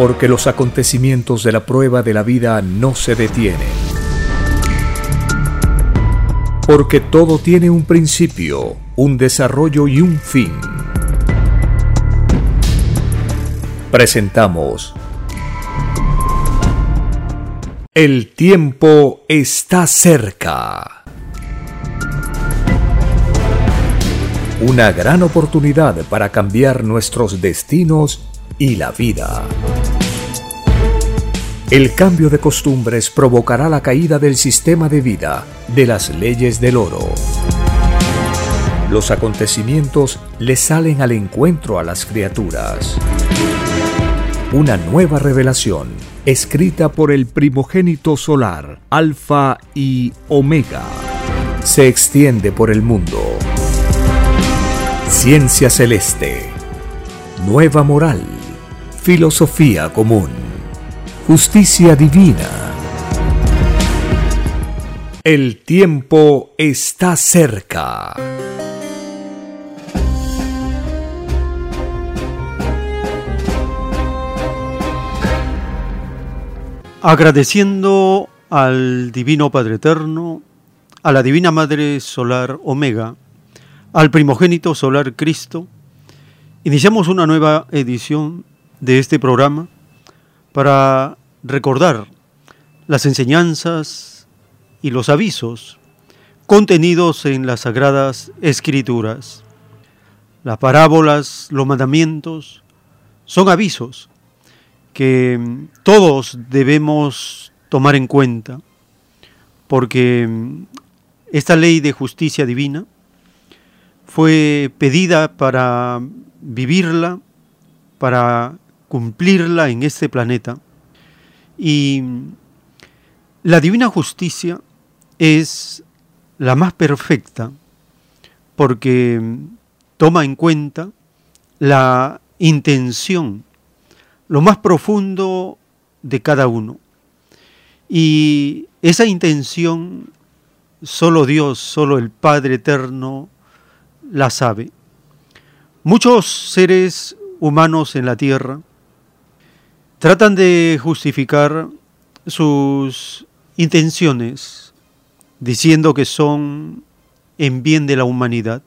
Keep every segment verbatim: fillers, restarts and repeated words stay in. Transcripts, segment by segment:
Porque los acontecimientos de la prueba de la vida no se detienen. Porque todo tiene un principio, un desarrollo y un fin. Presentamos El tiempo está cerca. Una gran oportunidad para cambiar nuestros destinos y la vida. El cambio de costumbres provocará la caída del sistema de vida, de las leyes del oro. Los acontecimientos le salen al encuentro a las criaturas. Una nueva revelación, escrita por el primogénito solar, Alfa y Omega, se extiende por el mundo. Ciencia celeste, nueva moral, filosofía común, justicia divina. El tiempo está cerca. Agradeciendo al Divino Padre Eterno, a la Divina Madre Solar Omega, al primogénito solar Cristo, iniciamos una nueva edición de este programa para recordar las enseñanzas y los avisos contenidos en las Sagradas Escrituras. Las parábolas, los mandamientos, son avisos que todos debemos tomar en cuenta, porque esta ley de justicia divina fue pedida para vivirla, para cumplirla en este planeta. Y la divina justicia es la más perfecta porque toma en cuenta la intención, lo más profundo de cada uno. Y esa intención solo Dios, solo el Padre Eterno la sabe. Muchos seres humanos en la tierra tratan de justificar sus intenciones diciendo que son en bien de la humanidad,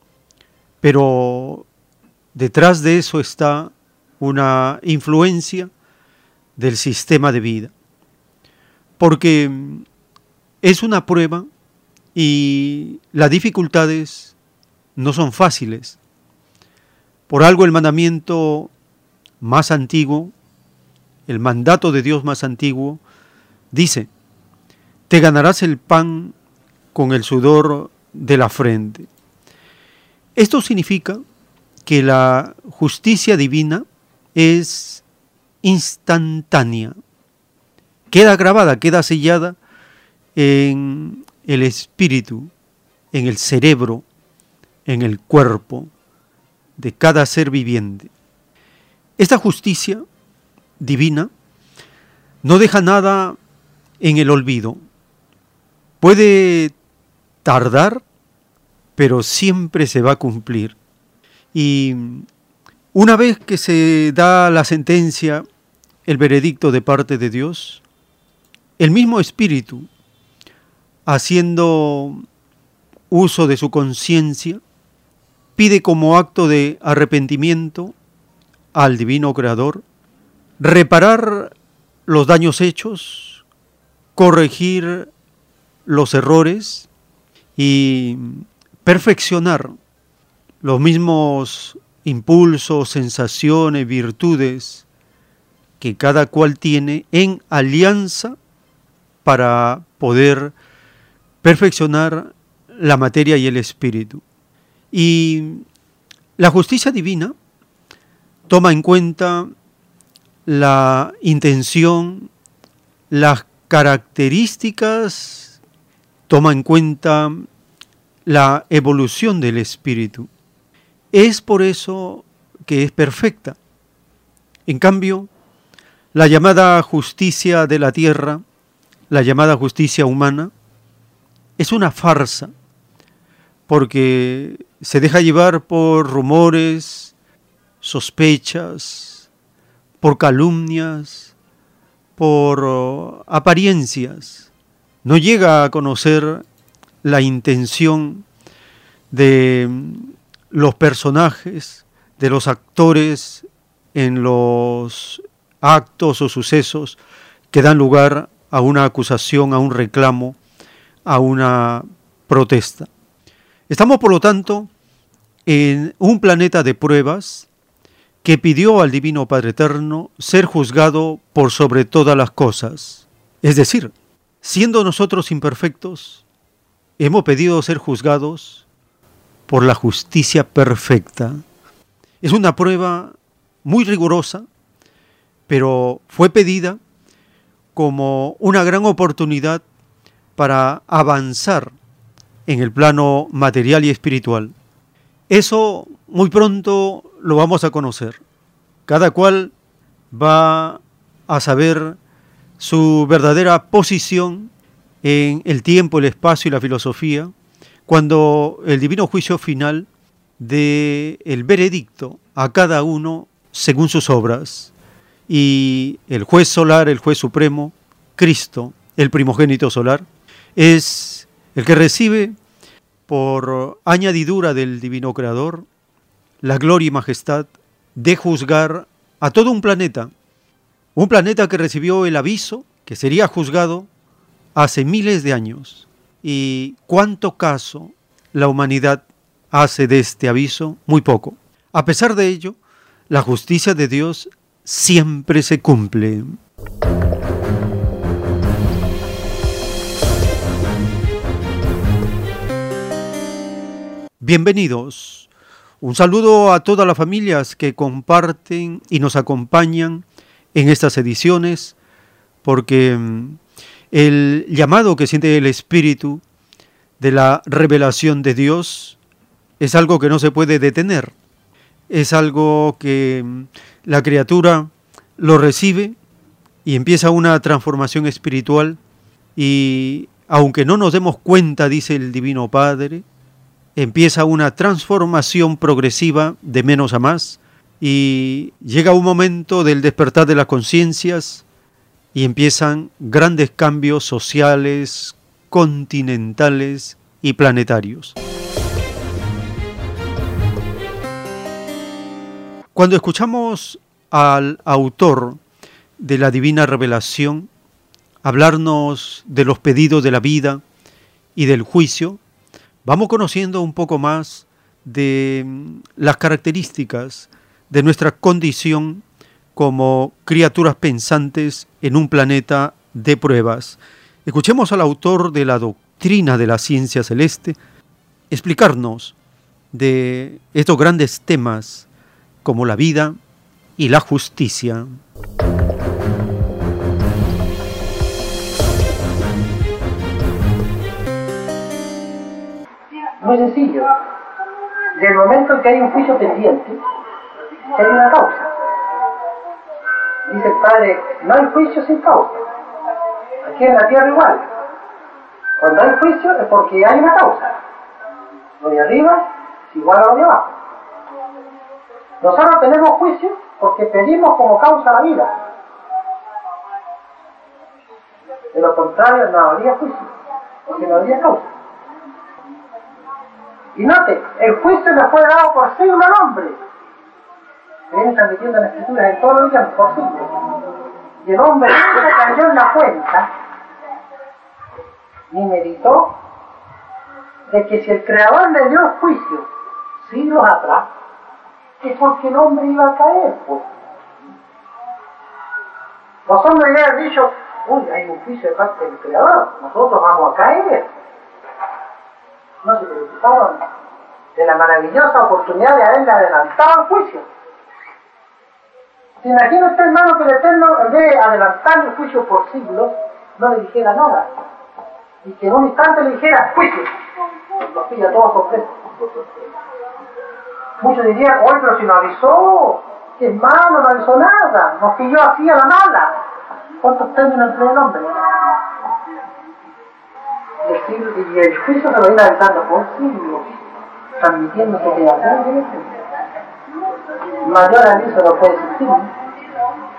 pero detrás de eso está una influencia del sistema de vida, porque es una prueba y las dificultades no son fáciles. Por algo el mandamiento más antiguo, el mandato de Dios más antiguo, dice: te ganarás el pan con el sudor de la frente. Esto significa que la justicia divina es instantánea, queda grabada, queda sellada en el espíritu, en el cerebro, en el cuerpo de cada ser viviente. Esta justicia divina no deja nada en el olvido. Puede tardar, pero siempre se va a cumplir. Y una vez que se da la sentencia, el veredicto de parte de Dios, el mismo Espíritu, haciendo uso de su conciencia, pide como acto de arrepentimiento al Divino Creador reparar los daños hechos, corregir los errores y perfeccionar los mismos impulsos, sensaciones, virtudes que cada cual tiene en alianza para poder perfeccionar la materia y el espíritu. Y la justicia divina toma en cuenta la intención, las características, toma en cuenta la evolución del espíritu. Es por eso que es perfecta. En cambio, la llamada justicia de la tierra, la llamada justicia humana, es una farsa, porque se deja llevar por rumores, sospechas, por calumnias, por uh, apariencias. No llega a conocer la intención de los personajes, de los actores en los actos o sucesos que dan lugar a una acusación, a un reclamo, a una protesta. Estamos, por lo tanto, en un planeta de pruebas que pidió al Divino Padre Eterno ser juzgado por sobre todas las cosas. Es decir, siendo nosotros imperfectos, hemos pedido ser juzgados por la justicia perfecta. Es una prueba muy rigurosa, pero fue pedida como una gran oportunidad para avanzar en el plano material y espiritual. Eso muy pronto lo vamos a conocer. Cada cual va a saber su verdadera posición en el tiempo, el espacio y la filosofía, cuando el divino juicio final dé el veredicto a cada uno según sus obras. Y el juez solar, el juez supremo, Cristo, el primogénito solar, es el que recibe por añadidura del divino creador la gloria y majestad de juzgar a todo un planeta, un planeta que recibió el aviso que sería juzgado hace miles de años. ¿Y cuánto caso la humanidad hace de este aviso? Muy poco. A pesar de ello, la justicia de Dios siempre se cumple. Bienvenidos. Un saludo a todas las familias que comparten y nos acompañan en estas ediciones, porque el llamado que siente el Espíritu de la revelación de Dios es algo que no se puede detener. Es algo que la criatura lo recibe y empieza una transformación espiritual, y aunque no nos demos cuenta, dice el Divino Padre, empieza una transformación progresiva de menos a más, y llega un momento del despertar de las conciencias y empiezan grandes cambios sociales, continentales y planetarios. Cuando escuchamos al autor de la Divina Revelación hablarnos de los pedidos de la vida y del juicio, vamos conociendo un poco más de las características de nuestra condición como criaturas pensantes en un planeta de pruebas. Escuchemos al autor de la doctrina de la ciencia celeste explicarnos de estos grandes temas como la vida y la justicia. Muy sencillo. Del momento en que hay un juicio pendiente, hay una causa. Dice el Padre, no hay juicio sin causa. Aquí en la tierra igual. Cuando hay juicio es porque hay una causa. Lo de arriba es igual a lo de abajo. Nosotros tenemos juicio porque pedimos como causa la vida. De lo contrario no habría juicio, porque no habría causa. Y note, el juicio nos fue dado por siglo al hombre. Se viene transmitiendo en las escrituras en todos los días por siglo. Y el hombre no se cayó en la cuenta, ni meditó, de que si el Creador le dio juicio siglos atrás, es porque el hombre iba a caer, pues. Los hombres le han dicho, uy, hay un juicio de parte del Creador, nosotros vamos a caer. No se preocuparon de la maravillosa oportunidad de haberle adelantado el juicio. ¿Se imagina usted, hermano, que el Eterno, en vez de adelantar el juicio por siglos, no le dijera nada? Y que en un instante le dijera, juicio. Los pilla todos sorpresos. Muchos dirían, oye, pero si no avisó, que es malo, no avisó nada, nos pilló así a la mala. ¿Cuántos términos entre el hombre? Y el, siglo, y el juicio se lo iba adelantando por siglos, transmitiéndose de la gran. Mayor aviso no puede existir.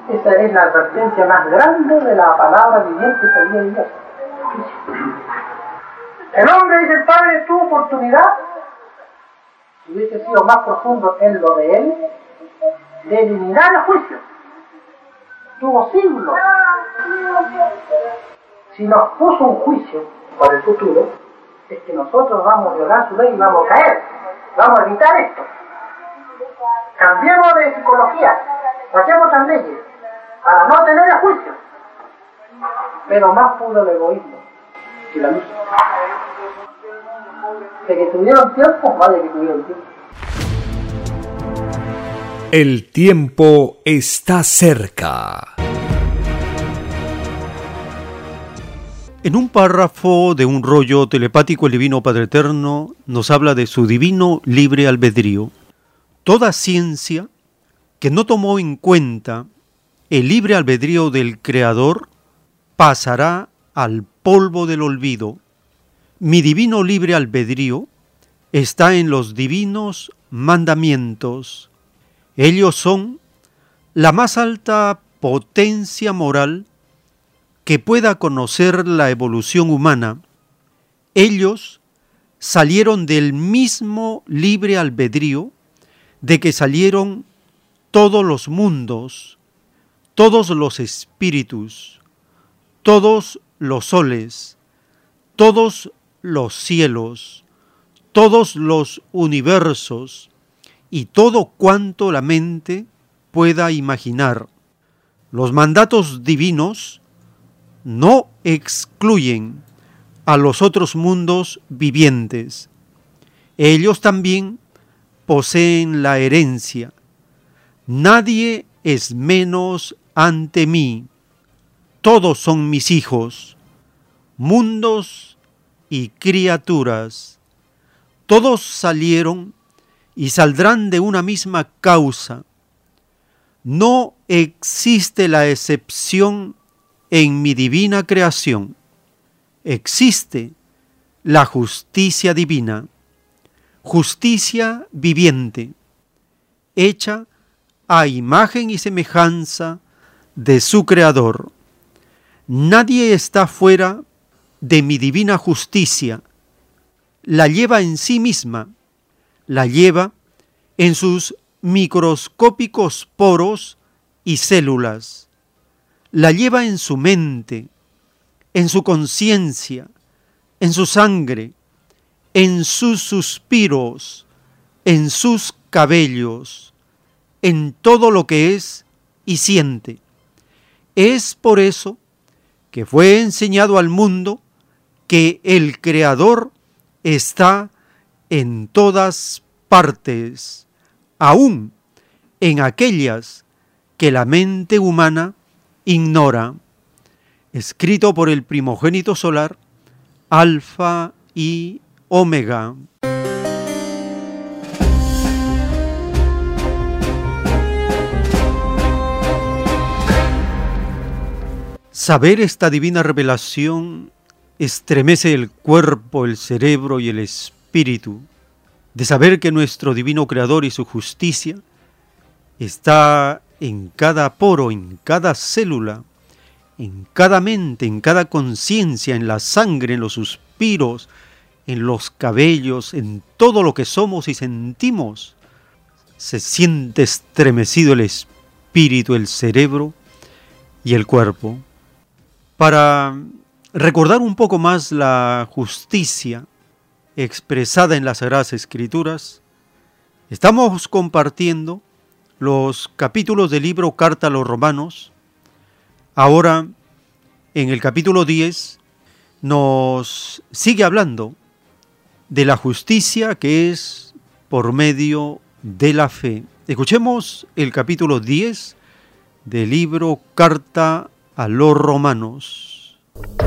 Esa es la advertencia más grande de la palabra viviente que había de Dios. El hombre, dice el Padre, tuvo oportunidad, si hubiese sido más profundo en lo de él, de eliminar el juicio. Tuvo siglos. Si nos puso un juicio para el futuro, es que nosotros vamos a violar su ley y vamos a caer. Vamos a evitar esto. Cambiemos de psicología, hacemos otras leyes, para no tener el juicio. Pero más pudo el egoísmo que la luz. De que tuvieron tiempo, vaya que tuvieron tiempo. El tiempo está cerca. En un párrafo de un rollo telepático, el Divino Padre Eterno nos habla de su divino libre albedrío. Toda ciencia que no tomó en cuenta el libre albedrío del Creador pasará al polvo del olvido. Mi divino libre albedrío está en los divinos mandamientos. Ellos son la más alta potencia moral que pueda conocer la evolución humana. Ellos salieron del mismo libre albedrío de que salieron todos los mundos, todos los espíritus, todos los soles, todos los cielos, todos los universos y todo cuanto la mente pueda imaginar. Los mandatos divinos no excluyen a los otros mundos vivientes. Ellos también poseen la herencia. Nadie es menos ante mí. Todos son mis hijos, mundos y criaturas. Todos salieron y saldrán de una misma causa. No existe la excepción en mi divina creación. Existe la justicia divina, justicia viviente, hecha a imagen y semejanza de su Creador. Nadie está fuera de mi divina justicia. La lleva en sí misma, la lleva en sus microscópicos poros y células, la lleva en su mente, en su conciencia, en su sangre, en sus suspiros, en sus cabellos, en todo lo que es y siente. Es por eso que fue enseñado al mundo que el Creador está en todas partes, aún en aquellas que la mente humana ignora. Escrito por el primogénito solar, Alfa y Omega. Saber esta divina revelación estremece el cuerpo, el cerebro y el espíritu, de saber que nuestro divino Creador y su justicia está en cada poro, en cada célula, en cada mente, en cada conciencia, en la sangre, en los suspiros, en los cabellos, en todo lo que somos y sentimos. Se siente estremecido el espíritu, el cerebro y el cuerpo. Para recordar un poco más la justicia expresada en las Sagradas Escrituras, estamos compartiendo los capítulos del libro Carta a los Romanos. Ahora, en el capítulo diez, nos sigue hablando de la justicia que es por medio de la fe. Escuchemos el capítulo diez del libro Carta a los Romanos.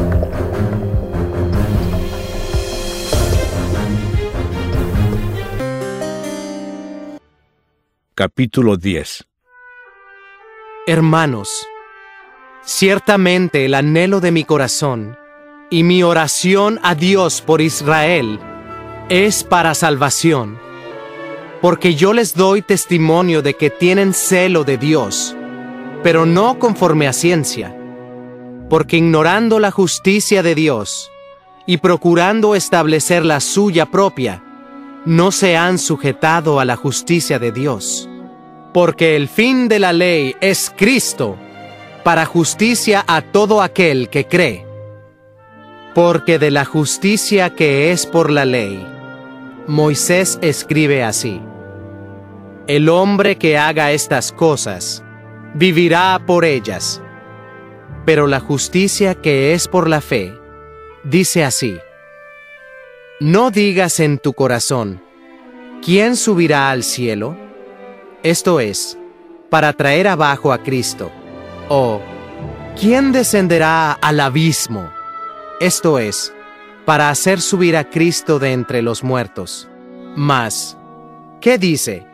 Capítulo diez. Hermanos, ciertamente el anhelo de mi corazón y mi oración a Dios por Israel es para salvación, porque yo les doy testimonio de que tienen celo de Dios, pero no conforme a ciencia, porque ignorando la justicia de Dios y procurando establecer la suya propia, no se han sujetado a la justicia de Dios. Porque el fin de la ley es Cristo, para justicia a todo aquel que cree. Porque de la justicia que es por la ley, Moisés escribe así: el hombre que haga estas cosas, vivirá por ellas. Pero la justicia que es por la fe, dice así: no digas en tu corazón, ¿quién subirá al cielo? Esto es, para traer abajo a Cristo. O, ¿quién descenderá al abismo? Esto es, para hacer subir a Cristo de entre los muertos. Mas, ¿qué dice?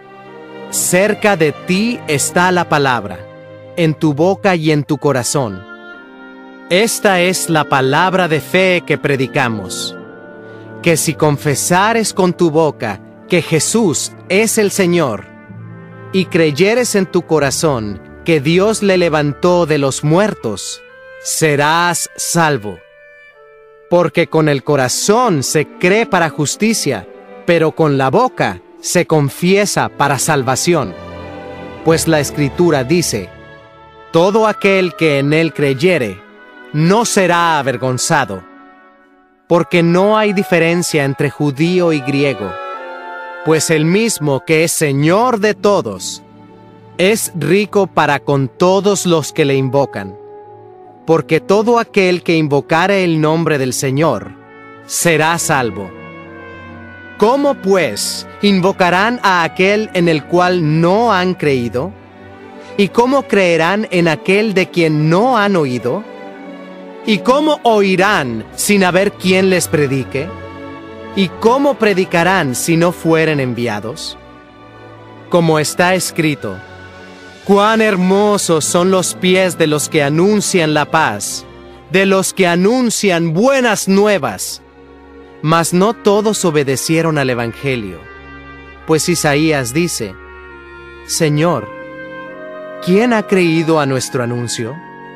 Cerca de ti está la palabra, en tu boca y en tu corazón. Esta es la palabra de fe que predicamos, que si confesares con tu boca que Jesús es el Señor, y creyeres en tu corazón que Dios le levantó de los muertos, serás salvo. Porque con el corazón se cree para justicia, pero con la boca se confiesa para salvación. Pues la Escritura dice: todo aquel que en él creyere, no será avergonzado. Porque no hay diferencia entre judío y griego, pues el mismo que es Señor de todos, es rico para con todos los que le invocan. Porque todo aquel que invocare el nombre del Señor, será salvo. ¿Cómo, pues, invocarán a aquel en el cual no han creído? ¿Y cómo creerán en aquel de quien no han oído? ¿Y cómo oirán sin haber quien les predique? ¿Y cómo predicarán si no fueren enviados? Como está escrito: cuán hermosos son los pies de los que anuncian la paz, de los que anuncian buenas nuevas. Mas no todos obedecieron al Evangelio. Pues Isaías dice: Señor, ¿quién ha creído a nuestro anuncio?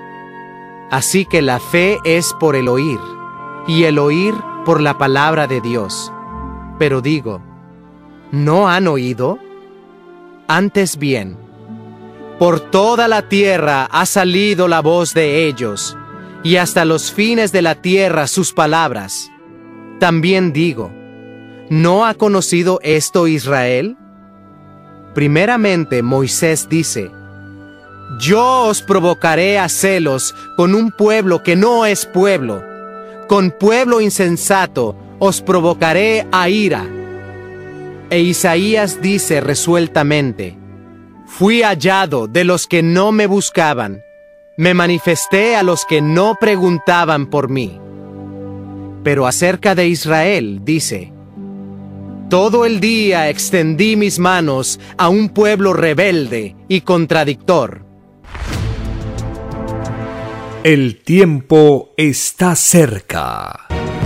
Así que la fe es por el oír, y el oír por la palabra de Dios. Pero digo, ¿no han oído? Antes bien, por toda la tierra ha salido la voz de ellos, y hasta los fines de la tierra sus palabras. También digo, ¿no ha conocido esto Israel? Primeramente Moisés dice: yo os provocaré a celos con un pueblo que no es pueblo, con pueblo insensato os provocaré a ira. E Isaías dice resueltamente: fui hallado de los que no me buscaban, me manifesté a los que no preguntaban por mí. Pero acerca de Israel dice: todo el día extendí mis manos a un pueblo rebelde y contradictor. El tiempo está cerca.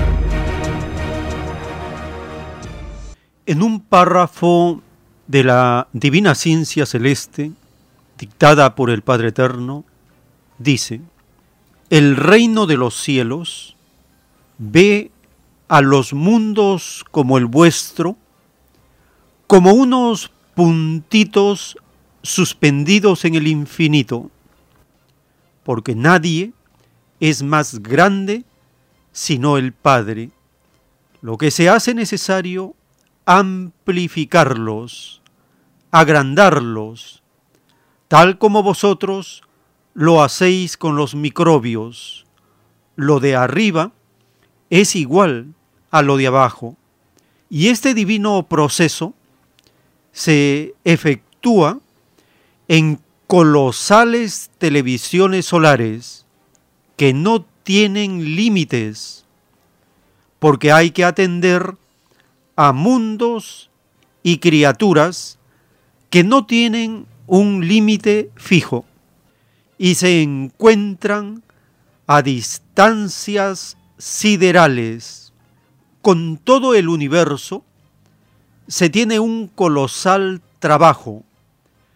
En un párrafo de la Divina Ciencia Celeste, dictada por el Padre Eterno, dice: el reino de los cielos ve a los mundos como el vuestro, como unos puntitos suspendidos en el infinito, porque nadie es más grande sino el Padre. Lo que se hace necesario, amplificarlos, agrandarlos, tal como vosotros lo hacéis con los microbios. Lo de arriba es igual a lo de abajo, y este divino proceso se efectúa en colosales televisiones solares que no tienen límites, porque hay que atender a mundos y criaturas que no tienen un límite fijo y se encuentran a distancias siderales. Con todo el universo se tiene un colosal trabajo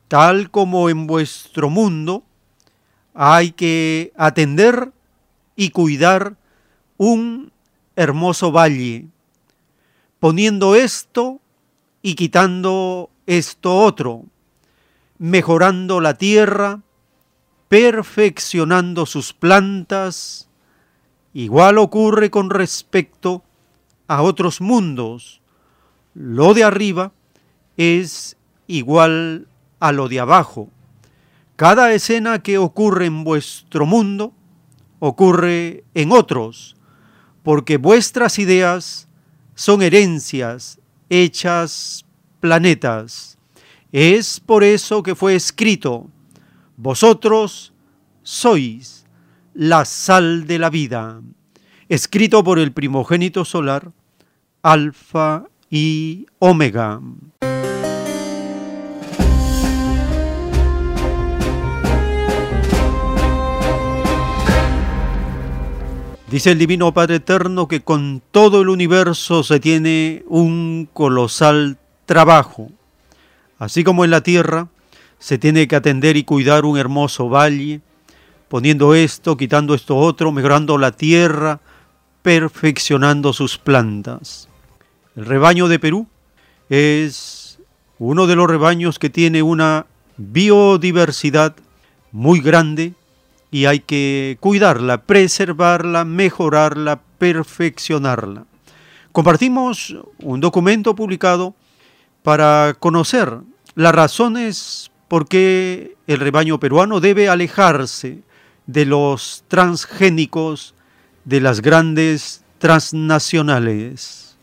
tal como en vuestro mundo, hay que atender y cuidar un hermoso valle, poniendo esto y quitando esto otro, mejorando la tierra, perfeccionando sus plantas. Igual ocurre con respecto a otros mundos. Lo de arriba es igual a lo de abajo. Cada escena que ocurre en vuestro mundo ocurre en otros, porque vuestras ideas son herencias hechas planetas. Es por eso que fue escrito: vosotros sois la sal de la vida, escrito por el primogénito solar, Alfa y Omega. Dice el Divino Padre Eterno que con todo el universo se tiene un colosal trabajo. Así como en la tierra se tiene que atender y cuidar un hermoso valle, poniendo esto, quitando esto otro, mejorando la tierra, perfeccionando sus plantas. El rebaño de Perú es uno de los rebaños que tiene una biodiversidad muy grande, y hay que cuidarla, preservarla, mejorarla, perfeccionarla. Compartimos un documento publicado para conocer las razones por qué el rebaño peruano debe alejarse de los transgénicos de las grandes transnacionales.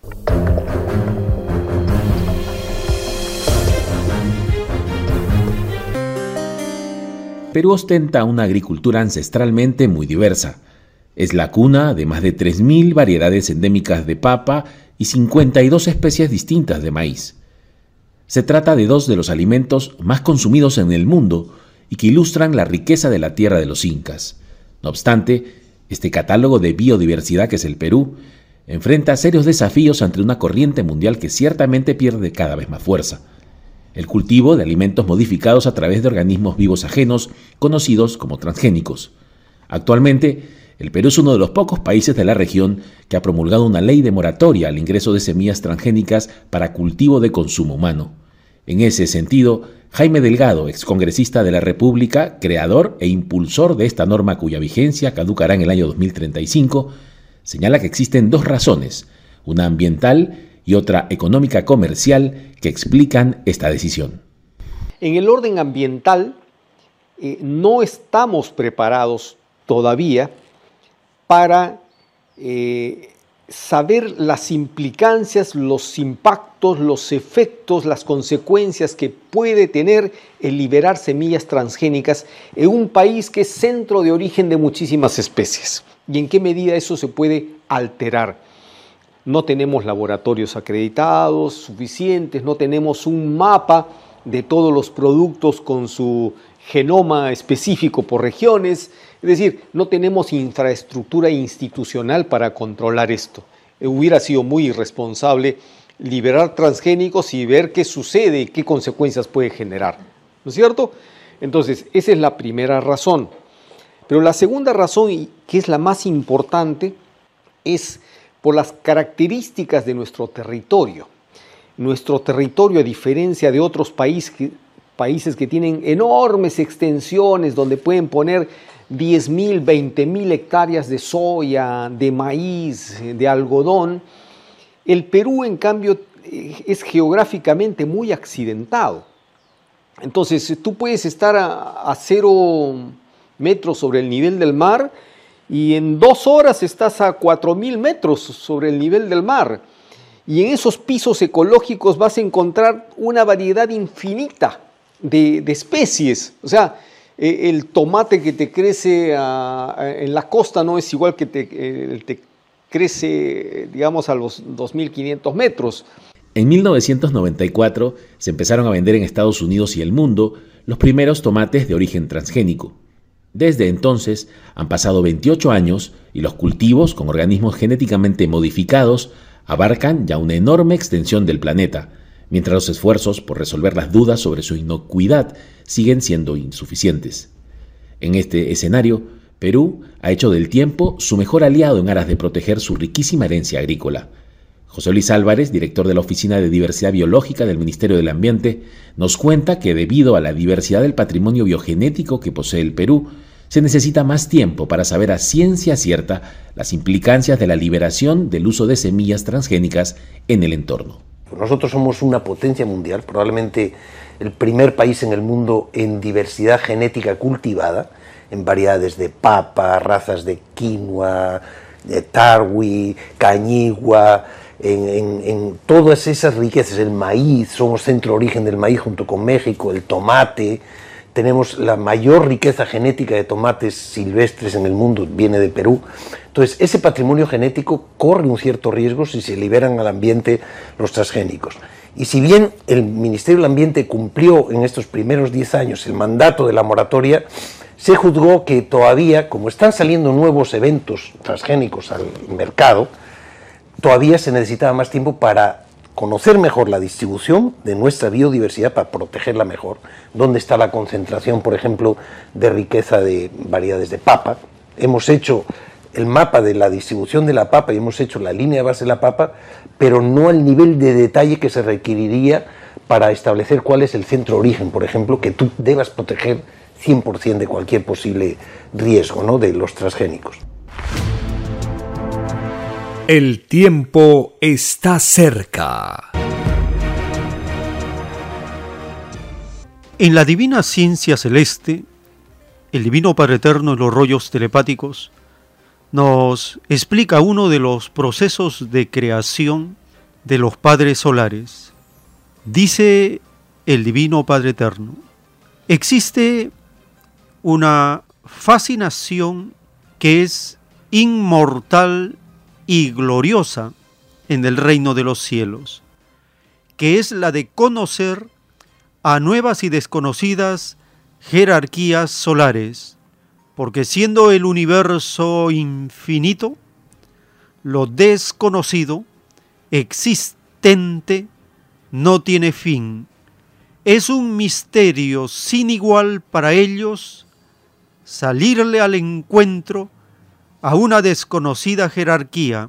Perú ostenta una agricultura ancestralmente muy diversa. Es la cuna de más de tres mil variedades endémicas de papa y cincuenta y dos especies distintas de maíz. Se trata de dos de los alimentos más consumidos en el mundo y que ilustran la riqueza de la tierra de los incas. No obstante, este catálogo de biodiversidad que es el Perú enfrenta serios desafíos ante una corriente mundial que ciertamente pierde cada vez más fuerza: el cultivo de alimentos modificados a través de organismos vivos ajenos, conocidos como transgénicos. Actualmente, el Perú es uno de los pocos países de la región que ha promulgado una ley de moratoria al ingreso de semillas transgénicas para cultivo de consumo humano. En ese sentido, Jaime Delgado, excongresista de la República, creador e impulsor de esta norma cuya vigencia caducará en el año dos mil treinta y cinco, señala que existen dos razones, una ambiental y otra económica comercial, que explican esta decisión. En el orden ambiental, eh, no estamos preparados todavía para eh, saber las implicancias, los impactos, los efectos, las consecuencias que puede tener el liberar semillas transgénicas en un país que es centro de origen de muchísimas especies, y en qué medida eso se puede alterar. No tenemos laboratorios acreditados suficientes, no tenemos un mapa de todos los productos con su genoma específico por regiones, es decir, no tenemos infraestructura institucional para controlar esto. Hubiera sido muy irresponsable liberar transgénicos y ver qué sucede y qué consecuencias puede generar, ¿no es cierto? Entonces, esa es la primera razón. Pero la segunda razón, y que es la más importante, es por las características de nuestro territorio. Nuestro territorio, a diferencia de otros países que, países que tienen enormes extensiones donde pueden poner diez mil, veinte mil hectáreas de soya, de maíz, de algodón, el Perú, en cambio, es geográficamente muy accidentado. Entonces, tú puedes estar a, a cero metros sobre el nivel del mar y en dos horas estás a cuatro mil metros sobre el nivel del mar. Y en esos pisos ecológicos vas a encontrar una variedad infinita de, de especies. O sea, eh, el tomate que te crece a, a, en la costa no es igual que te, eh, te crece, digamos, a los dos mil quinientos metros. En mil novecientos noventa y cuatro se empezaron a vender en Estados Unidos y el mundo los primeros tomates de origen transgénico. Desde entonces han pasado veintiocho años y los cultivos con organismos genéticamente modificados abarcan ya una enorme extensión del planeta, mientras los esfuerzos por resolver las dudas sobre su inocuidad siguen siendo insuficientes. En este escenario, Perú ha hecho del tiempo su mejor aliado en aras de proteger su riquísima herencia agrícola. José Luis Álvarez, director de la Oficina de Diversidad Biológica del Ministerio del Ambiente, nos cuenta que debido a la diversidad del patrimonio biogenético que posee el Perú, se necesita más tiempo para saber a ciencia cierta las implicancias de la liberación del uso de semillas transgénicas en el entorno. Nosotros somos una potencia mundial, probablemente el primer país en el mundo en diversidad genética cultivada, en variedades de papa, razas de quinoa, de tarwi, cañigua, en, en, en todas esas riquezas, el maíz, somos centro de origen del maíz junto con México, el tomate, tenemos la mayor riqueza genética de tomates silvestres en el mundo, viene de Perú. Entonces, ese patrimonio genético corre un cierto riesgo si se liberan al ambiente los transgénicos. Y si bien el Ministerio del Ambiente cumplió en estos primeros diez años el mandato de la moratoria, se juzgó que todavía, como están saliendo nuevos eventos transgénicos al mercado, todavía se necesitaba más tiempo para conocer mejor la distribución de nuestra biodiversidad, para protegerla mejor, dónde está la concentración, por ejemplo, de riqueza de variedades de papa. Hemos hecho el mapa de la distribución de la papa y hemos hecho la línea base de la papa, pero no al nivel de detalle que se requeriría para establecer cuál es el centro de origen, por ejemplo, que tú debas proteger cien por ciento de cualquier posible riesgo, ¿no?, de los transgénicos. El tiempo está cerca. En la divina ciencia celeste, el Divino Padre Eterno en los rollos telepáticos nos explica uno de los procesos de creación de los padres solares. Dice el Divino Padre Eterno: existe una fascinación que es inmortal y gloriosa en el reino de los cielos, que es la de conocer a nuevas y desconocidas jerarquías solares, porque siendo el universo infinito, lo desconocido, existente, no tiene fin. Es un misterio sin igual para ellos salirle al encuentro a una desconocida jerarquía.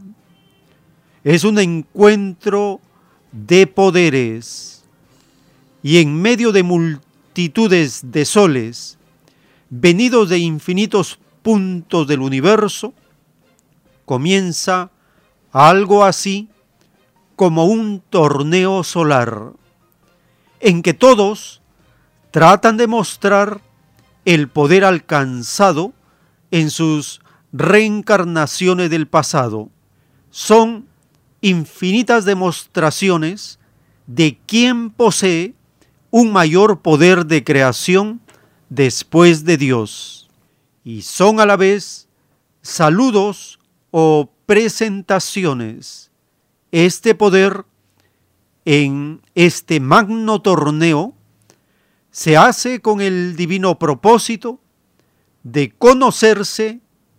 Es un encuentro de poderes, y en medio de multitudes de soles, venidos de infinitos puntos del universo, comienza algo así como un torneo solar, en que todos tratan de mostrar el poder alcanzado en sus reencarnaciones del pasado. Son infinitas demostraciones de quién posee un mayor poder de creación después de Dios, y son a la vez saludos o presentaciones. Este poder en este magno torneo se hace con el divino propósito de conocerse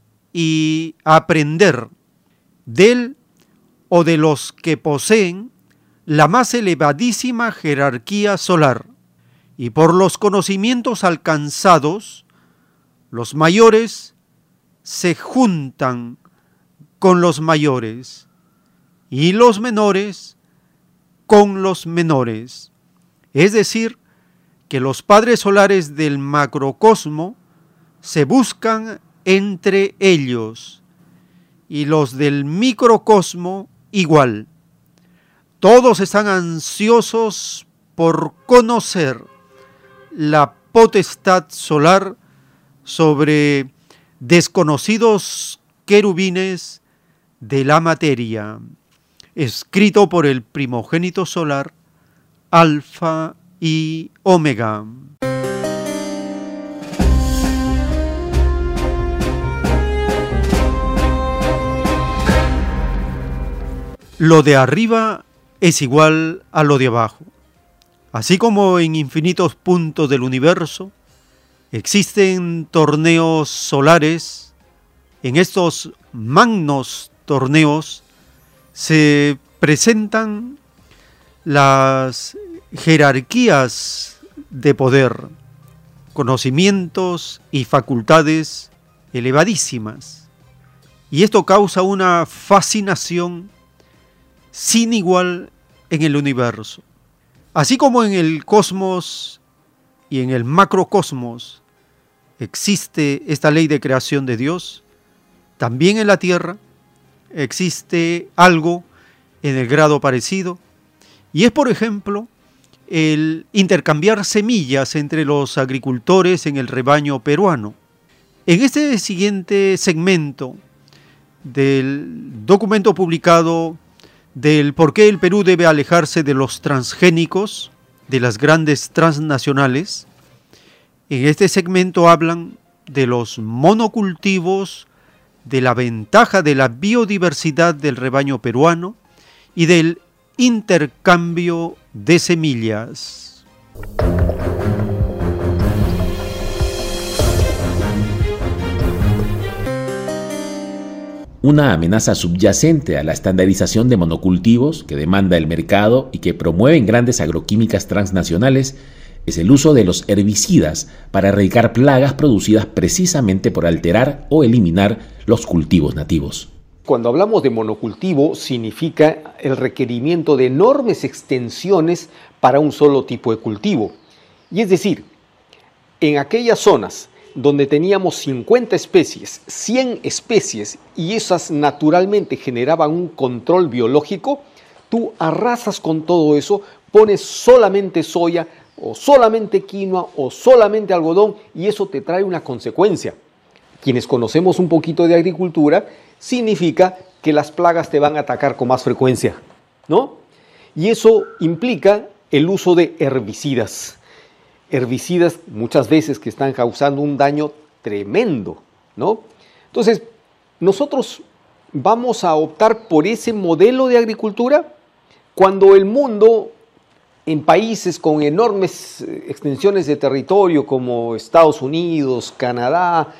y aprender del o de los que poseen la más elevadísima jerarquía solar, y por los conocimientos alcanzados, los mayores se juntan con los mayores y los menores con los menores. Es decir, que los padres solares del macrocosmo se buscan entre ellos, y los del microcosmo igual. Todos están ansiosos por conocer la potestad solar sobre desconocidos querubines de la materia, escrito por el primogénito solar, Alfa y Omega. Lo de arriba es igual a lo de abajo. Así como en infinitos puntos del universo existen torneos solares, en estos magnos torneos se presentan las jerarquías de poder, conocimientos y facultades elevadísimas. Y esto causa una fascinación sin igual en el universo. Así como en el cosmos y en el macrocosmos existe esta ley de creación de Dios, también en la Tierra existe algo en el grado parecido, y es, por ejemplo, el intercambiar semillas entre los agricultores en el rebaño peruano. En este siguiente segmento del documento publicado del por qué el Perú debe alejarse de los transgénicos, de las grandes transnacionales, en este segmento hablan de los monocultivos, de la ventaja de la biodiversidad del rebaño peruano y del intercambio de semillas. Una amenaza subyacente a la estandarización de monocultivos que demanda el mercado y que promueven grandes agroquímicas transnacionales es el uso de los herbicidas para erradicar plagas producidas precisamente por alterar o eliminar los cultivos nativos. Cuando hablamos de monocultivo, significa el requerimiento de enormes extensiones para un solo tipo de cultivo. Y es decir, en aquellas zonas donde teníamos cincuenta especies, cien especies, y esas naturalmente generaban un control biológico, tú arrasas con todo eso, pones solamente soya, o solamente quinoa, o solamente algodón, y eso te trae una consecuencia. Quienes conocemos un poquito de agricultura, significa que las plagas te van a atacar con más frecuencia, ¿no? Y eso implica el uso de herbicidas. Herbicidas muchas veces que están causando un daño tremendo, ¿no? Entonces, nosotros vamos a optar por ese modelo de agricultura cuando el mundo, en países con enormes extensiones de territorio como Estados Unidos, Canadá,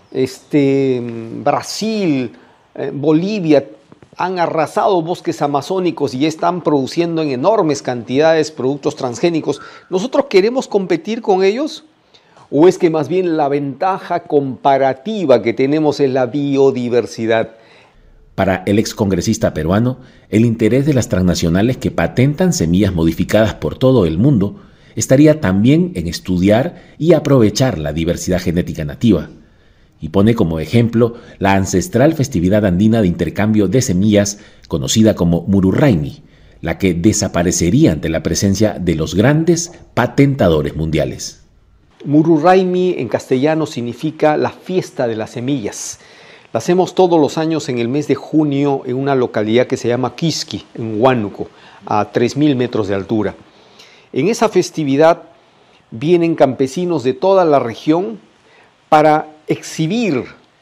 este, Brasil, eh, Bolivia, han arrasado bosques amazónicos y están produciendo en enormes cantidades productos transgénicos. ¿Nosotros queremos competir con ellos? ¿O es que más bien la ventaja comparativa que tenemos es la biodiversidad? Para el excongresista peruano, el interés de las transnacionales que patentan semillas modificadas por todo el mundo estaría también en estudiar y aprovechar la diversidad genética nativa. Y pone como ejemplo la ancestral festividad andina de intercambio de semillas conocida como Mururraimi, la que desaparecería ante la presencia de los grandes patentadores mundiales. Mururraimi en castellano significa la fiesta de las semillas. La hacemos todos los años en el mes de junio en una localidad que se llama Quisqui, en Huánuco, a tres mil metros de altura. En esa festividad vienen campesinos de toda la región para exhibir,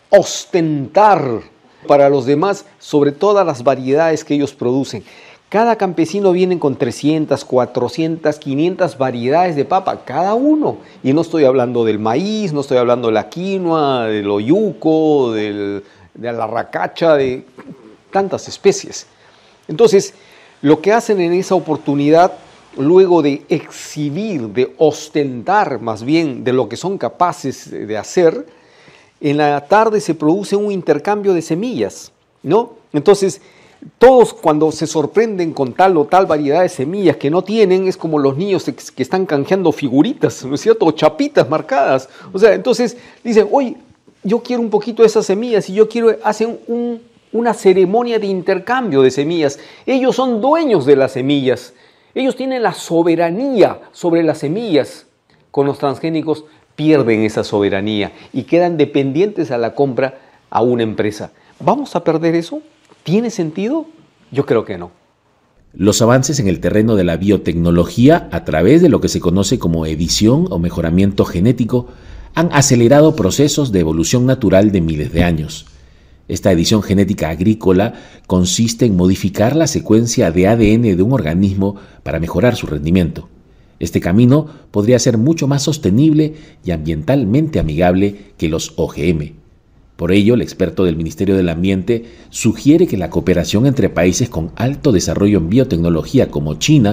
ostentar para los demás sobre todas las variedades que ellos producen. Cada campesino viene con trescientas, cuatrocientas, quinientas variedades de papa, cada uno. Y no estoy hablando del maíz, no estoy hablando de la quinoa, del oyuco, del, de la racacha, de tantas especies. Entonces, lo que hacen en esa oportunidad, luego de exhibir, de ostentar más bien de lo que son capaces de hacer, en la tarde se produce un intercambio de semillas, ¿no? Entonces, todos cuando se sorprenden con tal o tal variedad de semillas que no tienen, es como los niños que están canjeando figuritas, ¿no es cierto? O chapitas marcadas. O sea, entonces dicen, oye, yo quiero un poquito de esas semillas y yo quiero, hacen un, una ceremonia de intercambio de semillas. Ellos son dueños de las semillas. Ellos tienen la soberanía sobre las semillas. Con los transgénicos pierden esa soberanía y quedan dependientes a la compra a una empresa. ¿Vamos a perder eso? ¿Tiene sentido? Yo creo que no. Los avances en el terreno de la biotecnología a través de lo que se conoce como edición o mejoramiento genético han acelerado procesos de evolución natural de miles de años. Esta edición genética agrícola consiste en modificar la secuencia de A D N de un organismo para mejorar su rendimiento. Este camino podría ser mucho más sostenible y ambientalmente amigable que los O G M. Por ello, el experto del Ministerio del Ambiente sugiere que la cooperación entre países con alto desarrollo en biotecnología como China,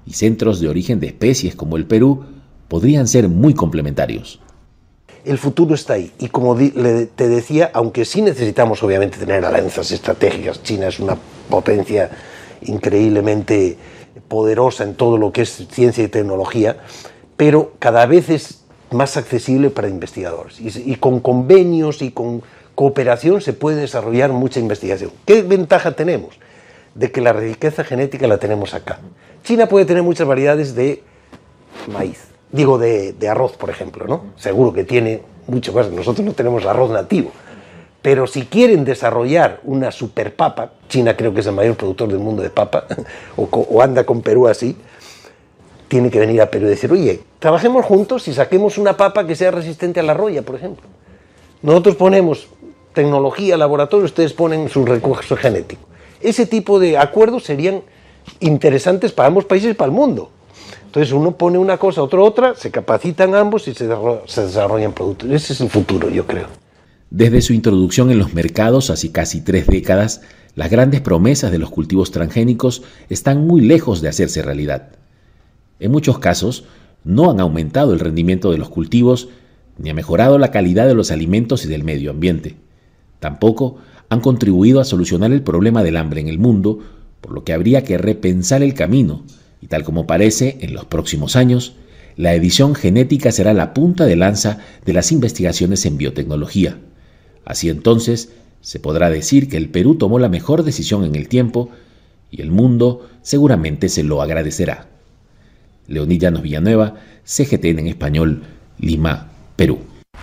y centros de origen de especies como el Perú podrían ser muy complementarios. El futuro está ahí y como di, le, te decía, aunque sí necesitamos obviamente tener alianzas estratégicas, China es una potencia increíblemente poderosa en todo lo que es ciencia y tecnología, pero cada vez es más accesible para investigadores y, y con convenios y con cooperación se puede desarrollar mucha investigación. ¿Qué ventaja tenemos? De que la riqueza genética la tenemos acá. China puede tener muchas variedades de maíz, digo de, de arroz, por ejemplo, ¿no? Seguro que tiene mucho más. Nosotros no tenemos arroz nativo. Pero si quieren desarrollar una superpapa, China creo que es el mayor productor del mundo de papa, o, o anda con Perú así, tiene que venir a Perú y decir, oye, trabajemos juntos y saquemos una papa que sea resistente a la roya, por ejemplo. Nosotros ponemos tecnología, laboratorio, ustedes ponen su recurso genético. Ese tipo de acuerdos serían interesantes para ambos países y para el mundo. Entonces uno pone una cosa, otro otra, se capacitan ambos y se, se desarrollan productos. Ese es el futuro, yo creo. Desde su introducción en los mercados hace casi tres décadas, las grandes promesas de los cultivos transgénicos están muy lejos de hacerse realidad. En muchos casos, no han aumentado el rendimiento de los cultivos ni ha mejorado la calidad de los alimentos y del medio ambiente. Tampoco han contribuido a solucionar el problema del hambre en el mundo, por lo que habría que repensar el camino, y tal como parece, en los próximos años, la edición genética será la punta de lanza de las investigaciones en biotecnología. Así entonces, se podrá decir que el Perú tomó la mejor decisión en el tiempo, y el mundo seguramente se lo agradecerá. Leonid Llanos Villanueva, C G T N en español, Lima, Perú.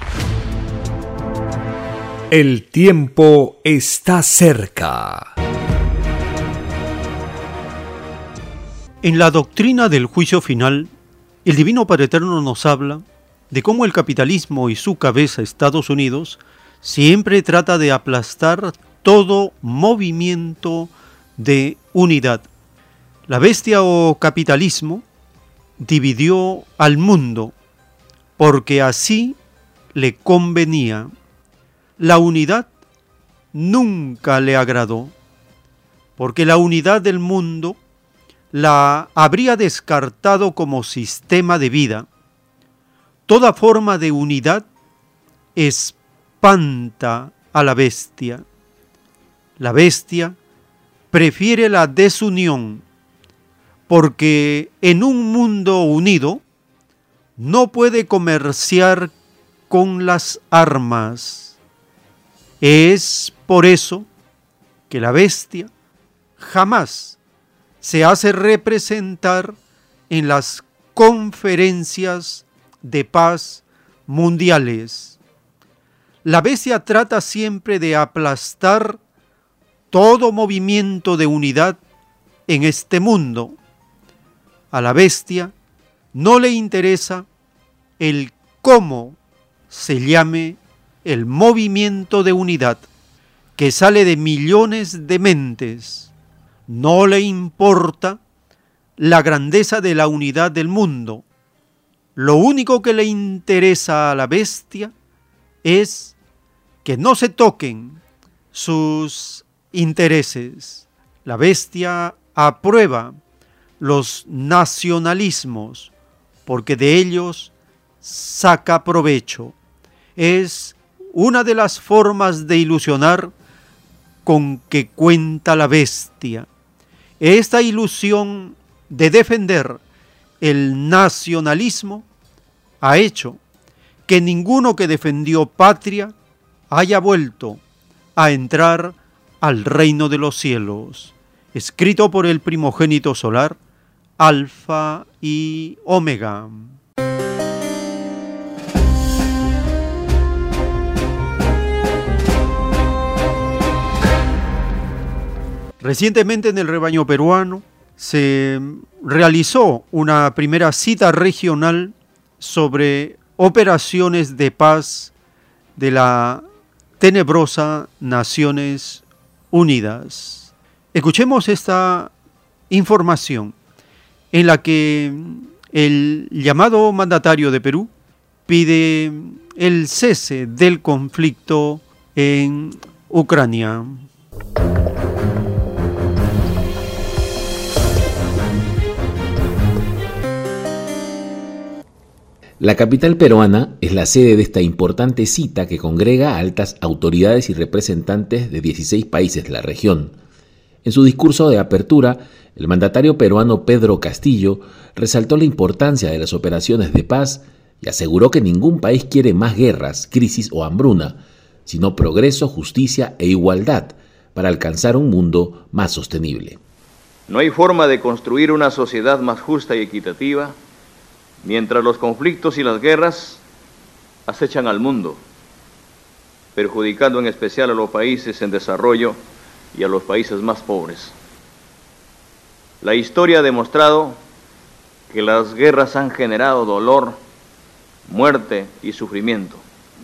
El tiempo está cerca. En la doctrina del juicio final, el Divino Padre Eterno nos habla de cómo el capitalismo y su cabeza, Estados Unidos, siempre trata de aplastar todo movimiento de unidad. La bestia o capitalismo dividió al mundo porque así le convenía. La unidad nunca le agradó, porque la unidad del mundo la habría descartado como sistema de vida. Toda forma de unidad espanta a la bestia. La bestia prefiere la desunión, porque en un mundo unido no puede comerciar con las armas. Es por eso que la bestia jamás se hace representar en las conferencias de paz mundiales. La bestia trata siempre de aplastar todo movimiento de unidad en este mundo. A la bestia no le interesa el cómo se llame el movimiento de unidad que sale de millones de mentes. No le importa la grandeza de la unidad del mundo. Lo único que le interesa a la bestia es que no se toquen sus intereses. La bestia aprueba los nacionalismos porque de ellos saca provecho. Es una de las formas de ilusionar con que cuenta la bestia. Esta ilusión de defender el nacionalismo ha hecho que ninguno que defendió patria haya vuelto a entrar al reino de los cielos. Escrito por el primogénito solar, Alfa y Omega. Recientemente en el rebaño peruano se realizó una primera cita regional sobre operaciones de paz de la tenebrosa Naciones Unidas. Escuchemos esta información en la que el llamado mandatario de Perú pide el cese del conflicto en Ucrania. La capital peruana es la sede de esta importante cita que congrega a altas autoridades y representantes de dieciséis países de la región. En su discurso de apertura, el mandatario peruano Pedro Castillo resaltó la importancia de las operaciones de paz y aseguró que ningún país quiere más guerras, crisis o hambruna, sino progreso, justicia e igualdad para alcanzar un mundo más sostenible. No hay forma de construir una sociedad más justa y equitativa mientras los conflictos y las guerras acechan al mundo, perjudicando en especial a los países en desarrollo y a los países más pobres. La historia ha demostrado que las guerras han generado dolor, muerte y sufrimiento,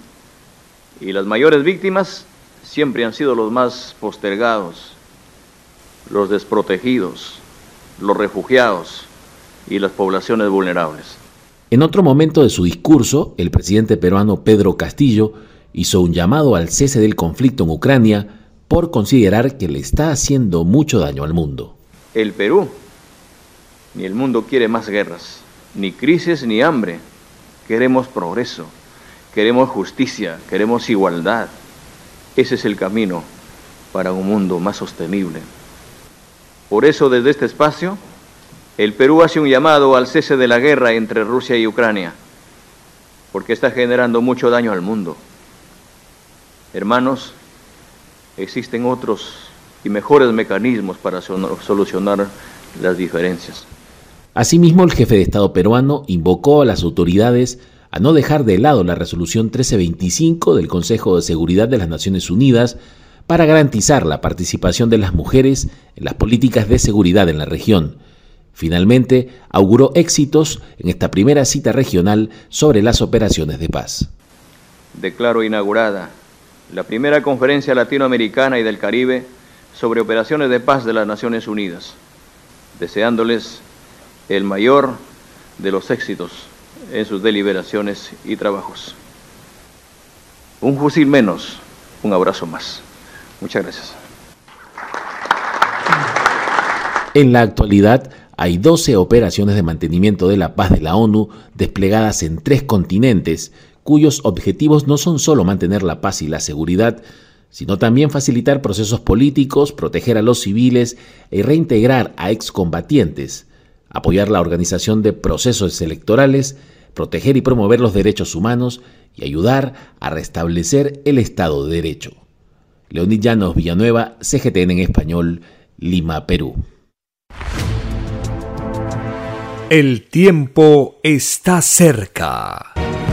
y las mayores víctimas siempre han sido los más postergados, los desprotegidos, los refugiados y las poblaciones vulnerables. En otro momento de su discurso, el presidente peruano Pedro Castillo hizo un llamado al cese del conflicto en Ucrania por considerar que le está haciendo mucho daño al mundo. El Perú ni el mundo quiere más guerras, ni crisis ni hambre. Queremos progreso, queremos justicia, queremos igualdad. Ese es el camino para un mundo más sostenible. Por eso, desde este espacio, el Perú hace un llamado al cese de la guerra entre Rusia y Ucrania, porque está generando mucho daño al mundo. Hermanos, existen otros y mejores mecanismos para solucionar las diferencias. Asimismo, el jefe de Estado peruano invocó a las autoridades a no dejar de lado la resolución trece veinticinco del Consejo de Seguridad de las Naciones Unidas para garantizar la participación de las mujeres en las políticas de seguridad en la región. Finalmente, auguró éxitos en esta primera cita regional sobre las operaciones de paz. Declaro inaugurada la primera conferencia latinoamericana y del Caribe sobre operaciones de paz de las Naciones Unidas, deseándoles el mayor de los éxitos en sus deliberaciones y trabajos. Un fusil menos, un abrazo más. Muchas gracias. En la actualidad, hay doce operaciones de mantenimiento de la paz de la ONU desplegadas en tres continentes, cuyos objetivos no son solo mantener la paz y la seguridad, sino también facilitar procesos políticos, proteger a los civiles y reintegrar a excombatientes, apoyar la organización de procesos electorales, proteger y promover los derechos humanos y ayudar a restablecer el Estado de Derecho. Leonid Llanos Villanueva, C G T N en español, Lima, Perú. El tiempo está cerca.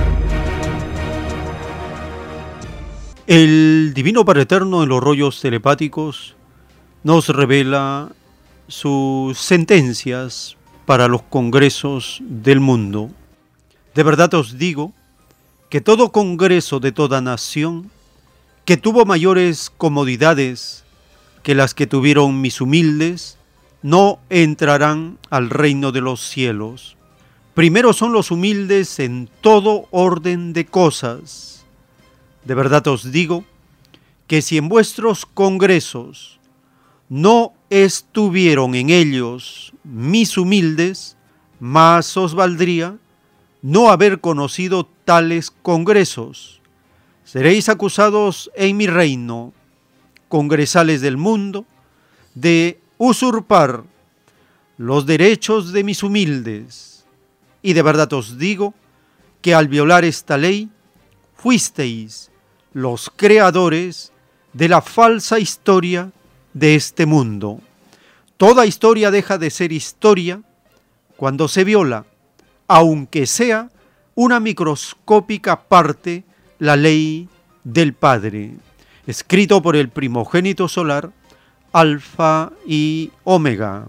El Divino Padre Eterno en los rollos telepáticos nos revela sus sentencias para los congresos del mundo. De verdad os digo que todo congreso de toda nación que tuvo mayores comodidades que las que tuvieron mis humildes, no entrarán al reino de los cielos. Primero son los humildes en todo orden de cosas. De verdad os digo que si en vuestros congresos no estuvieron en ellos mis humildes, más os valdría no haber conocido tales congresos. Seréis acusados en mi reino, congresales del mundo, de usurpar los derechos de mis humildes. Y de verdad os digo que al violar esta ley, fuisteis los creadores de la falsa historia de este mundo. Toda historia deja de ser historia cuando se viola, aunque sea una microscópica parte, la ley del Padre. Escrito por el primogénito solar, Alfa y Omega.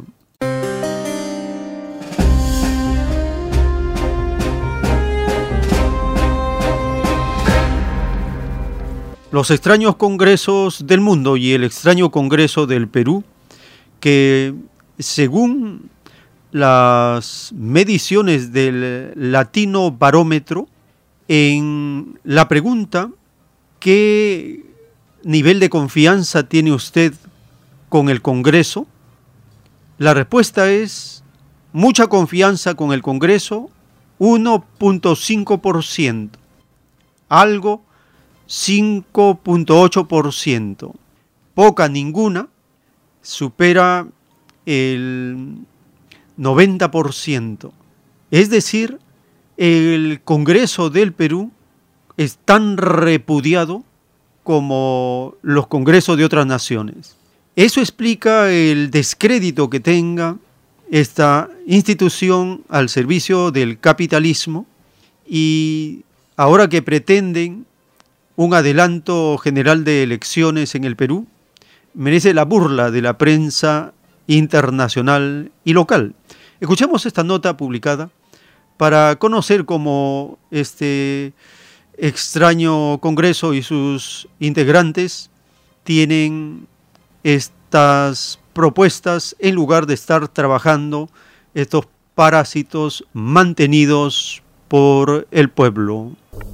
Los extraños congresos del mundo y el extraño congreso del Perú, que según las mediciones del Latino Barómetro, en la pregunta ¿qué nivel de confianza tiene usted con el Congreso? La respuesta es mucha confianza con el Congreso uno punto cinco por ciento, algo cinco punto ocho por ciento, poca ninguna, supera el noventa por ciento. Es decir, el Congreso del Perú es tan repudiado como los congresos de otras naciones. Eso explica el descrédito que tenga esta institución al servicio del capitalismo, y ahora que pretenden un adelanto general de elecciones en el Perú, merece la burla de la prensa internacional y local. Escuchemos esta nota publicada para conocer cómo este extraño Congreso y sus integrantes tienen estas propuestas en lugar de estar trabajando estos parásitos mantenidos por el pueblo.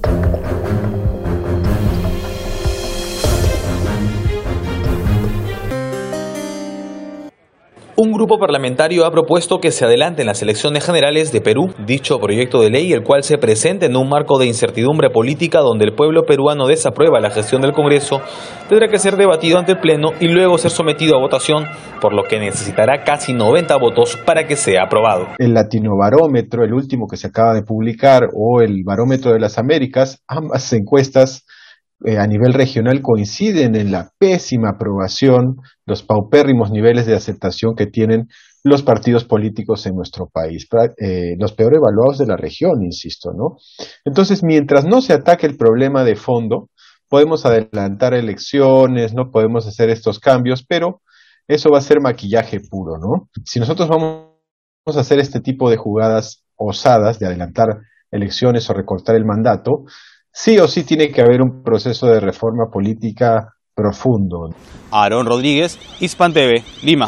Un grupo parlamentario ha propuesto que se adelanten las elecciones generales de Perú. Dicho proyecto de ley, el cual se presenta en un marco de incertidumbre política donde el pueblo peruano desaprueba la gestión del Congreso, tendrá que ser debatido ante el Pleno y luego ser sometido a votación, por lo que necesitará casi noventa votos para que sea aprobado. El Latinobarómetro, el último que se acaba de publicar, o el Barómetro de las Américas, ambas encuestas Eh, a nivel regional coinciden en la pésima aprobación, los paupérrimos niveles de aceptación que tienen los partidos políticos en nuestro país, eh, los peor evaluados de la región, insisto, ¿no? Entonces, mientras no se ataque el problema de fondo, podemos adelantar elecciones, no podemos hacer estos cambios, pero eso va a ser maquillaje puro, ¿no? Si nosotros vamos a hacer este tipo de jugadas osadas de adelantar elecciones o recortar el mandato, sí o sí tiene que haber un proceso de reforma política profundo. Aarón Rodríguez, Hispan T V, Lima.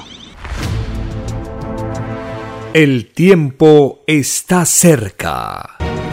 El tiempo está cerca.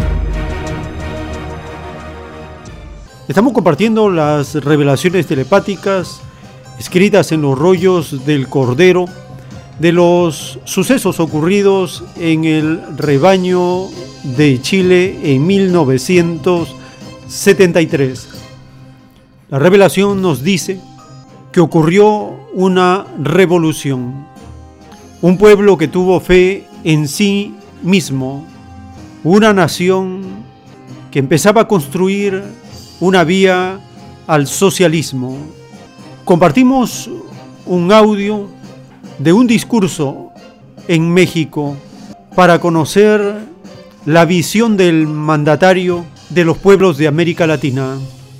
Estamos compartiendo las revelaciones telepáticas escritas en los rollos del Cordero de los sucesos ocurridos en el rebaño de Chile en mil novecientos setenta y tres. La revelación nos dice que ocurrió una revolución, un pueblo que tuvo fe en sí mismo, una nación que empezaba a construir una vía al socialismo. Compartimos un audio de un discurso en México para conocer la visión del mandatario de los pueblos de América Latina.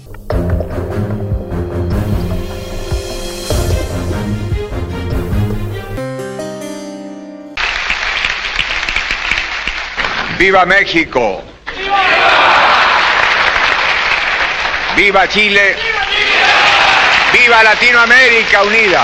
¡Viva México! ¡Viva Chile! ¡Viva Latinoamérica unida!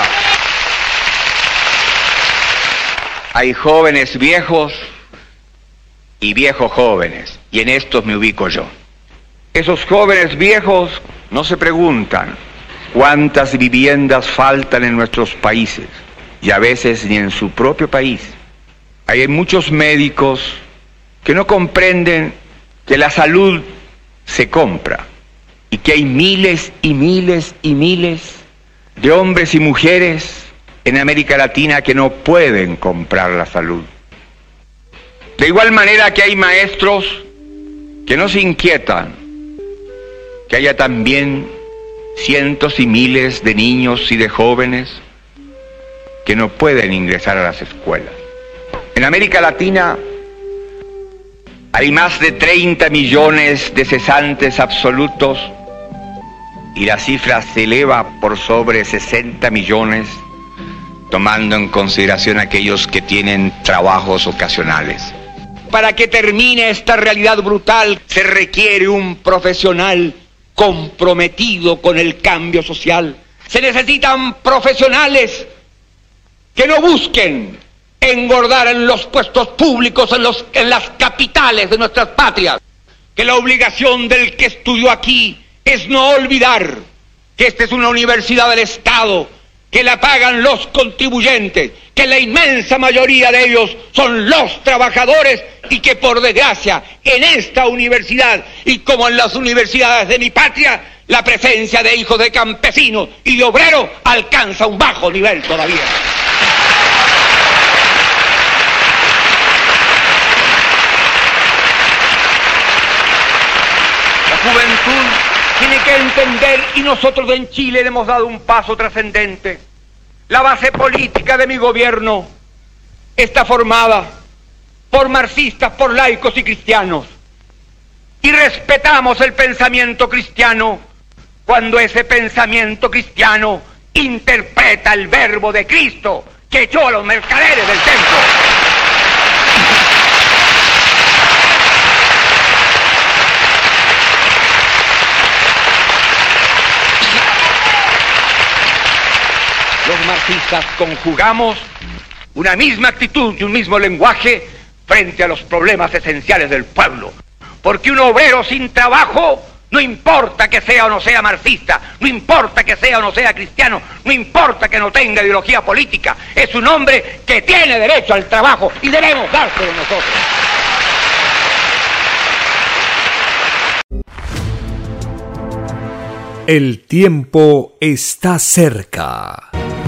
Hay jóvenes viejos y viejos jóvenes, y en estos me ubico yo. Esos jóvenes viejos no se preguntan cuántas viviendas faltan en nuestros países, y a veces ni en su propio país. Hay muchos médicos que no comprenden que la salud se compra, y que hay miles y miles y miles de hombres y mujeres en América Latina que no pueden comprar la salud. De igual manera que hay maestros que no se inquietan que haya también cientos y miles de niños y de jóvenes que no pueden ingresar a las escuelas. En América Latina hay más de treinta millones de cesantes absolutos y la cifra se eleva por sobre sesenta millones, tomando en consideración aquellos que tienen trabajos ocasionales. Para que termine esta realidad brutal se requiere un profesional comprometido con el cambio social. Se necesitan profesionales que no busquen engordar en los puestos públicos, en, los, en las capitales de nuestras patrias. Que la obligación del que estudió aquí es no olvidar que esta es una universidad del Estado que la pagan los contribuyentes, que la inmensa mayoría de ellos son los trabajadores y que por desgracia en esta universidad y como en las universidades de mi patria, la presencia de hijos de campesinos y de obreros alcanza un bajo nivel todavía. La juventud tiene que entender, y nosotros en Chile le hemos dado un paso trascendente. La base política de mi gobierno está formada por marxistas, por laicos y cristianos. Y respetamos el pensamiento cristiano cuando ese pensamiento cristiano interpreta el verbo de Cristo que echó a los mercaderes del templo. Los marxistas conjugamos una misma actitud y un mismo lenguaje frente a los problemas esenciales del pueblo. Porque un obrero sin trabajo, no importa que sea o no sea marxista, no importa que sea o no sea cristiano, no importa que no tenga ideología política, es un hombre que tiene derecho al trabajo y debemos dárselo nosotros. El tiempo está cerca.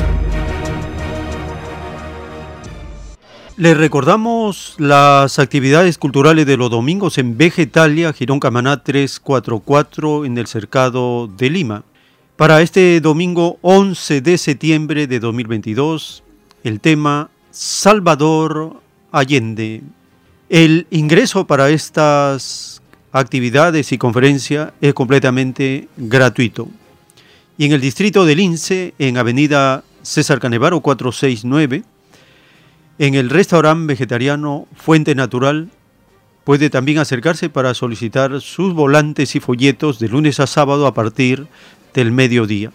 Les recordamos las actividades culturales de los domingos en Vegetalia, Girón Camaná trescientos cuarenta y cuatro en el Cercado de Lima. Para este domingo once de septiembre de dos mil veintidós, el tema Salvador Allende. El ingreso para estas actividades y conferencias es completamente gratuito. Y en el distrito del Lince, en avenida César Canevaro cuatrocientos sesenta y nueve, en el restaurante vegetariano Fuente Natural, puede también acercarse para solicitar sus volantes y folletos de lunes a sábado a partir del mediodía.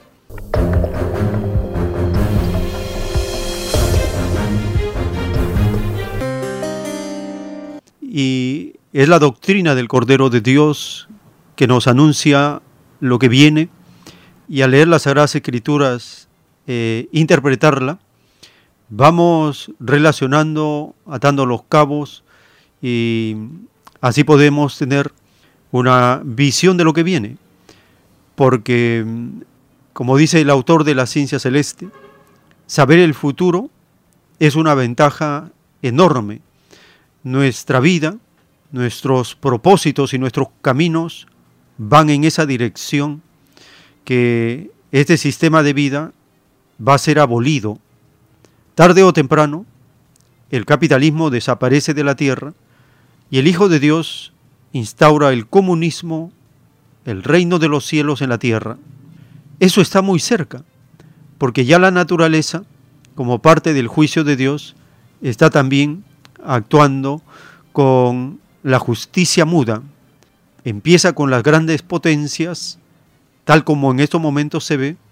Y es la doctrina del Cordero de Dios que nos anuncia lo que viene, y al leer las Sagradas Escrituras, eh, interpretarla, vamos relacionando, atando los cabos, y así podemos tener una visión de lo que viene. Porque, como dice el autor de La Ciencia Celeste, saber el futuro es una ventaja enorme. Nuestra vida, nuestros propósitos y nuestros caminos van en esa dirección, que este sistema de vida va a ser abolido. Tarde o temprano, el capitalismo desaparece de la tierra y el Hijo de Dios instaura el comunismo, el reino de los cielos en la tierra. Eso está muy cerca, porque ya la naturaleza, como parte del juicio de Dios, está también actuando con la justicia muda. Empieza con las grandes potencias, tal como en estos momentos se ve,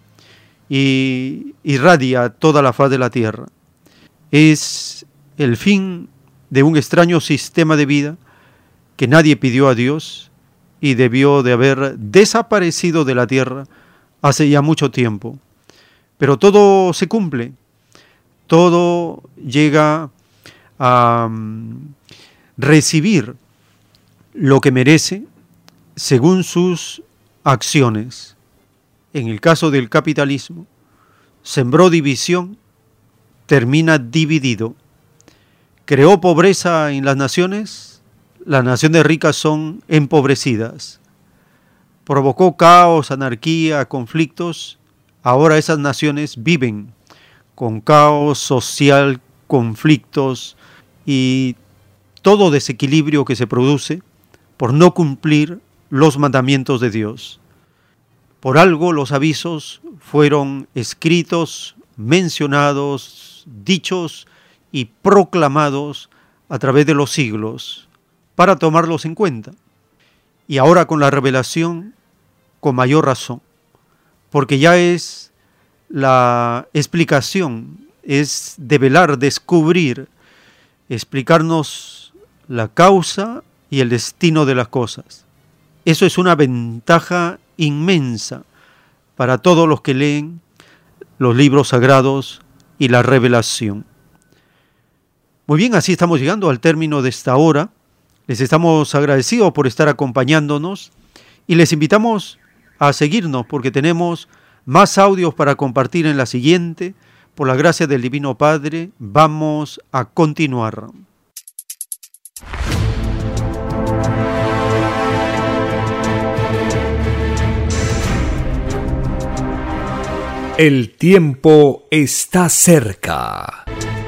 y irradia toda la faz de la tierra. Es el fin de un extraño sistema de vida que nadie pidió a Dios y debió de haber desaparecido de la tierra hace ya mucho tiempo. Pero todo se cumple, todo llega a um, recibir lo que merece según sus acciones. En el caso del capitalismo, sembró división, termina dividido. Creó pobreza en las naciones, las naciones ricas son empobrecidas. Provocó caos, anarquía, conflictos, ahora esas naciones viven con caos social, conflictos y todo desequilibrio que se produce por no cumplir los mandamientos de Dios. Por algo los avisos fueron escritos, mencionados, dichos y proclamados a través de los siglos para tomarlos en cuenta. Y ahora con la revelación, con mayor razón, porque ya es la explicación, es develar, descubrir, explicarnos la causa y el destino de las cosas. Eso es una ventaja inmensa para todos los que leen los libros sagrados y la revelación. Muy bien, así estamos llegando al término de esta hora. Les estamos agradecidos por estar acompañándonos y les invitamos a seguirnos porque tenemos más audios para compartir en la siguiente. Por la gracia del Divino Padre, vamos a continuar. El tiempo está cerca.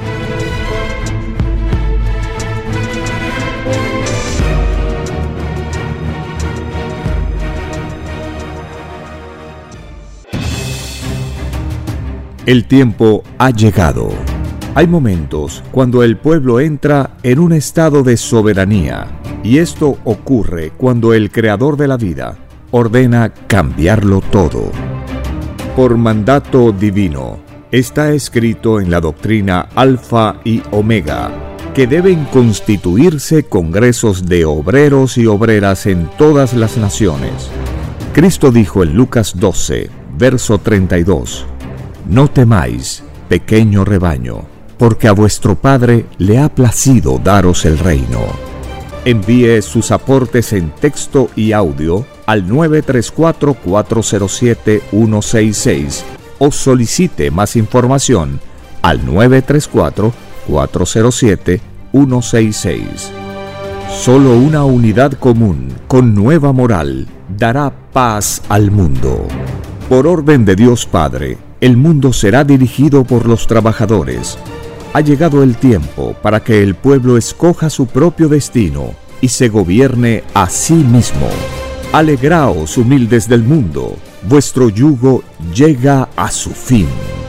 El tiempo ha llegado. Hay momentos cuando el pueblo entra en un estado de soberanía, y esto ocurre cuando el Creador de la vida ordena cambiarlo todo. Por mandato divino, está escrito en la doctrina Alfa y Omega, que deben constituirse congresos de obreros y obreras en todas las naciones. Cristo dijo en Lucas doce, verso treinta y dos, «No temáis, pequeño rebaño, porque a vuestro Padre le ha placido daros el reino». Envíe sus aportes en texto y audio al nueve tres cuatro, cuatro cero siete, uno seis seis o solicite más información al nueve tres cuatro, cuatro cero siete, uno seis seis. Solo una unidad común con nueva moral dará paz al mundo. Por orden de Dios Padre, el mundo será dirigido por los trabajadores. Ha llegado el tiempo para que el pueblo escoja su propio destino y se gobierne a sí mismo. Alegraos, humildes del mundo, vuestro yugo llega a su fin.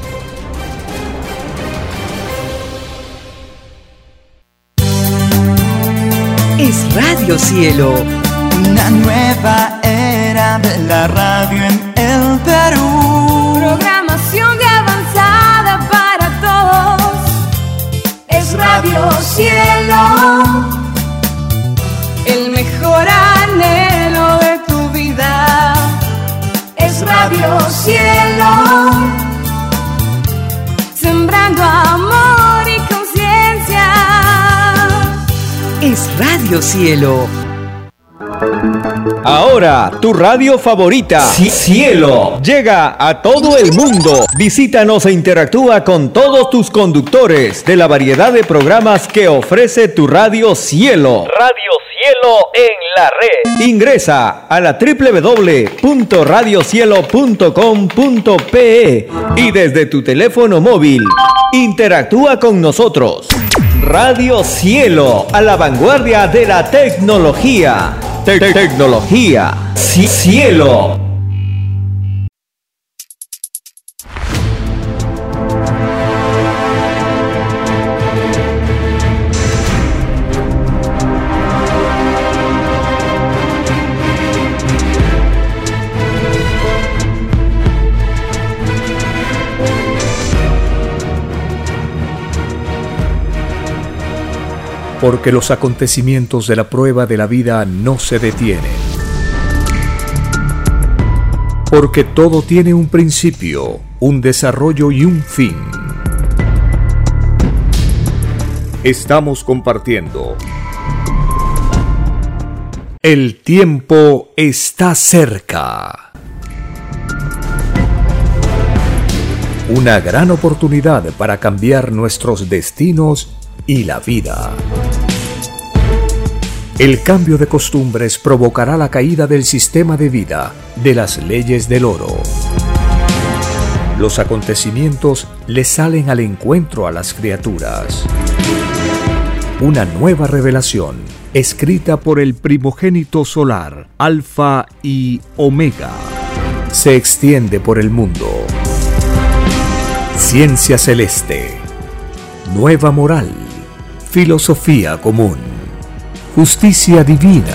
Es Radio Cielo, una nueva era de la radio en el Perú. Programación de avanzada para todos. Es Radio Cielo, el mejor anhelo de tu vida. Es Radio Cielo, sembrando amor y conciencia. Es Radio Cielo. Ahora, tu radio favorita, Cielo, llega a todo el mundo. Visítanos e interactúa con todos tus conductores de la variedad de programas que ofrece tu radio Cielo. Radio Cielo en la red. Ingresa a la doble u doble u doble u punto radio cielo punto com punto pe y desde tu teléfono móvil interactúa con nosotros. Radio Cielo, a la vanguardia de la tecnología. Te- tecnología. Cielo. Porque los acontecimientos de la prueba de la vida no se detienen. Porque todo tiene un principio, un desarrollo y un fin. Estamos compartiendo. El tiempo está cerca. Una gran oportunidad para cambiar nuestros destinos y la vida. El cambio de costumbres provocará la caída del sistema de vida, de las leyes del oro. Los acontecimientos le salen al encuentro a las criaturas. Una nueva revelación, escrita por el primogénito solar, Alfa y Omega, se extiende por el mundo. Ciencia celeste, nueva moral, filosofía común, justicia divina.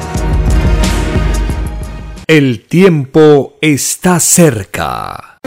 El tiempo está cerca.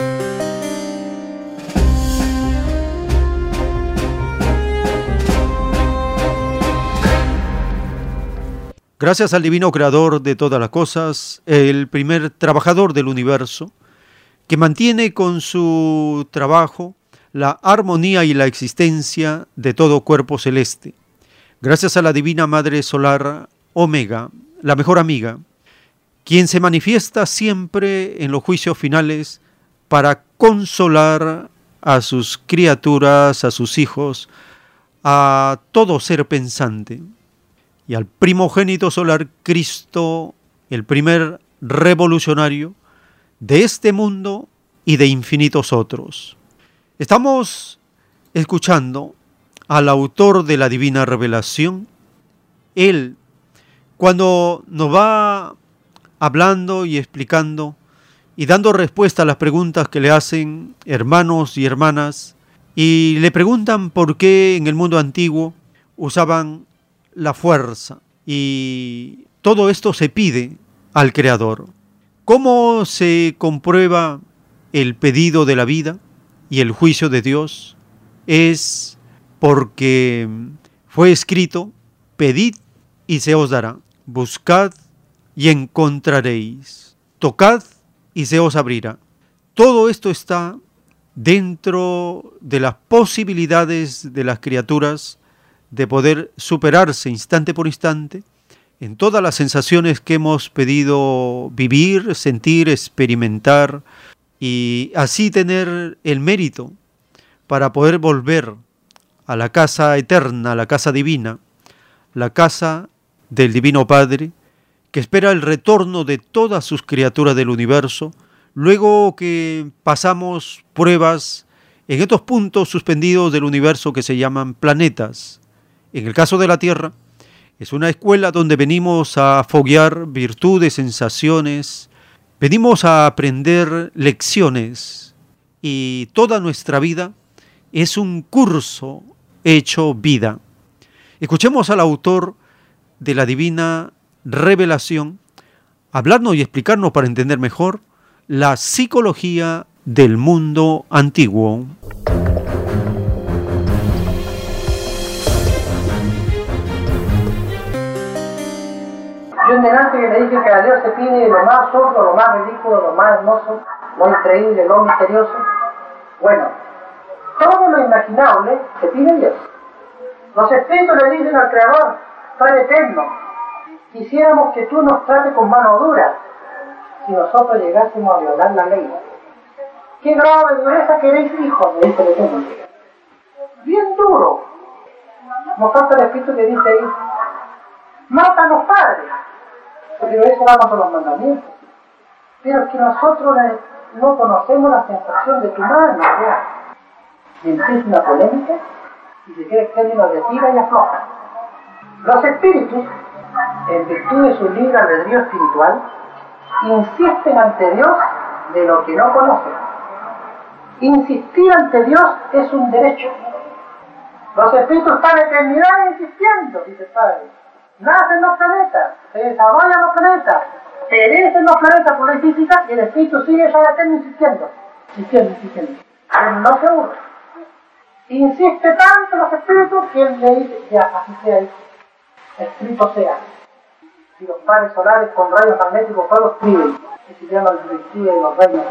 Gracias al divino creador de todas las cosas, el primer trabajador del universo, que mantiene con su trabajo la armonía y la existencia de todo cuerpo celeste. Gracias a la Divina Madre Solar Omega, la mejor amiga, quien se manifiesta siempre en los juicios finales para consolar a sus criaturas, a sus hijos, a todo ser pensante, y al primogénito solar Cristo, el primer revolucionario de este mundo y de infinitos otros. Estamos escuchando al autor de la Divina Revelación. Él, cuando nos va hablando y explicando y dando respuesta a las preguntas que le hacen hermanos y hermanas, y le preguntan por qué en el mundo antiguo usaban la fuerza, y todo esto se pide al Creador. ¿Cómo se comprueba el pedido de la vida y el juicio de Dios? Es porque fue escrito: pedid y se os dará, buscad y encontraréis, tocad y se os abrirá. Todo esto está dentro de las posibilidades de las criaturas de poder superarse instante por instante en todas las sensaciones que hemos pedido vivir, sentir, experimentar, y así tener el mérito para poder volver a la casa eterna, a la casa divina, la casa del Divino Padre, que espera el retorno de todas sus criaturas del universo, luego que pasamos pruebas en estos puntos suspendidos del universo que se llaman planetas. En el caso de la Tierra, es una escuela donde venimos a foguear virtudes, sensaciones, venimos a aprender lecciones, y toda nuestra vida es un curso hecho vida. Escuchemos al autor de la Divina Revelación hablarnos y explicarnos, para entender mejor, la psicología del mundo antiguo. Yo en delante que le dije que a Dios se pide lo más absurdo, lo más ridículo, lo más hermoso, lo increíble, lo misterioso. Bueno, todo lo imaginable se pide a Dios. Los espíritus le dicen al Creador: Padre eterno, quisiéramos que tú nos trates con mano dura si nosotros llegásemos a violar la ley. ¿Qué grado de dureza queréis, hijos? Me dice el Eterno. Bien duro. Nos falta el espíritu que dice ahí: mátanos, Padre. Pero eso va contra los mandamientos. Pero es que nosotros no conocemos la sensación de tu mano, ya. Y empieza una polémica y se queda externo de tira y afloja. Los espíritus, en virtud de su libre albedrío espiritual, insisten ante Dios de lo que no conocen. Insistir ante Dios es un derecho. Los espíritus están en eternidad insistiendo, dice el Padre. Nacen los planetas, se desarrollan los planetas, perecen los planetas por la física, y el espíritu sigue ya eterno insistiendo, insistiendo, insistiendo. Pero no se aburre. Insiste tanto los espíritus que él le dice: ya, así sea, escrito sea. Y los padres solares con rayos magnéticos todos escriben, que se llama el virtud de los reinos.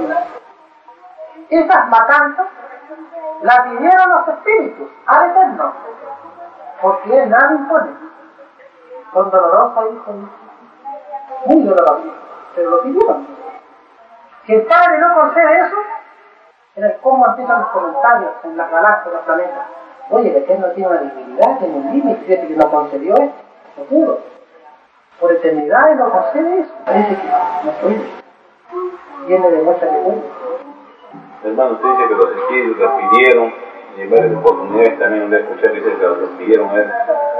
Esas matanzas las pidieron los espíritus al Eterno, porque él nada impone. Son dolorosas, hijo, muy dolorosas, pero lo pidieron. Si el Padre no concede eso, en el cómo empiezan los comentarios en las galaxias, en los planetas. Oye, el Eterno tiene una divinidad, tiene un límite, fíjate que no concedió esto, seguro. Por eternidad él no concede eso. Parece que no puede. Viene de mucha vergüenza. Hermano, usted dice que los espíritus les pidieron, y en varias oportunidades también donde escuché dice que los pidieron a él.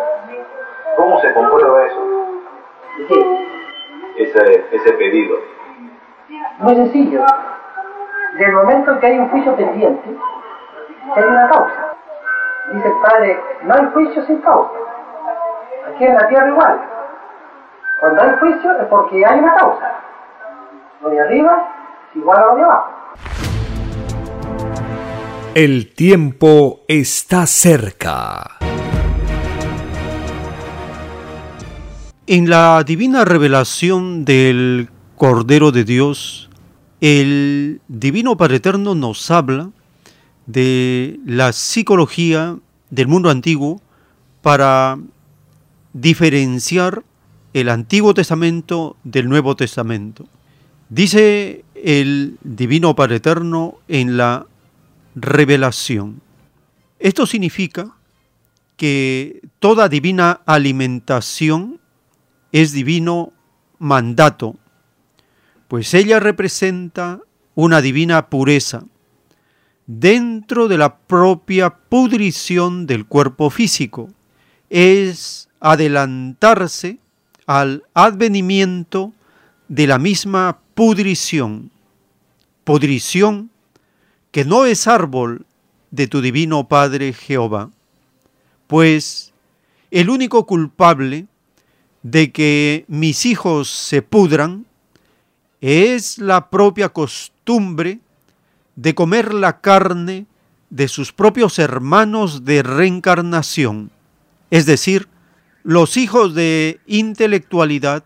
¿Cómo se comprueba eso? Sí. Ese, ese pedido. Muy sencillo. Desde el momento en que hay un juicio pendiente, hay una causa. Dice el Padre: no hay juicio sin causa. Aquí en la tierra igual. Cuando hay juicio es porque hay una causa. Lo de arriba es igual a lo de abajo. El tiempo está cerca. En la divina revelación del Cordero de Dios, el Divino Padre Eterno nos habla de la psicología del mundo antiguo para diferenciar el Antiguo Testamento del Nuevo Testamento. Dice el Divino Padre Eterno en la revelación. Esto significa que toda divina alimentación es divino mandato, pues ella representa una divina pureza dentro de la propia pudrición del cuerpo físico. Es adelantarse al advenimiento de la misma pudrición, pudrición que no es árbol de tu divino Padre Jehová, pues el único culpable de que mis hijos se pudran es la propia costumbre de comer la carne de sus propios hermanos de reencarnación, es decir, los hijos de intelectualidad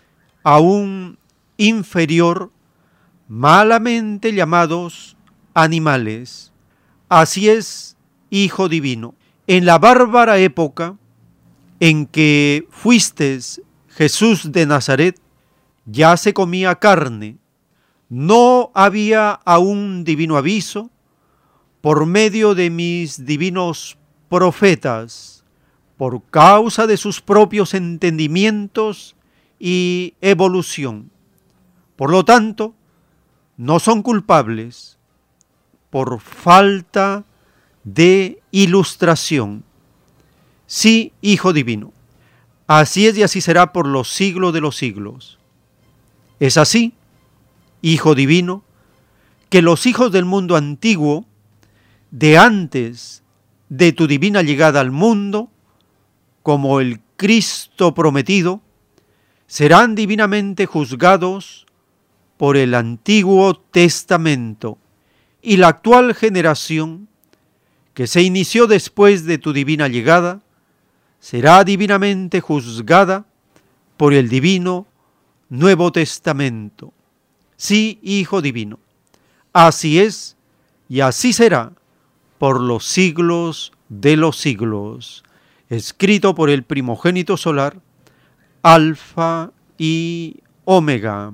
aún inferior, malamente llamados animales. Así es, Hijo Divino, en la bárbara época en que fuistes Jesús de Nazaret, ya se comía carne. No había aún divino aviso por medio de mis divinos profetas, por causa de sus propios entendimientos y evolución. Por lo tanto, no son culpables por falta de ilustración. Sí, Hijo Divino, así es y así será por los siglos de los siglos. Es así, Hijo Divino, que los hijos del mundo antiguo, de antes de tu divina llegada al mundo, como el Cristo prometido, serán divinamente juzgados por el Antiguo Testamento, y la actual generación, que se inició después de tu divina llegada, será divinamente juzgada por el divino Nuevo Testamento. Sí, Hijo Divino, así es y así será por los siglos de los siglos. Escrito por el primogénito solar, Alfa y Omega.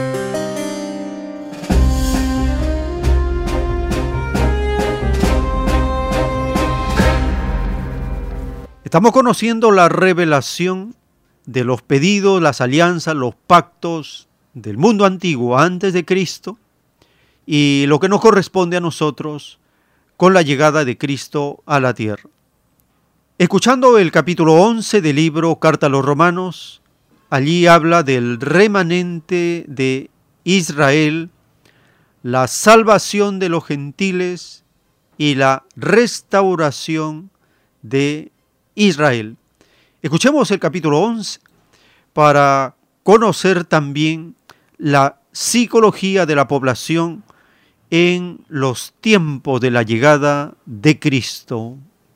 Estamos conociendo la revelación de los pedidos, las alianzas, los pactos del mundo antiguo antes de Cristo y lo que nos corresponde a nosotros con la llegada de Cristo a la tierra. Escuchando el capítulo once del libro Carta a los Romanos, allí habla del remanente de Israel, la salvación de los gentiles y la restauración de Israel. Escuchemos el capítulo once para conocer también la psicología de la población en los tiempos de la llegada de Cristo.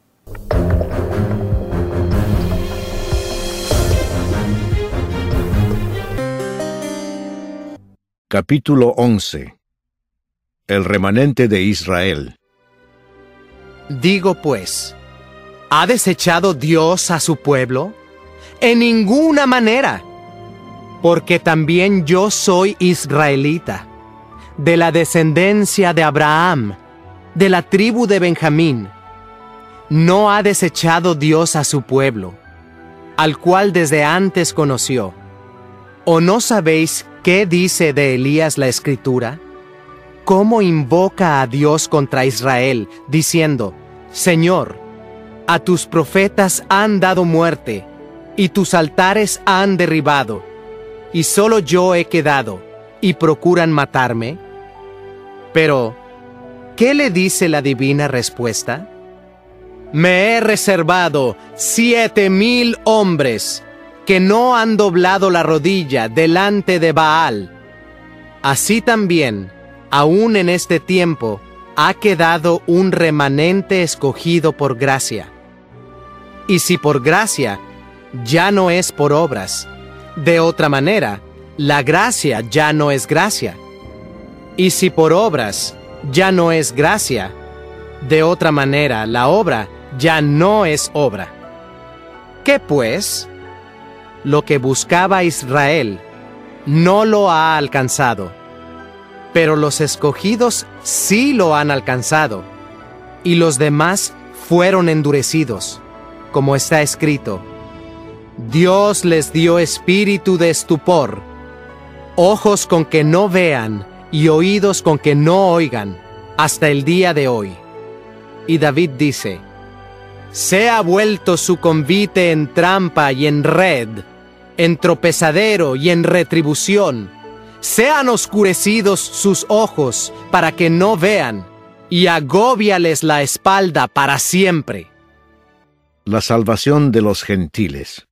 Capítulo once. El remanente de Israel. Digo pues, ¿ha desechado Dios a su pueblo? En ninguna manera, porque también yo soy israelita, de la descendencia de Abraham, de la tribu de Benjamín. No ha desechado Dios a su pueblo, al cual desde antes conoció. ¿O no sabéis qué dice de Elías la Escritura? ¿Cómo invoca a Dios contra Israel, diciendo, Señor, a tus profetas han dado muerte, y tus altares han derribado, y solo yo he quedado, y procuran matarme? Pero, ¿qué le dice la divina respuesta? Me he reservado siete mil hombres que no han doblado la rodilla delante de Baal. Así también, aún en este tiempo, ha quedado un remanente escogido por gracia. Y si por gracia, ya no es por obras. De otra manera, la gracia ya no es gracia. Y si por obras ya no es gracia, de otra manera la obra ya no es obra. ¿Qué pues? Lo que buscaba Israel no lo ha alcanzado, pero los escogidos sí lo han alcanzado, y los demás fueron endurecidos, como está escrito: Dios les dio espíritu de estupor, ojos con que no vean y oídos con que no oigan, hasta el día de hoy. Y David dice: sea vuelto su convite en trampa y en red, en tropezadero y en retribución. Sean oscurecidos sus ojos para que no vean, y agóbiales la espalda para siempre. La salvación de los gentiles.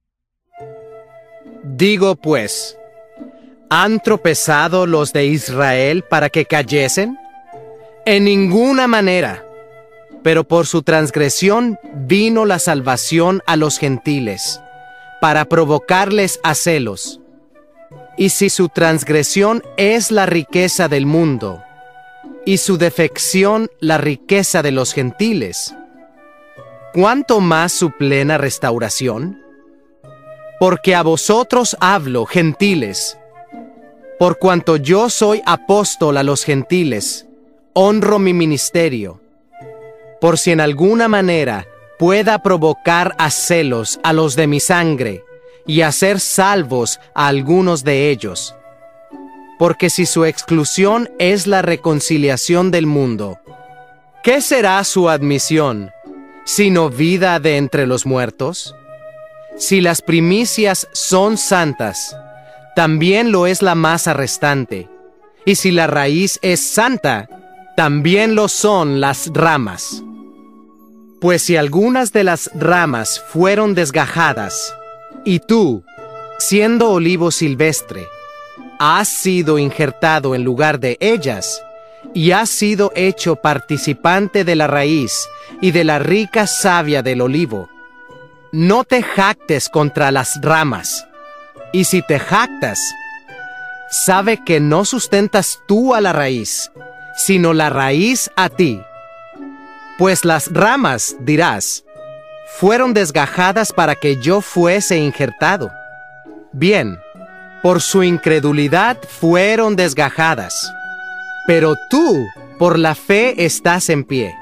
Digo pues, ¿han tropezado los de Israel para que cayesen? En ninguna manera. Pero por su transgresión vino la salvación a los gentiles, para provocarles a celos. Y si su transgresión es la riqueza del mundo, y su defección la riqueza de los gentiles, ¿cuánto más su plena restauración? Porque a vosotros hablo, gentiles, por cuanto yo soy apóstol a los gentiles, honro mi ministerio, por si en alguna manera pueda provocar a celos a los de mi sangre y hacer salvos a algunos de ellos. Porque si su exclusión es la reconciliación del mundo, ¿qué será su admisión, sino vida de entre los muertos? Si las primicias son santas, también lo es la masa restante, y si la raíz es santa, también lo son las ramas. Pues si algunas de las ramas fueron desgajadas, y tú, siendo olivo silvestre, has sido injertado en lugar de ellas, y has sido hecho participante de la raíz y de la rica savia del olivo, no te jactes contra las ramas, y si te jactas, sabe que no sustentas tú a la raíz, sino la raíz a ti. Pues las ramas, dirás, fueron desgajadas para que yo fuese injertado. Bien, por su incredulidad fueron desgajadas, pero tú, por la fe, estás en pie.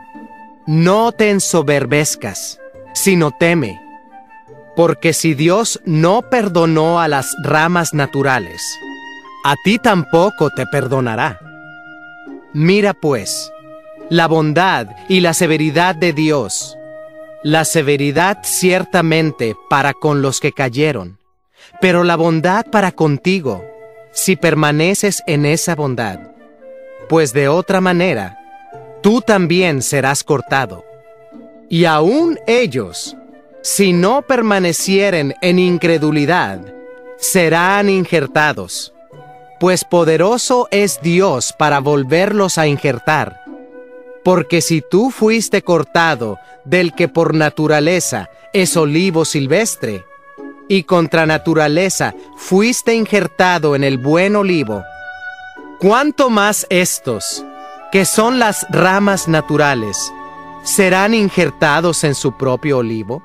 No te ensoberbezcas, sino teme, porque si Dios no perdonó a las ramas naturales, a ti tampoco te perdonará. Mira pues, la bondad y la severidad de Dios, la severidad ciertamente para con los que cayeron, pero la bondad para contigo, si permaneces en esa bondad, pues de otra manera, tú también serás cortado. Y aún ellos, si no permanecieren en incredulidad, serán injertados, pues poderoso es Dios para volverlos a injertar. Porque si tú fuiste cortado del que por naturaleza es olivo silvestre, y contra naturaleza fuiste injertado en el buen olivo, ¿cuánto más estos, que son las ramas naturales, serán injertados en su propio olivo?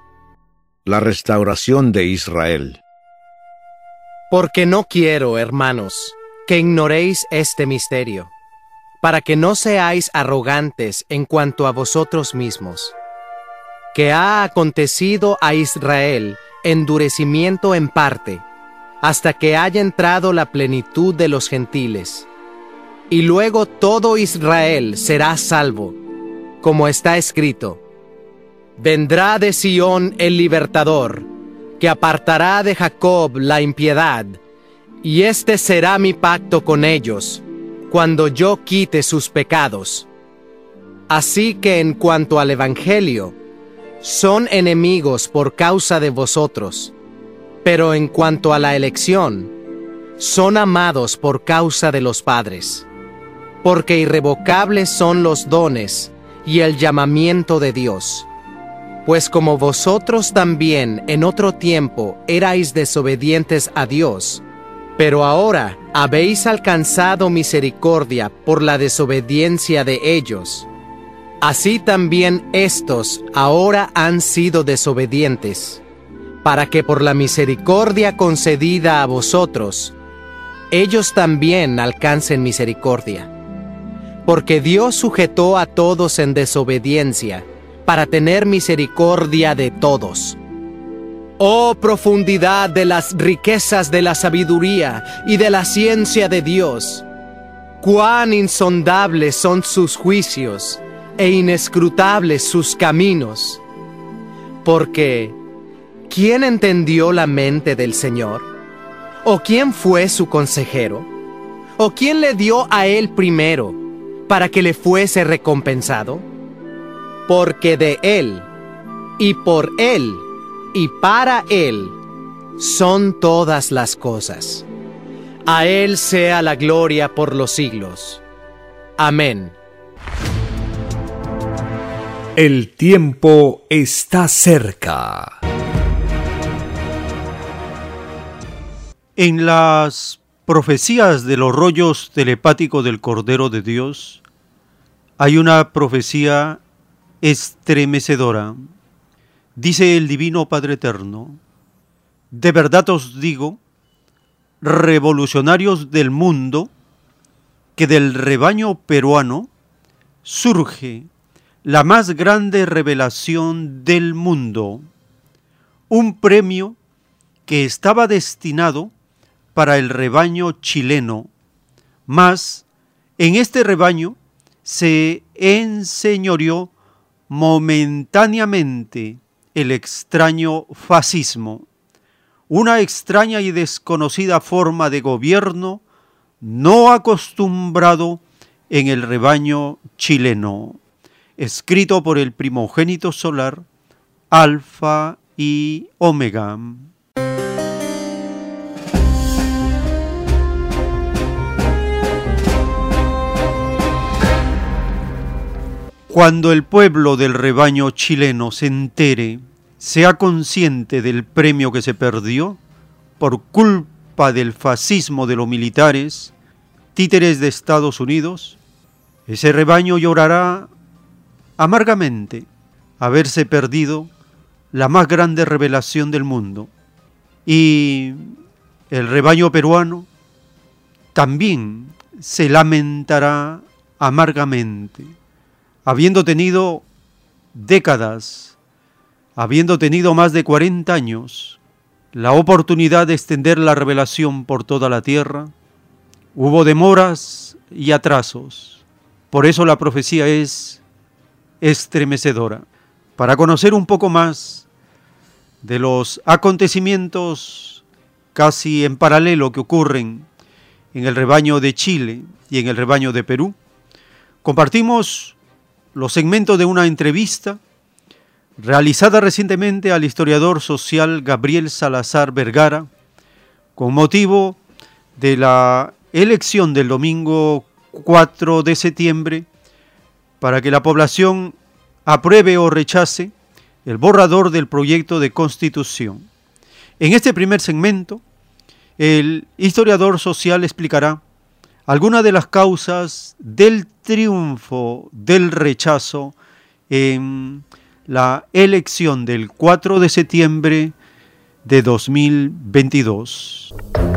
La restauración de Israel. Porque no quiero, hermanos, que ignoréis este misterio, para que no seáis arrogantes en cuanto a vosotros mismos, que ha acontecido a Israel endurecimiento en parte, hasta que haya entrado la plenitud de los gentiles. Y luego todo Israel será salvo, como está escrito: vendrá de Sión el libertador, que apartará de Jacob la impiedad, y este será mi pacto con ellos, cuando yo quite sus pecados. Así que en cuanto al Evangelio, son enemigos por causa de vosotros, pero en cuanto a la elección, son amados por causa de los padres, porque irrevocables son los dones y el llamamiento de Dios. Pues como vosotros también en otro tiempo erais desobedientes a Dios, Pero ahora habéis alcanzado misericordia por la desobediencia de ellos. Así también éstos ahora han sido desobedientes, para que por la misericordia concedida a vosotros, ellos también alcancen misericordia. Porque Dios sujetó a todos en desobediencia, para tener misericordia de todos. Oh profundidad de las riquezas de la sabiduría y de la ciencia de Dios, cuán insondables son sus juicios e inescrutables sus caminos. Porque, ¿quién entendió la mente del Señor? ¿O quién fue su consejero? ¿O quién le dio a él primero, para que le fuese recompensado? Porque de él, y por él, y para él, son todas las cosas. A él sea la gloria por los siglos. Amén. El tiempo está cerca. En las profecías de los rollos telepáticos del Cordero de Dios, hay una profecía estremecedora. Dice el Divino Padre Eterno: de verdad os digo, revolucionarios del mundo, que del rebaño peruano surge la más grande revelación del mundo, un premio que estaba destinado para el rebaño chileno, mas en este rebaño se enseñoreó momentáneamente el extraño fascismo, una extraña y desconocida forma de gobierno no acostumbrado en el rebaño chileno, escrito por el primogénito solar, Alfa y Omega. Cuando el pueblo del rebaño chileno se entere, sea consciente del premio que se perdió por culpa del fascismo de los militares, títeres de Estados Unidos, ese rebaño llorará amargamente haberse perdido la más grande revelación del mundo. Y el rebaño peruano también se lamentará amargamente, habiendo tenido décadas, habiendo tenido más de cuarenta años, la oportunidad de extender la revelación por toda la tierra. Hubo demoras y atrasos. Por eso la profecía es estremecedora. Para conocer un poco más de los acontecimientos casi en paralelo que ocurren en el rebaño de Chile y en el rebaño de Perú, compartimos los segmentos de una entrevista realizada recientemente al historiador social Gabriel Salazar Vergara con motivo de la elección del domingo cuatro de septiembre para que la población apruebe o rechace el borrador del proyecto de constitución. En este primer segmento, el historiador social explicará algunas de las causas del triunfo del rechazo en la elección del cuatro de septiembre de dos mil veintidós.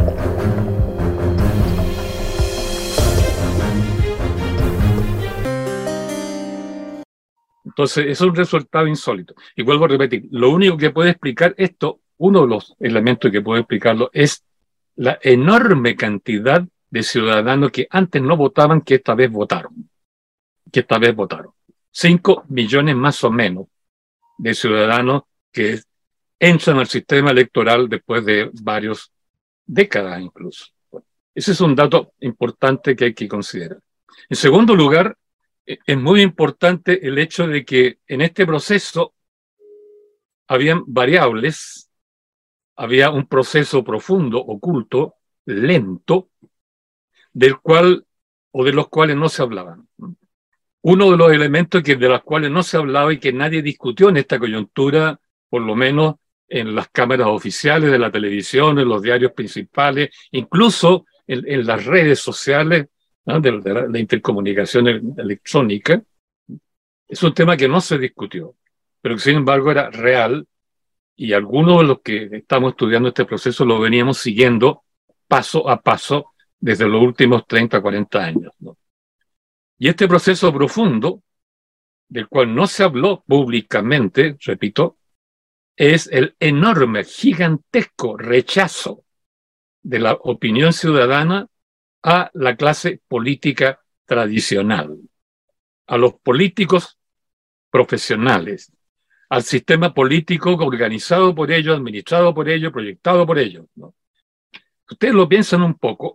Entonces, es un resultado insólito. Y vuelvo a repetir, lo único que puede explicar esto, uno de los elementos que puede explicarlo, es la enorme cantidad de ciudadanos que antes no votaban, que esta vez votaron. Que esta vez votaron. Cinco millones más o menos de ciudadanos que entran al sistema electoral después de varias décadas incluso. Bueno, ese es un dato importante que hay que considerar. En segundo lugar, es muy importante el hecho de que en este proceso habían variables, había un proceso profundo, oculto, lento, del cual o de los cuales no se hablaban. Uno de los elementos que de los cuales no se hablaba y que nadie discutió en esta coyuntura, por lo menos en las cámaras oficiales de la televisión, en los diarios principales, incluso en, en las redes sociales, ¿no?, de, de, la, de intercomunicación electrónica. Es un tema que no se discutió, pero que sin embargo era real, y algunos de los que estamos estudiando este proceso lo veníamos siguiendo paso a paso desde los últimos treinta, cuarenta años, ¿no? Y este proceso profundo, del cual no se habló públicamente, repito, es el enorme, gigantesco rechazo de la opinión ciudadana a la clase política tradicional, a los políticos profesionales, al sistema político organizado por ellos, administrado por ellos, proyectado por ellos, ¿no? Ustedes lo piensan un poco,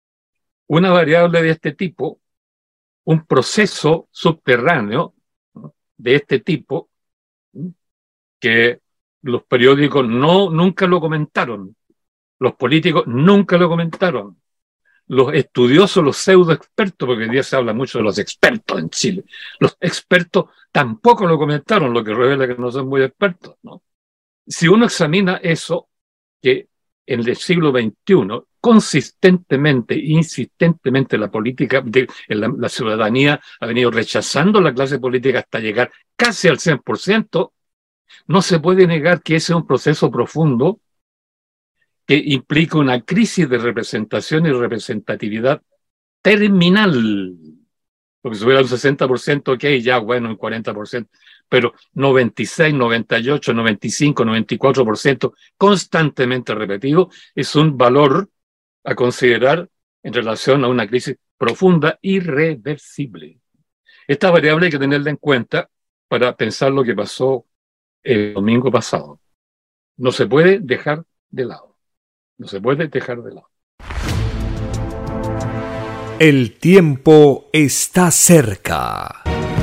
una variable de este tipo, un proceso subterráneo, ¿no?, de este tipo, ¿no?, que los periódicos no, nunca lo comentaron, los políticos nunca lo comentaron, los estudiosos, los pseudo expertos, porque hoy día se habla mucho de los expertos en Chile, los expertos tampoco lo comentaron, lo que revela que no son muy expertos, ¿no? Si uno examina eso, que en el siglo veintiuno, consistentemente, insistentemente, la política, de, la, la ciudadanía ha venido rechazando la clase política hasta llegar casi al cien por ciento, no se puede negar que ese es un proceso profundo que implica una crisis de representación y representatividad terminal. Porque si hubiera un sesenta por ciento, ok, ya bueno, un cuarenta por ciento, pero noventa y seis, noventa y ocho, noventa y cinco, noventa y cuatro por ciento constantemente repetido es un valor a considerar en relación a una crisis profunda, irreversible. Esta variable hay que tenerla en cuenta para pensar lo que pasó el domingo pasado. No se puede dejar de lado. No se puede dejar de lado. El tiempo está cerca.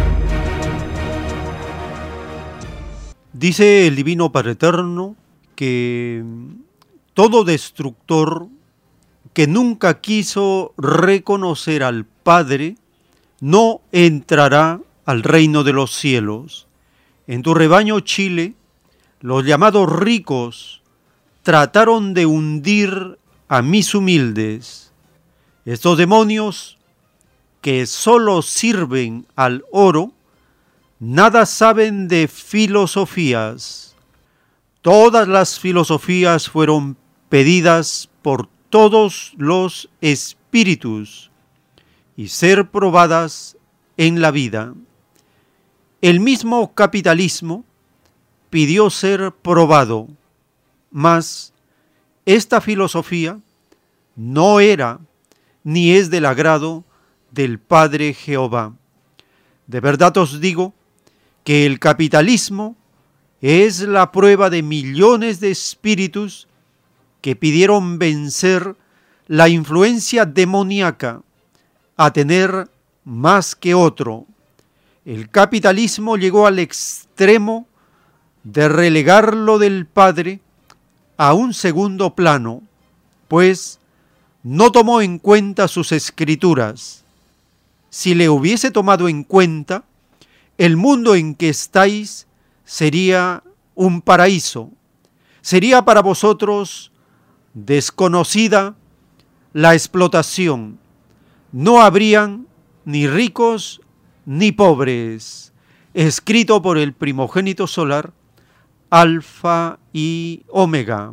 Dice el Divino Padre Eterno que todo destructor que nunca quiso reconocer al Padre no entrará al reino de los cielos. En tu rebaño, Chile, los llamados ricos trataron de hundir a mis humildes. Estos demonios que solo sirven al oro, nada saben de filosofías. Todas las filosofías fueron pedidas por todos los espíritus y ser probadas en la vida. El mismo capitalismo pidió ser probado, mas esta filosofía no era ni es del agrado del Padre Jehová. De verdad os digo que el capitalismo es la prueba de millones de espíritus que pidieron vencer la influencia demoníaca a tener más que otro. El capitalismo llegó al extremo de relegarlo del Padre a un segundo plano, pues no tomó en cuenta sus escrituras. Si le hubiese tomado en cuenta, el mundo en que estáis sería un paraíso. Sería para vosotros desconocida la explotación. No habrían ni ricos ni pobres. Escrito por el primogénito solar, Alfa y Omega.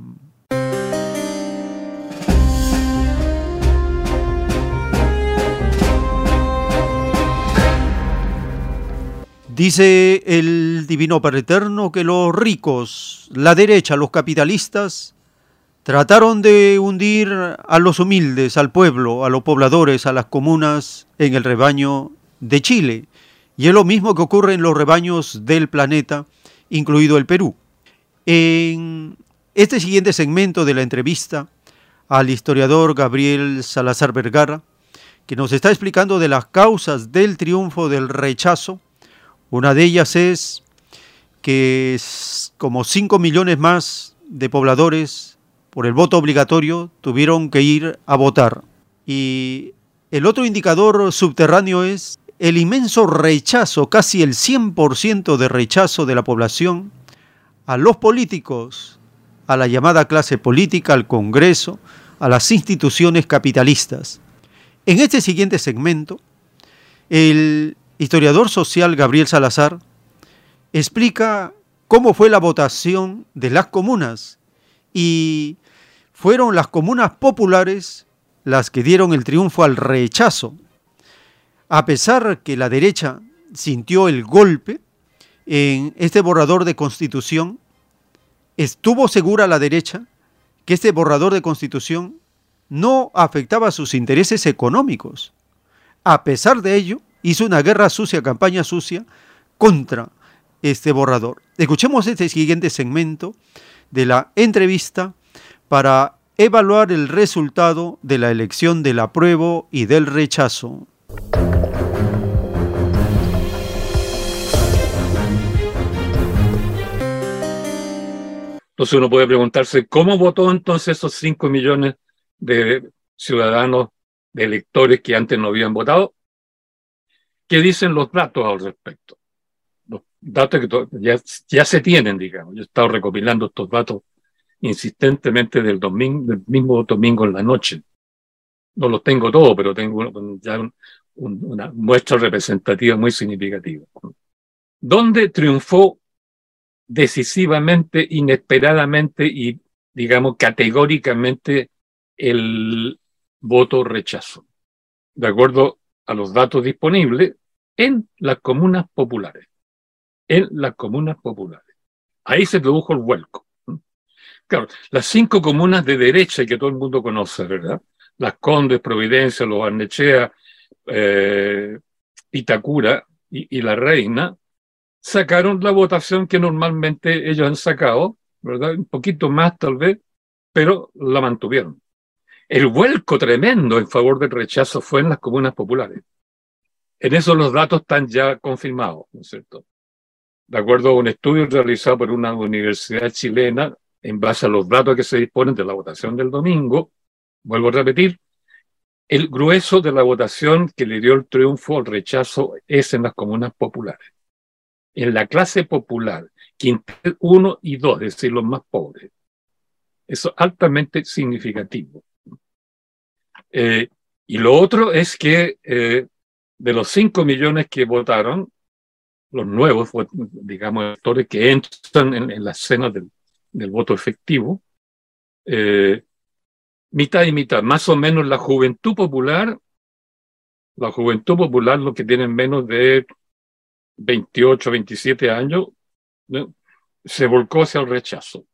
Dice el Divino Padre Eterno que los ricos, la derecha, los capitalistas, trataron de hundir a los humildes, al pueblo, a los pobladores, a las comunas en el rebaño de Chile. Y es lo mismo que ocurre en los rebaños del planeta, incluido el Perú. En este siguiente segmento de la entrevista al historiador Gabriel Salazar Vergara, que nos está explicando de las causas del triunfo del rechazo, una de ellas es que como cinco millones más de pobladores por el voto obligatorio tuvieron que ir a votar. Y el otro indicador subterráneo es el inmenso rechazo, casi el cien por ciento de rechazo de la población a los políticos a la llamada clase política, al Congreso, a las instituciones capitalistas. En este siguiente segmento, el historiador social Gabriel Salazar explica cómo fue la votación de las comunas, y fueron las comunas populares las que dieron el triunfo al rechazo. A pesar que la derecha sintió el golpe en este borrador de constitución, estuvo segura la derecha que este borrador de constitución no afectaba sus intereses económicos. A pesar de ello, hizo una guerra sucia, campaña sucia, contra este borrador. Escuchemos este siguiente segmento de la entrevista para evaluar el resultado de la elección del apruebo y del rechazo. Entonces uno puede preguntarse, ¿cómo votó entonces esos cinco millones de ciudadanos, de electores que antes no habían votado? ¿Qué dicen los datos al respecto? Los datos que ya, ya se tienen, digamos. Yo he estado recopilando estos datos insistentemente del, domingo, del mismo domingo en la noche. No los tengo todos, pero tengo ya un, un, una muestra representativa muy significativa. ¿Dónde triunfó decisivamente, inesperadamente y, digamos, categóricamente el voto rechazo? De acuerdo a los datos disponibles, en las comunas populares. En las comunas populares. Ahí se produjo el vuelco. Claro, las cinco comunas de derecha que todo el mundo conoce, ¿verdad? Las Condes, Providencia, Los Barnechea, eh, Itacura y, y La Reina, sacaron la votación que normalmente ellos han sacado, ¿verdad? Un poquito más tal vez, pero la mantuvieron. El vuelco tremendo en favor del rechazo fue en las comunas populares. En eso los datos están ya confirmados, ¿no es cierto? De acuerdo a un estudio realizado por una universidad chilena, en base a los datos que se disponen de la votación del domingo, vuelvo a repetir, el grueso de la votación que le dio el triunfo al rechazo es en las comunas populares. En la clase popular, quintil uno y dos, es decir, los más pobres. Eso es altamente significativo. Eh, y lo otro es que eh, de los cinco millones que votaron, los nuevos, digamos, electores que entran en, en la escena del, del voto efectivo, eh, mitad y mitad, más o menos la juventud popular, la juventud popular, los que tienen menos de veintiocho, veintisiete años, ¿no?, se volcó hacia el rechazo.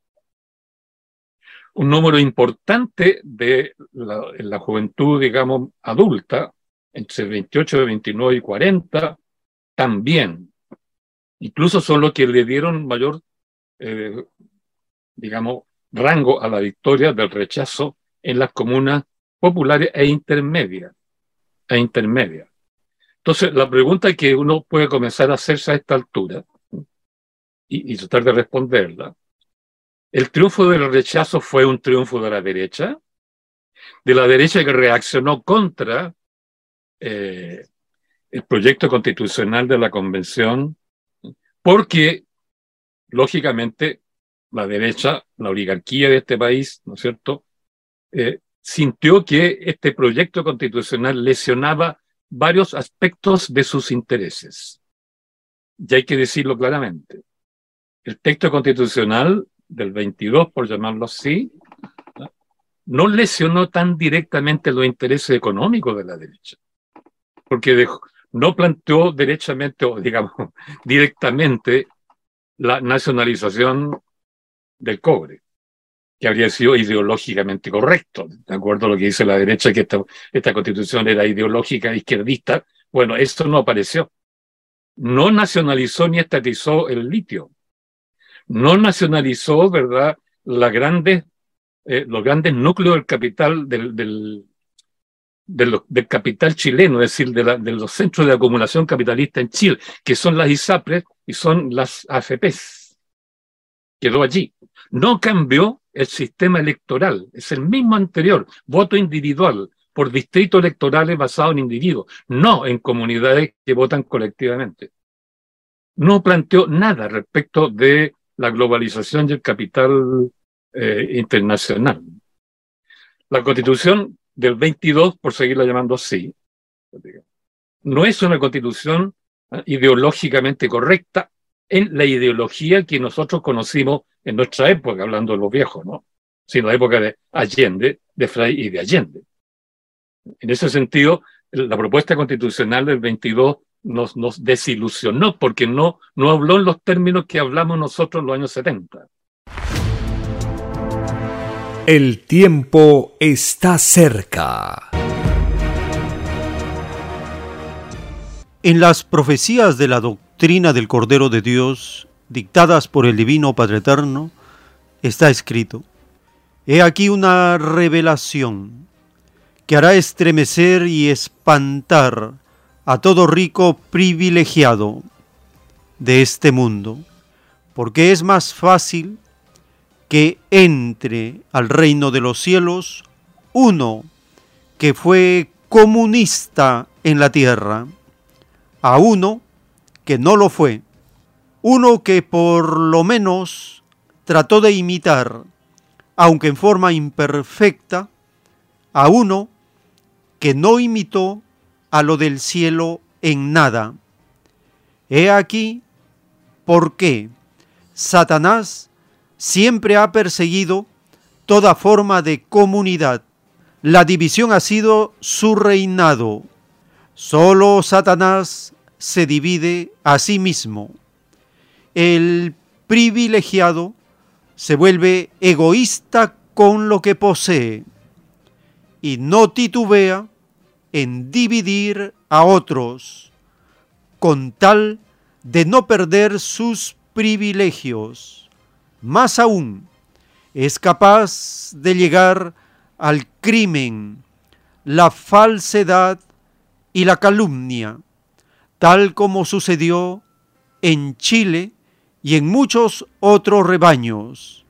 Un número importante de la, la juventud, digamos, adulta, entre veintiocho, veintinueve y cuarenta, también. Incluso son los que le dieron mayor, eh, digamos, rango a la victoria del rechazo en las comunas populares e intermedias. E intermedias. Entonces, la pregunta que uno puede comenzar a hacerse a esta altura, y, y tratar de responderla, ¿el triunfo del rechazo fue un triunfo de la derecha? De la derecha que reaccionó contra eh, el proyecto constitucional de la Convención, porque, lógicamente, la derecha, la oligarquía de este país, ¿no es cierto?, eh, sintió que este proyecto constitucional lesionaba varios aspectos de sus intereses. Y hay que decirlo claramente. El texto constitucional del veintidós, por llamarlo así, no lesionó tan directamente los intereses económicos de la derecha, porque dejó, no planteó derechamente, o digamos, directamente la nacionalización del cobre, que habría sido ideológicamente correcto, de acuerdo a lo que dice la derecha, que esta, esta constitución era ideológica, izquierdista. Bueno, eso no apareció. No nacionalizó ni estatizó el litio. No nacionalizó, ¿verdad?, la grandes, eh, los grandes núcleos del capital, del, del, de lo, del capital chileno, es decir, de, la, de los centros de acumulación capitalista en Chile, que son las ISAPRES y son las A F Pes. Quedó allí. No cambió el sistema electoral, es el mismo anterior, voto individual por distritos electorales basados en individuos, no en comunidades que votan colectivamente. No planteó nada respecto de la globalización y el capital eh, internacional. La Constitución del veintidós, por seguirla llamando así, no es una constitución eh, ideológicamente correcta en la ideología que nosotros conocimos en nuestra época, hablando de los viejos, ¿no? Sino la época de Allende, de Frei y de Allende. En ese sentido, la propuesta constitucional del veintidós nos, nos desilusionó porque no, no habló en los términos que hablamos nosotros en los años setenta. El tiempo está cerca. En las profecías de la doctrina del Cordero de Dios, dictadas por el Divino Padre Eterno, está escrito: he aquí una revelación que hará estremecer y espantar a todo rico privilegiado de este mundo, porque es más fácil que entre al reino de los cielos uno que fue comunista en la tierra, a uno que no lo fue, uno que por lo menos trató de imitar, aunque en forma imperfecta, a uno que no imitó a lo del cielo en nada. He aquí por qué Satanás siempre ha perseguido toda forma de comunidad. La división ha sido su reinado. Solo Satanás se divide a sí mismo. El privilegiado se vuelve egoísta con lo que posee y no titubea en dividir a otros, con tal de no perder sus privilegios. Más aún, es capaz de llegar al crimen, la falsedad y la calumnia, tal como sucedió en Chile y en muchos otros rebaños.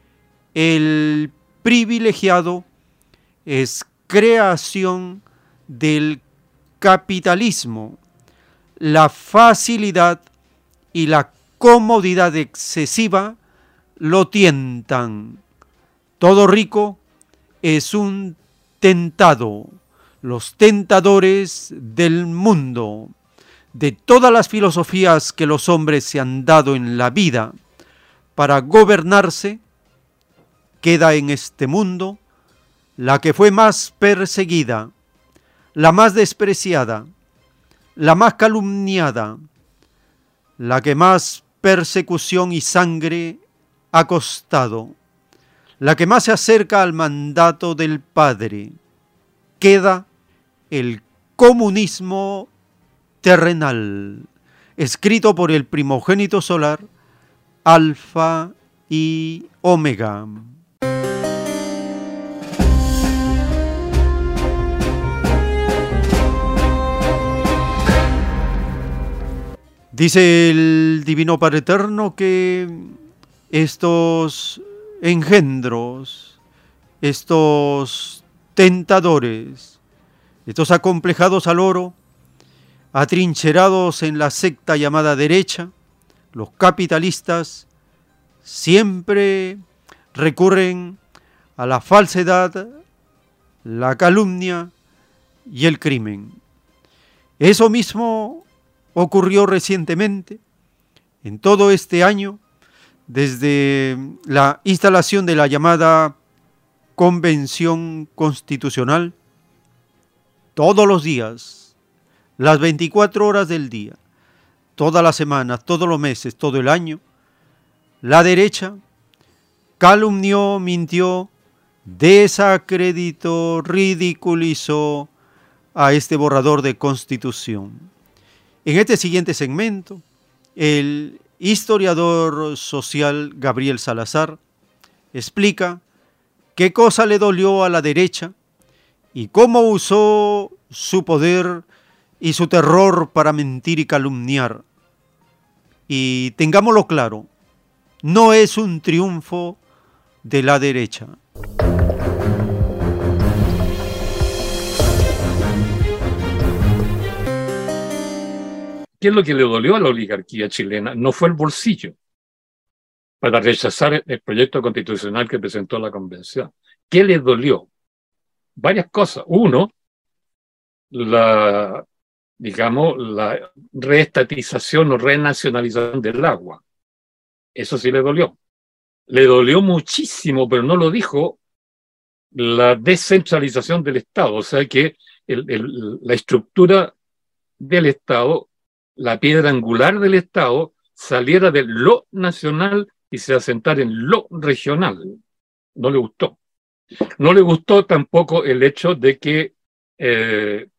El privilegiado es creación del capitalismo. La facilidad y la comodidad excesiva lo tientan. Todo rico es un tentado. Los tentadores del mundo, de todas las filosofías que los hombres se han dado en la vida para gobernarse, queda en este mundo la que fue más perseguida, la más despreciada, la más calumniada, la que más persecución y sangre ha costado, la que más se acerca al mandato del Padre. Queda el comunismo terrenal, escrito por el primogénito solar, Alfa y Omega. Dice el Divino Padre Eterno que estos engendros, estos tentadores, estos acomplejados al oro, atrincherados en la secta llamada derecha, los capitalistas, siempre recurren a la falsedad, la calumnia y el crimen. Eso mismo ocurrió recientemente, en todo este año, desde la instalación de la llamada Convención Constitucional. Todos los días, las veinticuatro horas del día, todas las semanas, todos los meses, todo el año, la derecha calumnió, mintió, desacreditó, ridiculizó a este borrador de Constitución. En este siguiente segmento, el historiador social Gabriel Salazar explica qué cosa le dolió a la derecha y cómo usó su poder y su terror para mentir y calumniar. Y tengámoslo claro, no es un triunfo de la derecha. ¿Qué es lo que le dolió a la oligarquía chilena? No fue el bolsillo. para rechazar el proyecto constitucional que presentó la Convención. ¿Qué les dolió? Varias cosas. Uno, la, digamos, la reestatización o renacionalización del agua. Eso sí le dolió. Le dolió muchísimo, pero no lo dijo, la descentralización del Estado. O sea que el, el, la estructura del Estado, la piedra angular del Estado, saliera de lo nacional y se asentara en lo regional. No le gustó. No le gustó tampoco el hecho de que eh,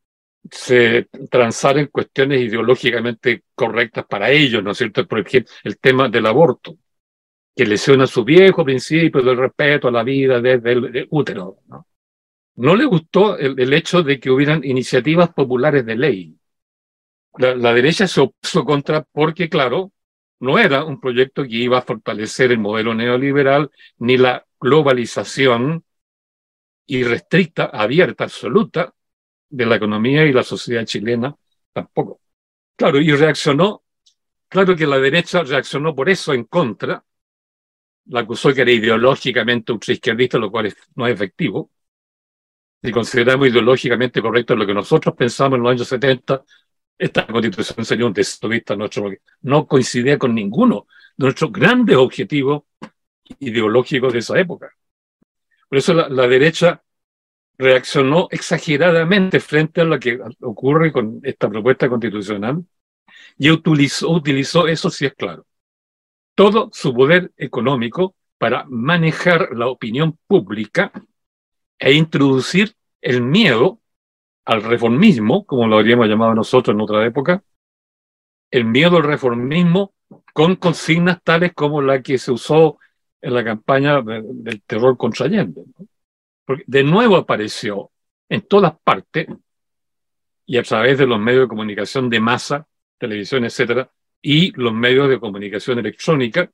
se transaran cuestiones ideológicamente correctas para ellos, ¿no es cierto? Por ejemplo, el tema del aborto, que lesiona su viejo principio del respeto a la vida desde el, el útero, ¿no? No le gustó el, el hecho de que hubieran iniciativas populares de ley. La, la derecha se opuso contra, porque claro, no era un proyecto que iba a fortalecer el modelo neoliberal, ni la globalización irrestricta, abierta, absoluta de la economía y la sociedad chilena tampoco. Claro, y reaccionó, claro que la derecha reaccionó por eso en contra, la acusó que era ideológicamente ultraizquierdista, lo cual es, no es efectivo. Si consideramos ideológicamente correcto lo que nosotros pensamos en los años setenta, esta constitución sería un desovista nuestro, porque no coincidía con ninguno de nuestros grandes objetivos ideológicos de esa época. Por eso la, la derecha reaccionó exageradamente frente a lo que ocurre con esta propuesta constitucional y utilizó, utilizó, eso sí es claro, todo su poder económico para manejar la opinión pública e introducir el miedo al reformismo, como lo habríamos llamado nosotros en otra época, el miedo al reformismo con consignas tales como la que se usó en la campaña del terror contra Allende, ¿no? Porque de nuevo apareció en todas partes y a través de los medios de comunicación de masa, televisión, etcétera, y los medios de comunicación electrónica,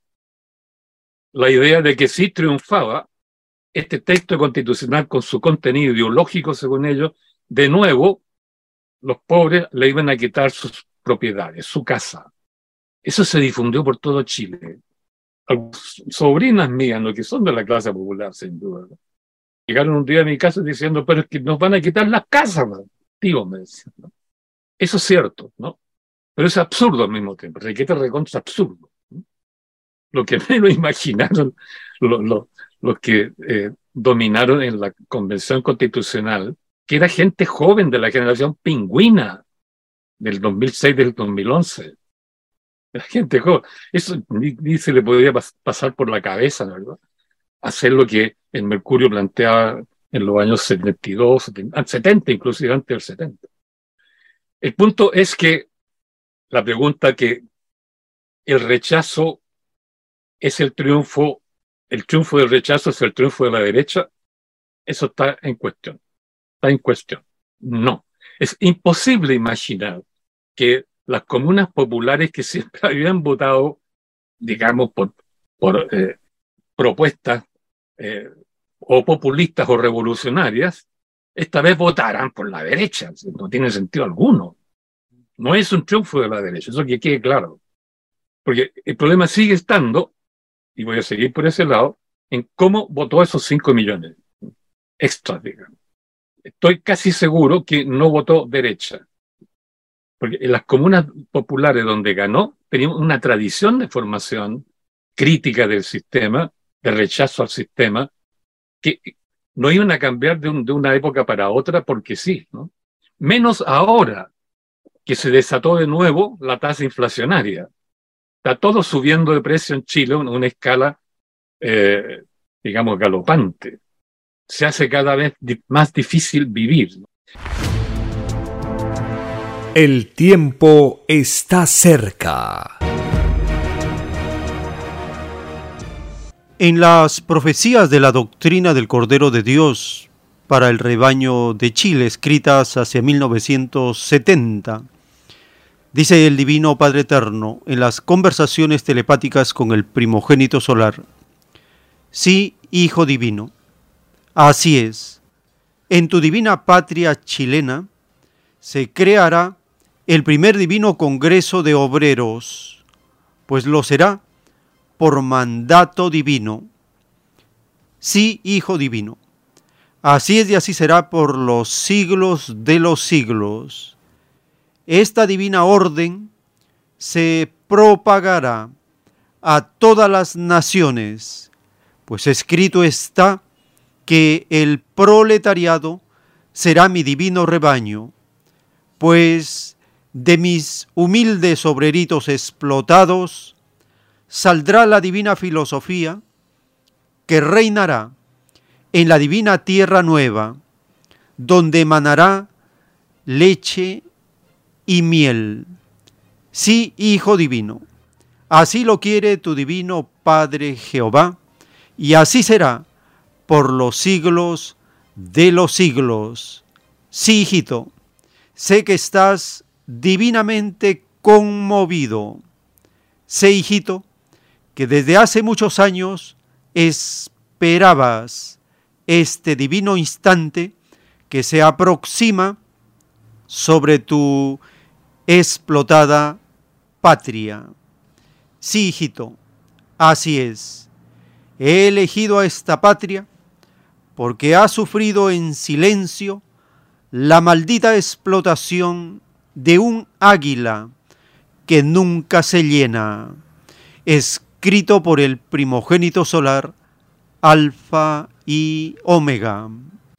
la idea de que si triunfaba este texto constitucional con su contenido ideológico, según ellos, de nuevo los pobres le iban a quitar sus propiedades, su casa. Eso se difundió por todo Chile. Sobrinas mías, ¿no?, que son de la clase popular, sin duda, ¿no?, llegaron un día a mi casa diciendo, pero es que nos van a quitar las casas, ¿no?, tío, me decían, ¿no? Eso es cierto, ¿no? Pero es absurdo al mismo tiempo. Requete recontra absurdo, ¿no? Lo que menos imaginaron los, los, los que eh, dominaron en la Convención Constitucional, que era gente joven de la generación pingüina del dos mil seis, del dos mil once. La gente joven. Eso ni, ni se le podría pas, pasar por la cabeza, ¿verdad? Hacer lo que el Mercurio planteaba en los años setenta y dos, setenta, setenta, inclusive antes del setenta. El punto es que la pregunta que el rechazo es el triunfo, el triunfo del rechazo es el triunfo de la derecha, eso está en cuestión. Está en cuestión. No. Es imposible imaginar que las comunas populares que siempre habían votado, digamos, por, por eh, propuestas eh, o populistas o revolucionarias, esta vez votaran por la derecha. No tiene sentido alguno. No es un triunfo de la derecha, eso que quede claro. Porque el problema sigue estando, y voy a seguir por ese lado, en cómo votó esos cinco millones extras, digamos. Estoy casi seguro que no votó derecha. Porque en las comunas populares donde ganó, teníamos una tradición de formación crítica del sistema, de rechazo al sistema, que no iban a cambiar de, un, de una época para otra porque sí, ¿no? Menos ahora que se desató de nuevo la tasa inflacionaria. Está todo subiendo de precio en Chile en una escala, eh, digamos, galopante. Se hace cada vez di- más difícil vivir. El tiempo está cerca. En las profecías de la doctrina del Cordero de Dios para el rebaño de Chile, escritas hacia mil novecientos setenta, dice el Divino Padre Eterno en las conversaciones telepáticas con el primogénito solar: sí, Hijo Divino, así es, en tu divina patria chilena se creará el primer divino Congreso de Obreros, pues lo será por mandato divino. Sí, Hijo divino. Así es y así será por los siglos de los siglos. Esta divina orden se propagará a todas las naciones, pues escrito está que el proletariado será mi divino rebaño, pues de mis humildes obreritos explotados saldrá la divina filosofía que reinará en la divina tierra nueva, donde emanará leche y miel. Sí, Hijo divino, así lo quiere tu divino Padre Jehová, y así será por los siglos de los siglos. Sí, hijito, sé que estás divinamente conmovido. Sé, hijito, que desde hace muchos años esperabas este divino instante que se aproxima sobre tu explotada patria. Sí, hijito, así es. He elegido a esta patria porque ha sufrido en silencio la maldita explotación de un águila que nunca se llena, escrito por el primogénito solar, Alfa y Omega.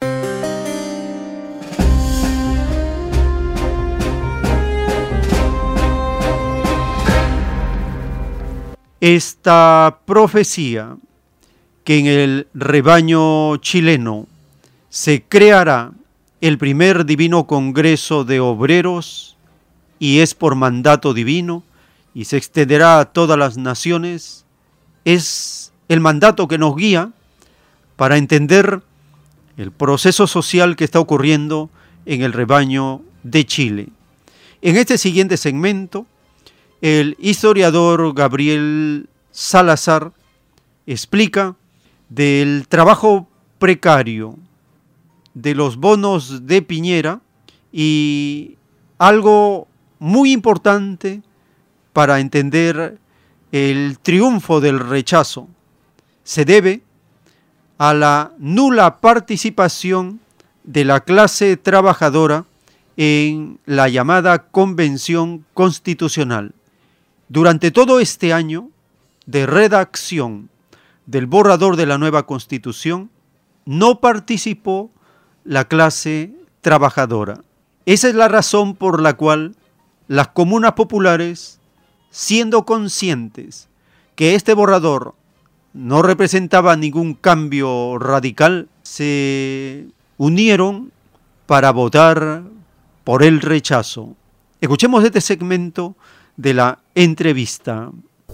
Esta profecía que en el rebaño chileno se creará el primer divino congreso de obreros y es por mandato divino y se extenderá a todas las naciones, es el mandato que nos guía para entender el proceso social que está ocurriendo en el rebaño de Chile. En este siguiente segmento, el historiador Gabriel Salazar explica del trabajo precario, de los bonos de Piñera y algo muy importante para entender el triunfo del rechazo. Se debe a la nula participación de la clase trabajadora en la llamada Convención Constitucional. Durante todo este año de redacción del borrador de la nueva Constitución, no participó la clase trabajadora. Esa es la razón por la cual las comunas populares, siendo conscientes que este borrador no representaba ningún cambio radical, se unieron para votar por el rechazo. Escuchemos este segmento de la entrevista.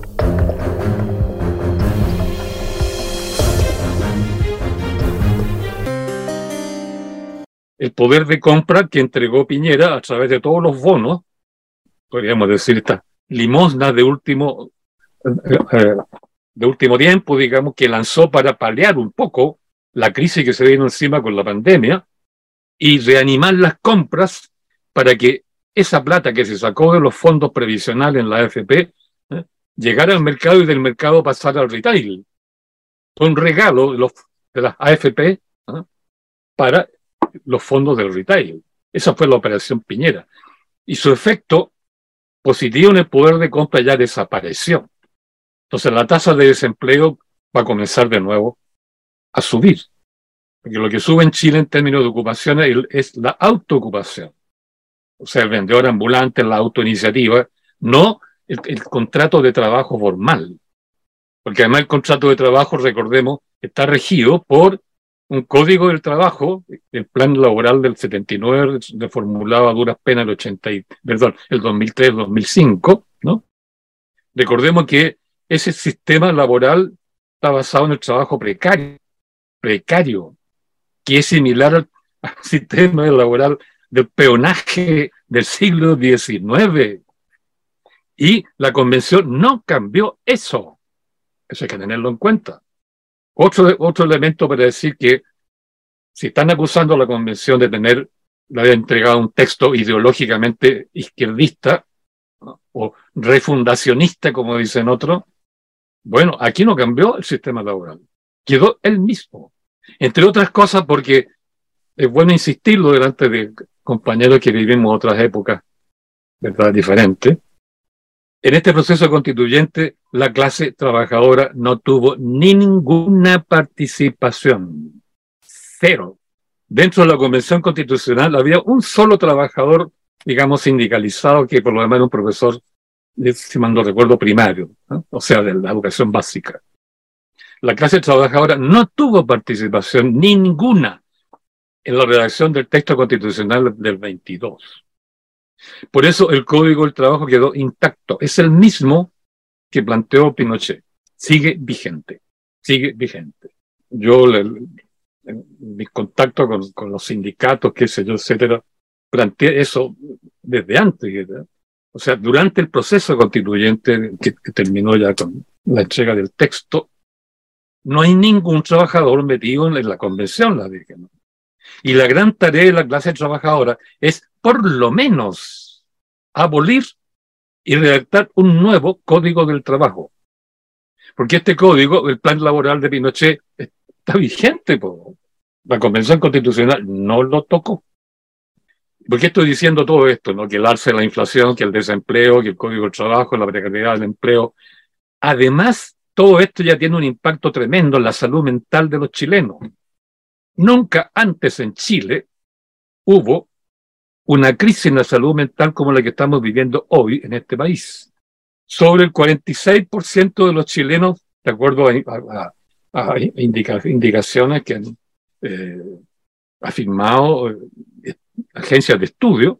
El poder de compra que entregó Piñera a través de todos los bonos, podríamos decir esta limosna de último, eh, de último tiempo, digamos, que lanzó para paliar un poco la crisis que se vino encima con la pandemia y reanimar las compras para que esa plata que se sacó de los fondos previsionales en la A F P eh, llegara al mercado y del mercado pasara al retail. Fue un regalo de, los, de las A F P eh, para los fondos del retail. Esa fue la operación Piñera. Y su efecto positivo en el poder de compra ya desapareció. Entonces la tasa de desempleo va a comenzar de nuevo a subir. Porque lo que sube en Chile en términos de ocupación es la autoocupación. O sea, el vendedor ambulante, la autoiniciativa, no el, el contrato de trabajo formal. Porque además el contrato de trabajo, recordemos, está regido por un código del trabajo, el plan laboral del setenta y nueve, reformulado a duras penas el ochenta, perdón, el dos mil tres dos mil cinco, ¿no? Recordemos que ese sistema laboral está basado en el trabajo precario, precario, que es similar al, al sistema laboral del peonaje del siglo diecinueve. Y la convención no cambió eso. Eso hay que tenerlo en cuenta. Otro, otro elemento para decir que si están acusando a la convención de tener, le haber entregado un texto ideológicamente izquierdista, ¿no?, o refundacionista, como dicen otros, Bueno, aquí no cambió el sistema laboral, quedó el mismo. Entre otras cosas porque es bueno insistirlo delante de compañeros que vivimos otras épocas, ¿verdad?, diferentes. En este proceso constituyente, la clase trabajadora no tuvo ni ninguna participación. Cero. Dentro de la Convención Constitucional había un solo trabajador, digamos, sindicalizado, que por lo demás era un profesor, si mal no recuerdo, primario, ¿no? O sea, de la educación básica. La clase trabajadora no tuvo participación ni ninguna en la redacción del texto constitucional del veintidós. Por eso el Código del Trabajo quedó intacto. Es el mismo que planteó Pinochet. Sigue vigente. Sigue vigente. Yo, le, en mis contactos con, con los sindicatos, qué sé yo, etcétera, planteé eso desde antes, ¿verdad? O sea, durante el proceso constituyente que, que terminó ya con la entrega del texto, no hay ningún trabajador metido en la convención, la dije, ¿no? Y la gran tarea de la clase trabajadora es, por lo menos, abolir y redactar un nuevo Código del Trabajo. Porque este código, el plan laboral de Pinochet, está vigente, po. La Convención Constitucional no lo tocó. ¿Por qué estoy diciendo todo esto? ¿No? Que el alza de la inflación, que el desempleo, que el Código del Trabajo, la precariedad del empleo. Además, todo esto ya tiene un impacto tremendo en la salud mental de los chilenos. Nunca antes en Chile hubo una crisis en la salud mental como la que estamos viviendo hoy en este país. Sobre el cuarenta y seis por ciento de los chilenos, de acuerdo a, a, a indica, indicaciones que han eh, afirmado eh, agencias de estudio,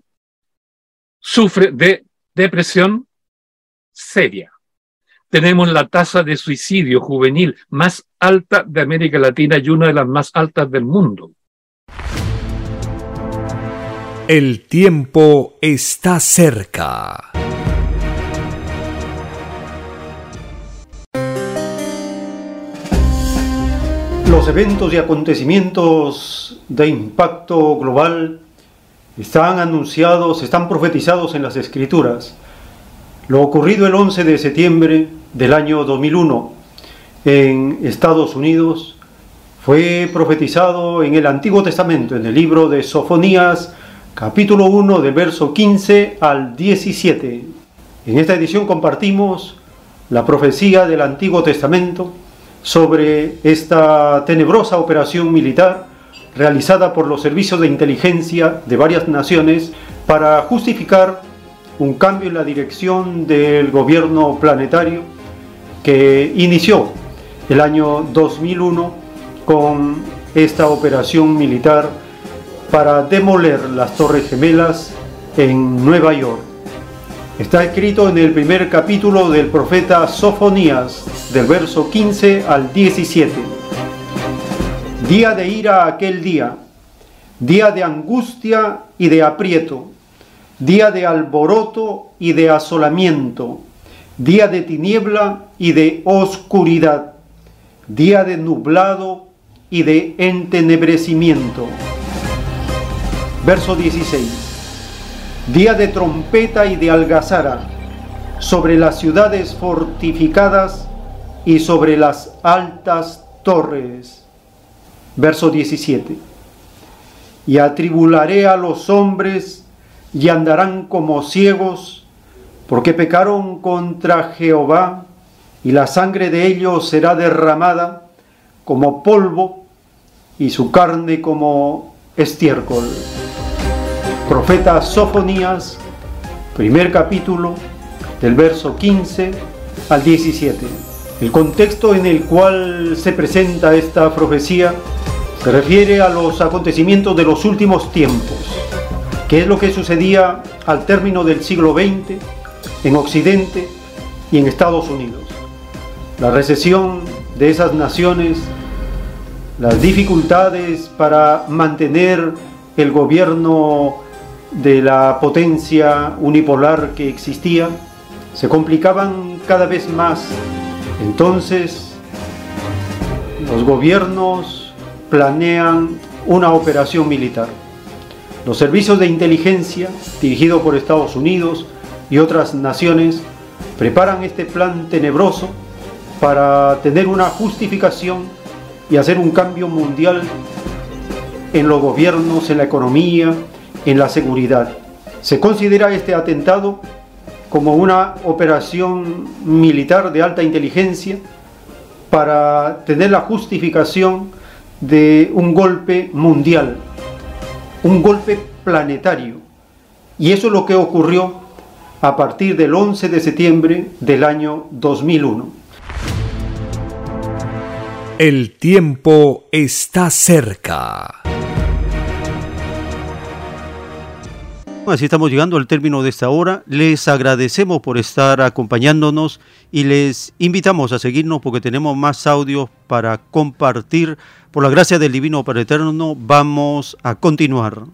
sufre de depresión seria. Tenemos la tasa de suicidio juvenil más alta de América Latina y una de las más altas del mundo. El tiempo está cerca. Los eventos y acontecimientos de impacto global están anunciados, están profetizados en las Escrituras. Lo ocurrido el once de septiembre del año dos mil uno en Estados Unidos fue profetizado en el Antiguo Testamento, en el libro de Sofonías, capítulo uno, del verso quince al diecisiete. En esta edición compartimos la profecía del Antiguo Testamento sobre esta tenebrosa operación militar realizada por los servicios de inteligencia de varias naciones para justificar un cambio en la dirección del gobierno planetario que inició el año dos mil uno con esta operación militar para demoler las Torres Gemelas en Nueva York. Está escrito en el primer capítulo del profeta Sofonías, del verso quince al diecisiete. Día de ira aquel día, día de angustia y de aprieto, día de alboroto y de asolamiento, día de tiniebla y de oscuridad, día de nublado y de entenebrecimiento. Verso dieciséis. Día de trompeta y de algazara sobre las ciudades fortificadas y sobre las altas torres. Verso diecisiete. Y atribularé a los hombres y andarán como ciegos, porque pecaron contra Jehová, y la sangre de ellos será derramada como polvo, y su carne como estiércol. Profeta Sofonías, primer capítulo, del verso quince al diecisiete. El contexto en el cual se presenta esta profecía se refiere a los acontecimientos de los últimos tiempos, que es lo que sucedía al término del siglo veinte en Occidente y en Estados Unidos. La recesión de esas naciones, las dificultades para mantener el gobierno de la potencia unipolar que existía, se complicaban cada vez más. Entonces, los gobiernos planean una operación militar. Los servicios de inteligencia, dirigidos por Estados Unidos y otras naciones, preparan este plan tenebroso para tener una justificación y hacer un cambio mundial en los gobiernos, en la economía, en la seguridad. Se considera este atentado como una operación militar de alta inteligencia para tener la justificación de un golpe mundial, un golpe planetario. Y eso es lo que ocurrió a partir del once de septiembre del año dos mil uno. El tiempo está cerca. Así estamos llegando al término de esta hora. Les agradecemos por estar acompañándonos y les invitamos a seguirnos porque tenemos más audios para compartir. Por la gracia del Divino Padre Eterno, vamos a continuar.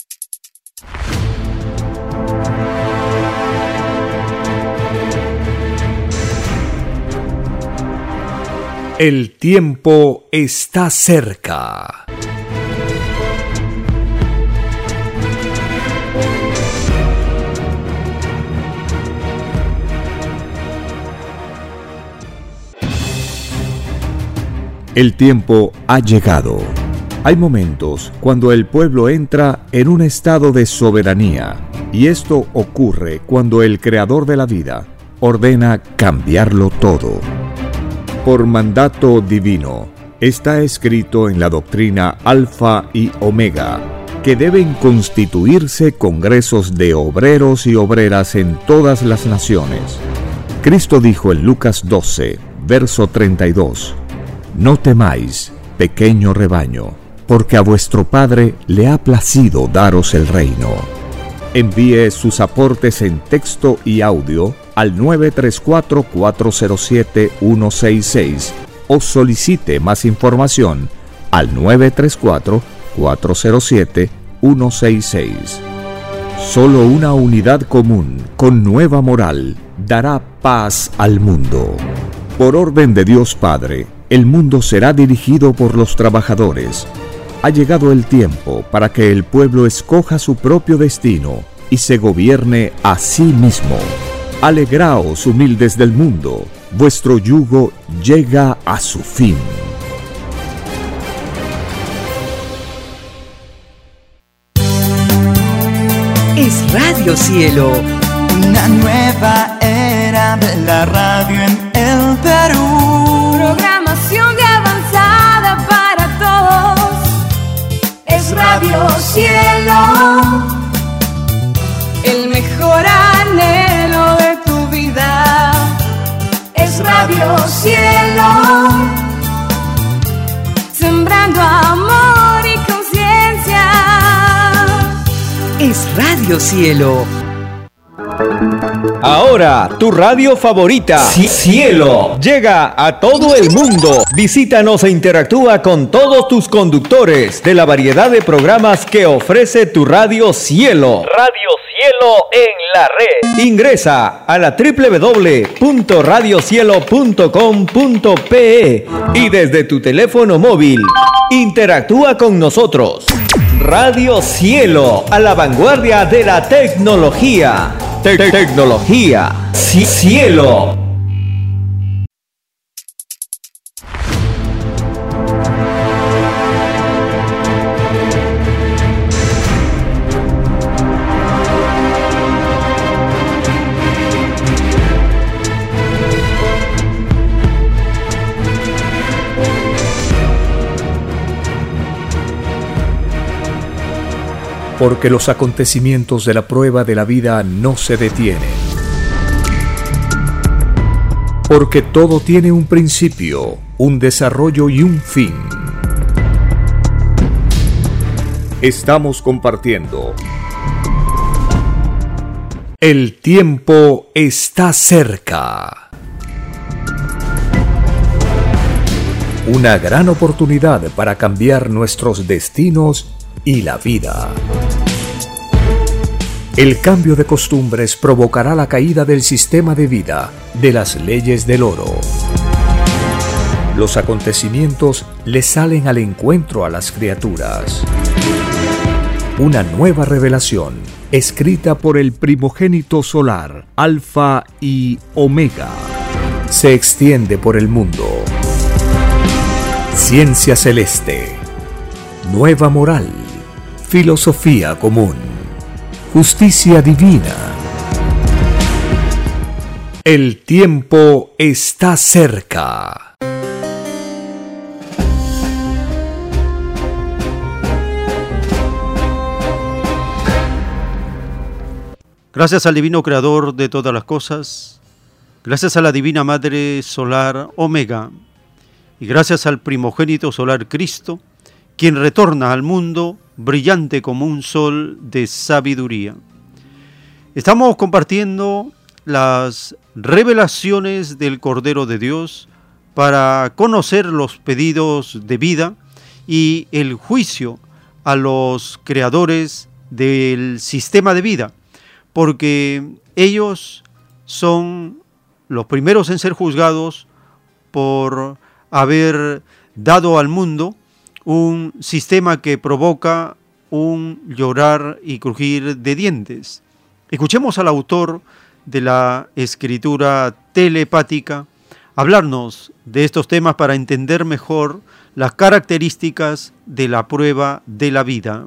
El tiempo está cerca. El tiempo ha llegado. Hay momentos cuando el pueblo entra en un estado de soberanía, y esto ocurre cuando el Creador de la vida ordena cambiarlo todo. Por mandato divino, está escrito en la doctrina Alfa y Omega, que deben constituirse congresos de obreros y obreras en todas las naciones. Cristo dijo en Lucas doce, verso treinta y dos, «No temáis, pequeño rebaño, porque a vuestro Padre le ha placido daros el reino». Envíe sus aportes en texto y audio al nueve tres cuatro, cuatro cero siete, uno seis seis o solicite más información al nueve tres cuatro, cuatro cero siete, uno seis seis. Solo una unidad común con nueva moral dará paz al mundo. Por orden de Dios Padre, el mundo será dirigido por los trabajadores. Ha llegado el tiempo para que el pueblo escoja su propio destino y se gobierne a sí mismo. Alegraos, humildes del mundo, vuestro yugo llega a su fin. Es Radio Cielo. Una nueva era de la radio en el Perú. Programación de avanzada para todos. Es Radio Cielo. El mejor anhelo de tu vida. Es Radio Cielo. Sembrando amor y conciencia. Es Radio Cielo. Ahora, tu radio favorita, Cielo, llega a todo el mundo. Visítanos e interactúa con todos tus conductores de la variedad de programas que ofrece tu radio Cielo. Radio Cielo en la red. Ingresa a la doble u doble u doble u punto radio cielo punto com punto pe y desde tu teléfono móvil interactúa con nosotros. Radio Cielo, a la vanguardia de la tecnología. Te- tecnología. Cielo. Porque los acontecimientos de la prueba de la vida no se detienen. Porque todo tiene un principio, un desarrollo y un fin. Estamos compartiendo. El tiempo está cerca. Una gran oportunidad para cambiar nuestros destinos y la vida. El cambio de costumbres provocará la caída del sistema de vida, de las leyes del oro. Los acontecimientos le salen al encuentro a las criaturas. Una nueva revelación, escrita por el primogénito solar, Alfa y Omega. se extiende por el mundo. Ciencia celeste, nueva moral, filosofía común, justicia divina. El tiempo está cerca. Gracias al divino creador de todas las cosas, gracias a la divina Madre Solar Omega, y gracias al primogénito solar Cristo, quien retorna al mundo brillante como un sol de sabiduría. Estamos compartiendo las revelaciones del Cordero de Dios para conocer los pedidos de vida y el juicio a los creadores del sistema de vida, porque ellos son los primeros en ser juzgados por haber dado al mundo un sistema que provoca un llorar y crujir de dientes. Escuchemos al autor de la escritura telepática hablarnos de estos temas para entender mejor las características de la prueba de la vida.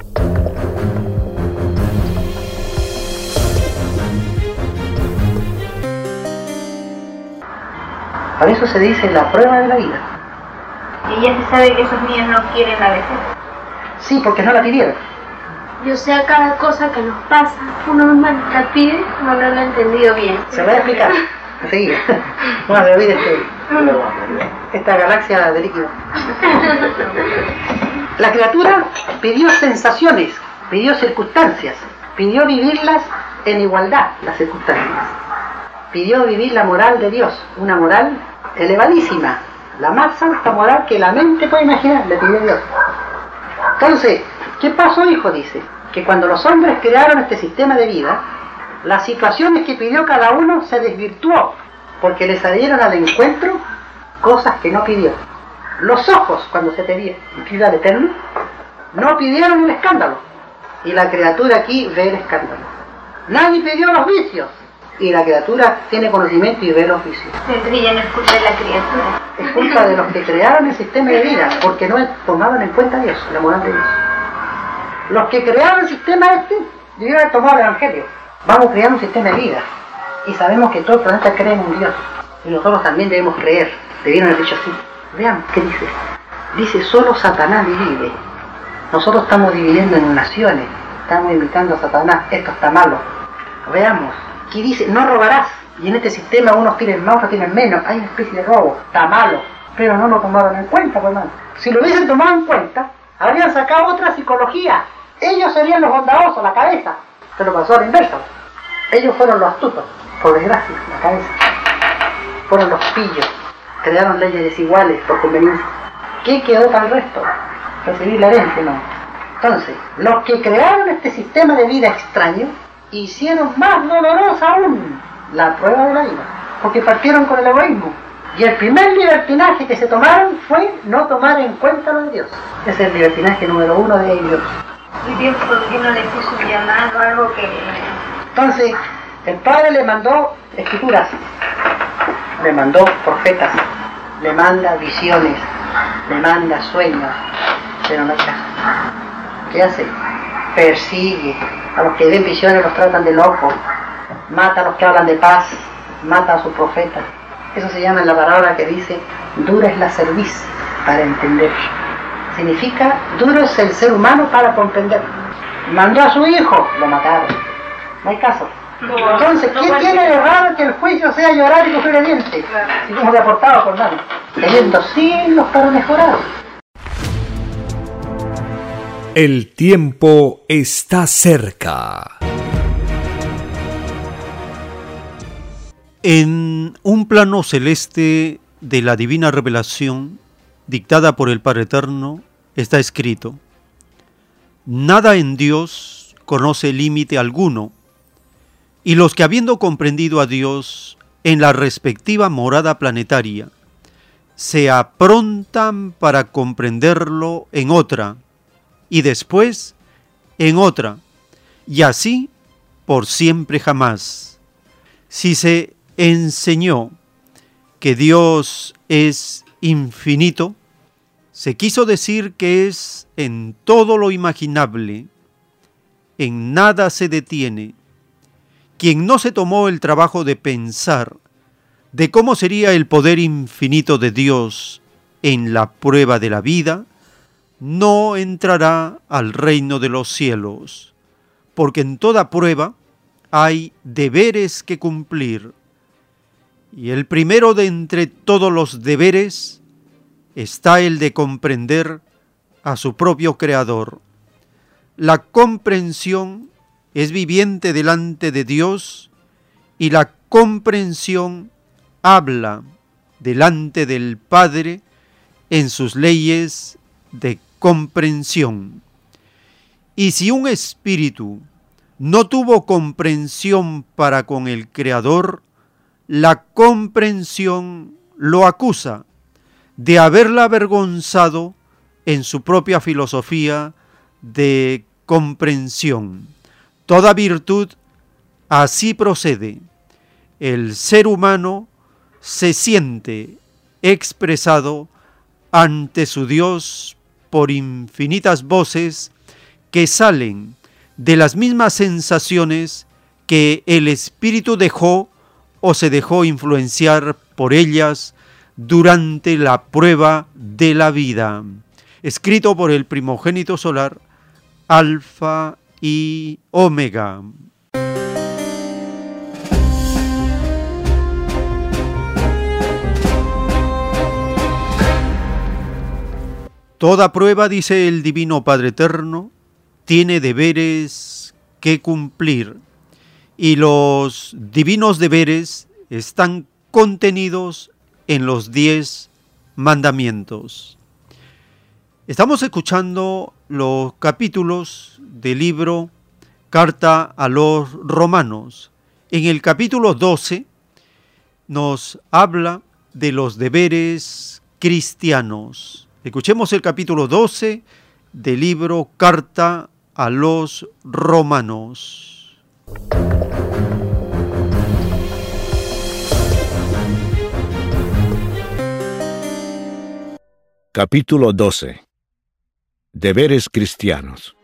Por eso se dice la prueba de la vida. Y ya se sabe que esos niños no quieren la vejez. Sí, porque no la pidieron. Yo sé a cada cosa que nos pasa, uno mismo la pide, no lo he entendido bien. Se lo voy a explicar enseguida. No me olvides que esta galaxia de líquido. La criatura pidió sensaciones, pidió circunstancias, pidió vivirlas en igualdad, las circunstancias. Pidió vivir la moral de Dios, una moral elevadísima, la más alta moral que la mente puede imaginar, le pidió Dios. Entonces, ¿qué pasó, hijo? Dice, que cuando los hombres crearon este sistema de vida, las situaciones que pidió cada uno se desvirtuó, porque le salieron al encuentro cosas que no pidió. Los ojos, cuando se pedía pidió al Eterno, no pidieron el escándalo, y la criatura aquí ve el escándalo. Nadie pidió los vicios, y la criatura tiene conocimiento y ve los vicios. Entonces ya no es culpa de la criatura. Es culpa de los que crearon el sistema de vida, porque no tomaban en cuenta a Dios, la moral de Dios. Los que crearon el sistema este, debieron haber tomado el Evangelio. Vamos a crear un sistema de vida, y sabemos que todo el planeta cree en un Dios, y nosotros también debemos creer. Debieron haber dicho así. Vean qué dice. Dice, solo Satanás divide. Nosotros estamos dividiendo en naciones, estamos imitando a Satanás, esto está malo. Veamos. Aquí dice, no robarás, y en este sistema unos tienen más, otros tienen menos, hay una especie de robo, está malo, pero no lo tomaron en cuenta, por hermano. Si lo hubiesen tomado en cuenta, habrían sacado otra psicología, ellos serían los bondadosos, la cabeza, se lo pasó a la inversa, ellos fueron los astutos, por desgracia, la cabeza, fueron los pillos, crearon leyes desiguales por conveniencia. ¿Qué quedó para el resto? Recibir la herencia, no. Entonces, los que crearon este sistema de vida extraño, hicieron más dolorosa aún la prueba de la vida, porque partieron con el egoísmo. Y el primer libertinaje que se tomaron fue no tomar en cuenta lo de Dios. Es el libertinaje número uno de ellos. ¿Y Dios por qué no le puso un llamado, algo que...? Entonces, el Padre le mandó escrituras, le mandó profetas, le manda visiones, le manda sueños, pero no hay caso. ¿Qué hace? Persigue. A los que ven visiones los tratan de locos, mata a los que hablan de paz, mata a sus profetas. Eso se llama en la palabra que dice, dura es la cerviz para entender. Significa, duro es el ser humano para comprender. Mandó a su hijo, lo mataron. No hay caso. Entonces, ¿qué tiene de raro que el juicio sea llorar y crujir de dientes? Si como de aportado por nada. Teniendo siglos para mejorar. El tiempo está cerca. En un plano celeste de la divina revelación, dictada por el Padre Eterno, está escrito: nada en Dios conoce límite alguno, y los que habiendo comprendido a Dios en la respectiva morada planetaria, se aprontan para comprenderlo en otra, y después en otra, y así por siempre jamás. Si se enseñó que Dios es infinito, se quiso decir que es en todo lo imaginable, en nada se detiene. Quien no se tomó el trabajo de pensar de cómo sería el poder infinito de Dios en la prueba de la vida, no entrará al reino de los cielos, porque en toda prueba hay deberes que cumplir. Y el primero de entre todos los deberes está el de comprender a su propio Creador. La comprensión es viviente delante de Dios y la comprensión habla delante del Padre en sus leyes de comprensión. Y si un espíritu no tuvo comprensión para con el Creador, la comprensión lo acusa de haberla avergonzado en su propia filosofía de comprensión. Toda virtud así procede. El ser humano se siente expresado ante su Dios por infinitas voces que salen de las mismas sensaciones que el espíritu dejó o se dejó influenciar por ellas durante la prueba de la vida. Escrito por el primogénito solar, Alfa y Omega. Toda prueba, dice el Divino Padre Eterno, tiene deberes que cumplir, y los divinos deberes están contenidos en los diez mandamientos. Estamos escuchando los capítulos del libro Carta a los Romanos. En el capítulo doce nos habla de los deberes cristianos. Escuchemos el capítulo doce del libro Carta a los Romanos. Capítulo doce. Deberes cristianos.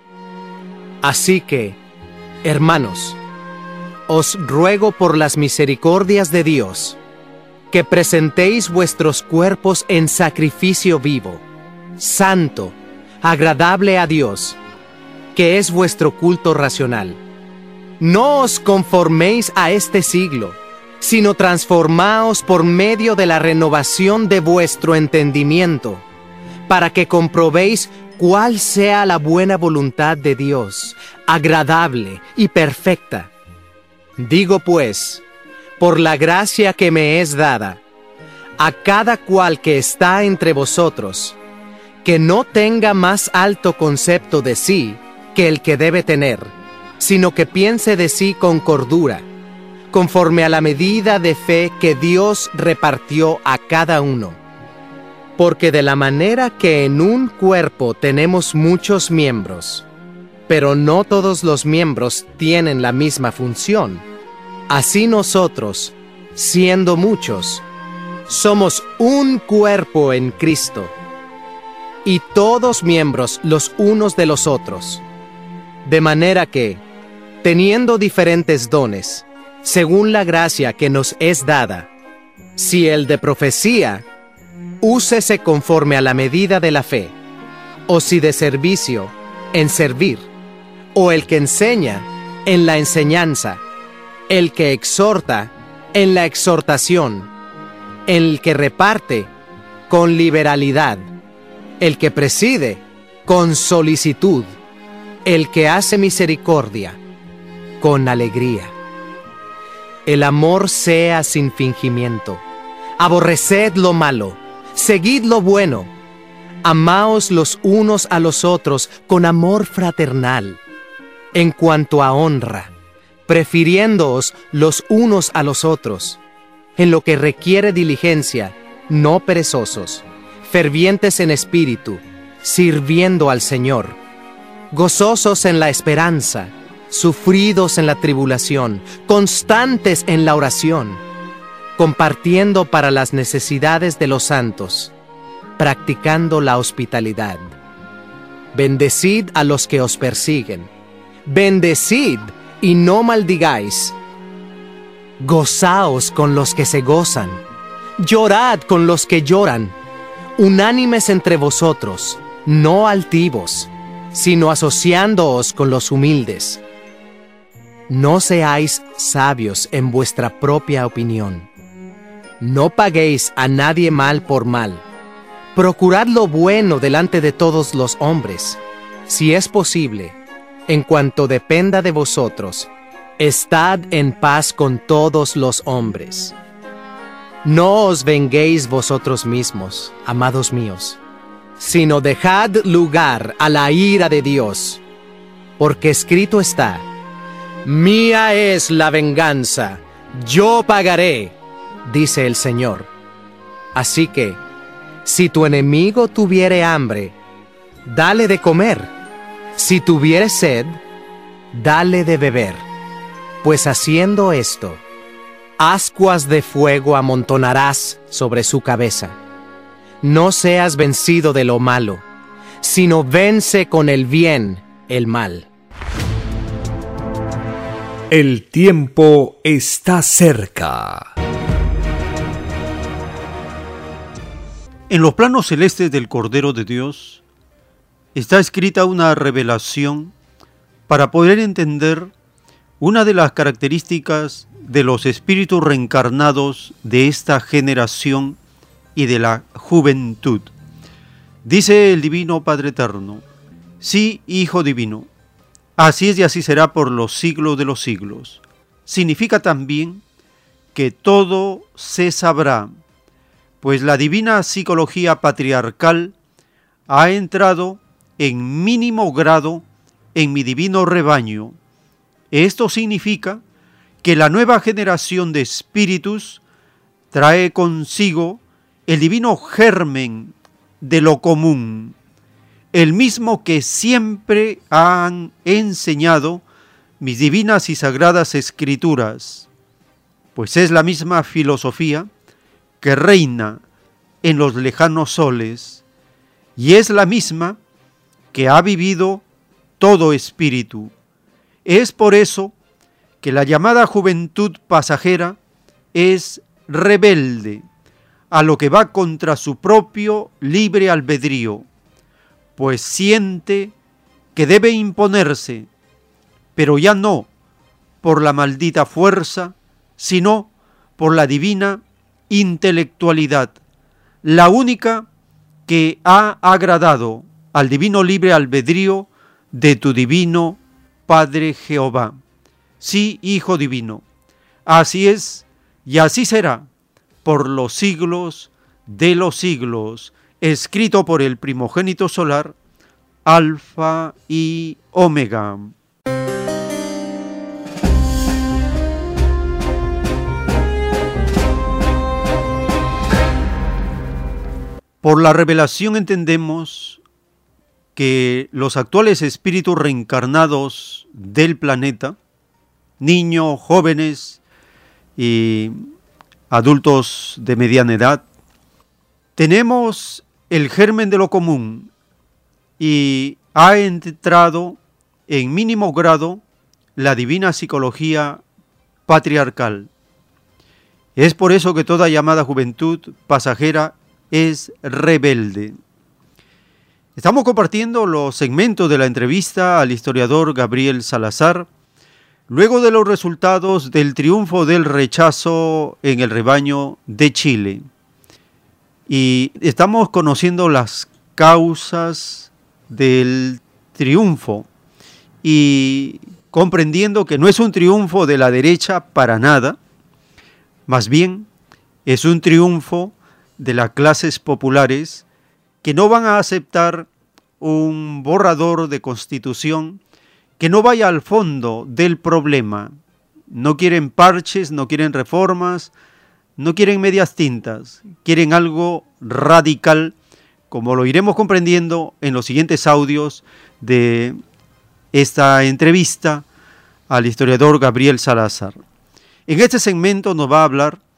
Así que, hermanos, os ruego por las misericordias de Dios, que presentéis vuestros cuerpos en sacrificio vivo, santo, agradable a Dios, que es vuestro culto racional. No os conforméis a este siglo, sino transformaos por medio de la renovación de vuestro entendimiento, para que comprobéis cuál sea la buena voluntad de Dios, agradable y perfecta. Digo pues, por la gracia que me es dada, a cada cual que está entre vosotros, que no tenga más alto concepto de sí que el que debe tener, sino que piense de sí con cordura, conforme a la medida de fe que Dios repartió a cada uno. Porque de la manera que en un cuerpo tenemos muchos miembros, pero no todos los miembros tienen la misma función, así nosotros, siendo muchos, somos un cuerpo en Cristo, y todos miembros los unos de los otros. De manera que, teniendo diferentes dones, según la gracia que nos es dada, si el de profecía, úsese conforme a la medida de la fe, o si de servicio, en servir, o el que enseña, en la enseñanza, el que exhorta, en la exhortación, el que reparte, con liberalidad, el que preside, con solicitud, el que hace misericordia, con alegría. El amor sea sin fingimiento. Aborreced lo malo, seguid lo bueno. Amaos los unos a los otros con amor fraternal. En cuanto a honra, prefiriéndoos los unos a los otros. En lo que requiere diligencia, no perezosos, fervientes en espíritu, sirviendo al Señor. Gozosos en la esperanza, sufridos en la tribulación, constantes en la oración. compartiendo para las necesidades de los santos, practicando la hospitalidad. Bendecid a los que os persiguen. Bendecid y no maldigáis. Gozaos con los que se gozan. Llorad con los que lloran. Unánimes entre vosotros, no altivos, sino asociándoos con los humildes. No seáis sabios en vuestra propia opinión. No paguéis a nadie mal por mal. Procurad lo bueno delante de todos los hombres. Si es posible, en cuanto dependa de vosotros, estad en paz con todos los hombres. No os venguéis vosotros mismos, amados míos, sino dejad lugar a la ira de Dios, porque escrito está: mía es la venganza, yo pagaré, dice el Señor. Así que, si tu enemigo tuviere hambre, dale de comer. Si tuviere sed, dale de beber. Pues haciendo esto, ascuas de fuego amontonarás sobre su cabeza. No seas vencido de lo malo, sino vence con el bien el mal. El tiempo está cerca. En los planos celestes del Cordero de Dios está escrita una revelación para poder entender una de las características de los espíritus reencarnados de esta generación y de la juventud. Dice el Divino Padre Eterno: sí, Hijo Divino, así es y así será por los siglos de los siglos. Significa también que todo se sabrá, pues la divina psicología patriarcal ha entrado en mínimo grado en mi divino rebaño. Esto significa que la nueva generación de espíritus trae consigo el divino germen de lo común, el mismo que siempre han enseñado mis divinas y sagradas escrituras, pues es la misma filosofía que reina en los lejanos soles, y es la misma que ha vivido todo espíritu. Es por eso que la llamada juventud pasajera es rebelde a lo que va contra su propio libre albedrío, pues siente que debe imponerse, pero ya no por la maldita fuerza, sino por la divina intelectualidad, la única que ha agradado al divino libre albedrío de tu divino Padre Jehová. Sí, Hijo Divino, así es y así será por los siglos de los siglos, escrito por el primogénito solar, Alfa y Omega. Por la revelación entendemos que los actuales espíritus reencarnados del planeta, niños, jóvenes y adultos de mediana edad, tenemos el germen de lo común y ha entrado en mínimo grado la divina psicología patriarcal. Es por eso que toda llamada juventud pasajera es rebelde. Estamos compartiendo los segmentos de la entrevista al historiador Gabriel Salazar, luego de los resultados del triunfo del rechazo en el rebaño de Chile. Y estamos conociendo las causas del triunfo y comprendiendo que no es un triunfo de la derecha para nada, más bien es un triunfo de las clases populares que no van a aceptar un borrador de constitución que no vaya al fondo del problema. No quieren parches, no quieren reformas, no quieren medias tintas, quieren algo radical, como lo iremos comprendiendo en los siguientes audios de esta entrevista al historiador Gabriel Salazar. En este segmento nos va a hablar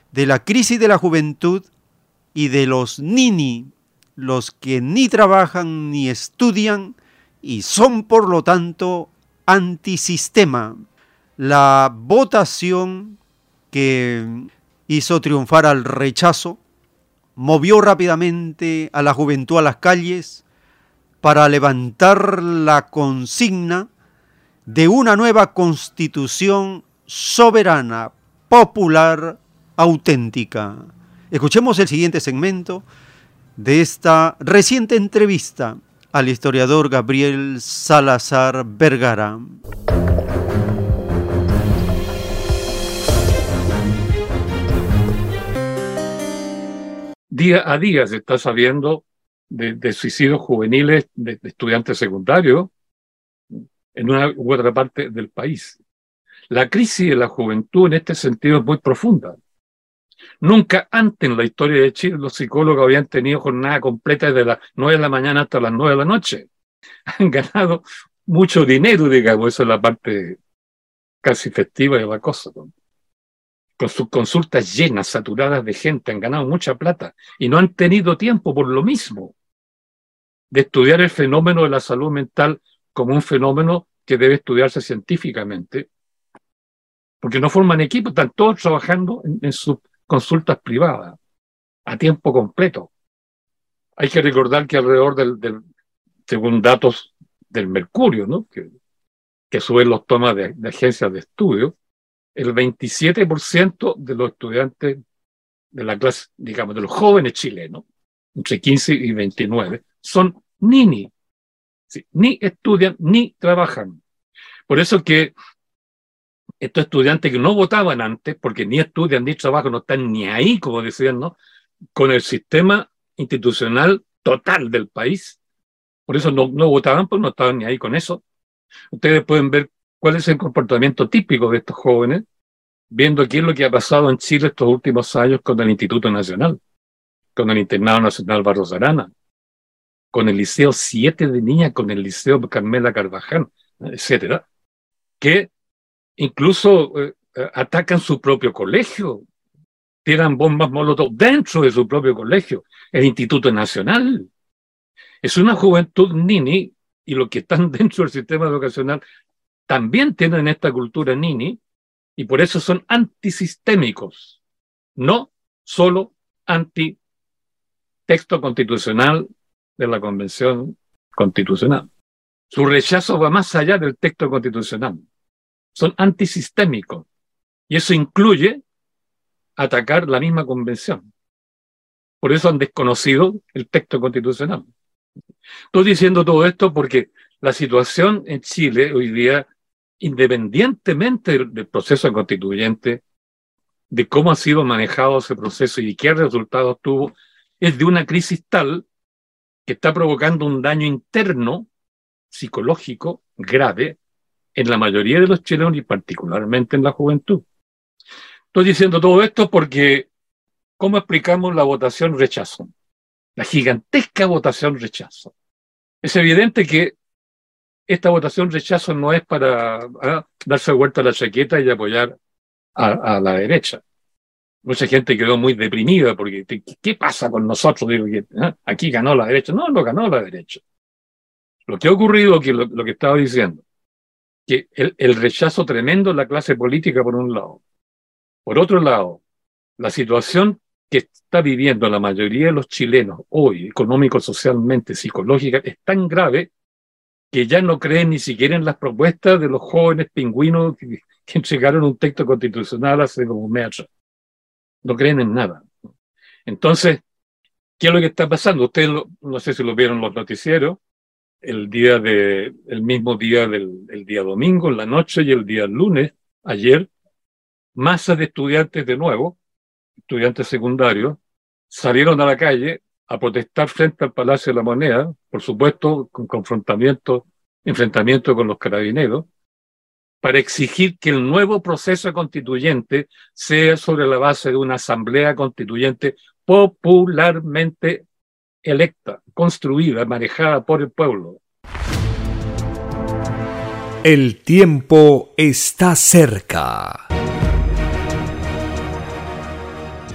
de la crisis de la juventud y de los nini, los que ni trabajan ni estudian y son por lo tanto antisistema. La votación que hizo triunfar al rechazo movió rápidamente a la juventud a las calles para levantar la consigna de una nueva constitución soberana, popular, auténtica. Escuchemos el siguiente segmento de esta reciente entrevista al historiador Gabriel Salazar Vergara. Día a día se está sabiendo de, de suicidios juveniles de, de estudiantes secundarios en una u otra parte del país. La crisis de la juventud en este sentido es muy profunda. Nunca antes en la historia de Chile los psicólogos habían tenido jornada completa desde las nueve de la mañana hasta las nueve de la noche. Han ganado mucho dinero, digamos, eso es la parte casi festiva de la cosa, ¿no? Con sus consultas llenas, saturadas de gente, han ganado mucha plata y no han tenido tiempo por lo mismo de estudiar el fenómeno de la salud mental como un fenómeno que debe estudiarse científicamente, porque no forman equipo, están todos trabajando en, en sus consultas privadas, a tiempo completo. Hay que recordar que alrededor del, del según datos del Mercurio, ¿no? que, que suben los tomas de, de agencias de estudio, el veintisiete por ciento de los estudiantes de la clase, digamos, de los jóvenes chilenos, entre quince y veintinueve, son nini. Sí, ni estudian ni trabajan. Por eso que estos estudiantes que no votaban antes, porque ni estudian ni trabajan, no están ni ahí, como decían, ¿no? Con el sistema institucional total del país. Por eso no, no votaban, pues no estaban ni ahí con eso. Ustedes pueden ver cuál es el comportamiento típico de estos jóvenes, viendo qué es lo que ha pasado en Chile estos últimos años con el Instituto Nacional, con el Internado Nacional Barros Arana, con el Liceo siete de Niñas, con el Liceo Carmela Carvajal, etcétera, que incluso eh, atacan su propio colegio, tiran bombas molotov dentro de su propio colegio, el Instituto Nacional. Es una juventud nini, y los que están dentro del sistema educacional también tienen esta cultura nini, y por eso son antisistémicos, no solo anti-texto constitucional de la Convención Constitucional. Su rechazo va más allá del texto constitucional. Son antisistémicos. Y eso incluye atacar la misma convención. Por eso han desconocido el texto constitucional. Estoy diciendo todo esto porque la situación en Chile hoy día, independientemente del, del proceso constituyente, de cómo ha sido manejado ese proceso y qué resultados tuvo, es de una crisis tal que está provocando un daño interno, psicológico, grave, en la mayoría de los chilenos y particularmente en la juventud. Estoy diciendo todo esto porque, ¿cómo explicamos la votación rechazo? La gigantesca votación rechazo. Es evidente que esta votación rechazo no es para ¿ah? darse vuelta a la chaqueta y apoyar a, a la derecha. Mucha gente quedó muy deprimida porque ¿qué pasa con nosotros? Digo, ¿ah? Aquí ganó la derecha. No, no ganó la derecha. Lo que ha ocurrido, que lo, lo que estaba diciendo, que el, el rechazo tremendo en la clase política por un lado. Por otro lado, la situación que está viviendo la mayoría de los chilenos hoy, económico, socialmente, psicológica, es tan grave que ya no creen ni siquiera en las propuestas de los jóvenes pingüinos que, que entregaron un texto constitucional hace como un mes atrás. No creen en nada. Entonces, ¿qué es lo que está pasando? Ustedes, lo, no sé si lo vieron los noticieros, el día de, el mismo día del el día domingo, en la noche, y el día lunes, ayer, masas de estudiantes de nuevo, estudiantes secundarios, salieron a la calle a protestar frente al Palacio de la Moneda, por supuesto, con confrontamiento, enfrentamiento con los carabineros, para exigir que el nuevo proceso constituyente sea sobre la base de una asamblea constituyente popularmente electa, construida, manejada por el pueblo. El tiempo está cerca.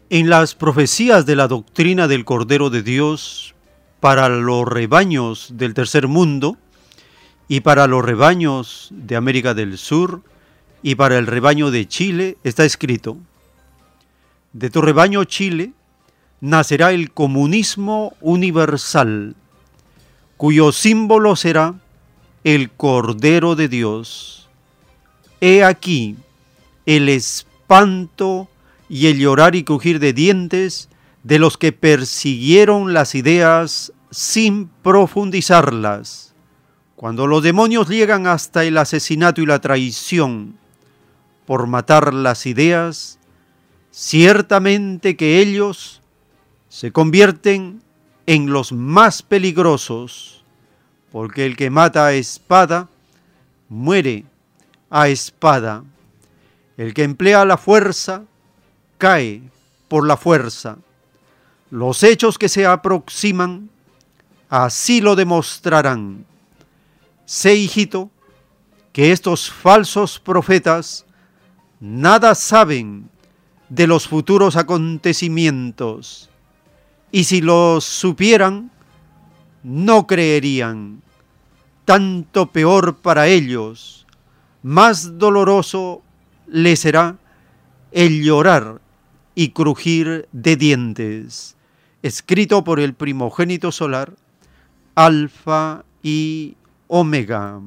En las profecías de la doctrina del Cordero de Dios para los rebaños del tercer mundo y para los rebaños de América del Sur y para el rebaño de Chile está escrito: de tu rebaño, Chile, nacerá el comunismo universal, cuyo símbolo será el Cordero de Dios. He aquí el espanto y el llorar y crujir de dientes de los que persiguieron las ideas sin profundizarlas. Cuando los demonios llegan hasta el asesinato y la traición por matar las ideas, ciertamente que ellos se convierten en los más peligrosos, porque el que mata a espada, muere a espada. El que emplea la fuerza, cae por la fuerza. Los hechos que se aproximan, así lo demostrarán. Sé, hijito, que estos falsos profetas nada saben de los futuros acontecimientos, y si los supieran, no creerían. Tanto peor para ellos, más doloroso les será el llorar y crujir de dientes. Escrito por el primogénito solar, Alfa y Omega.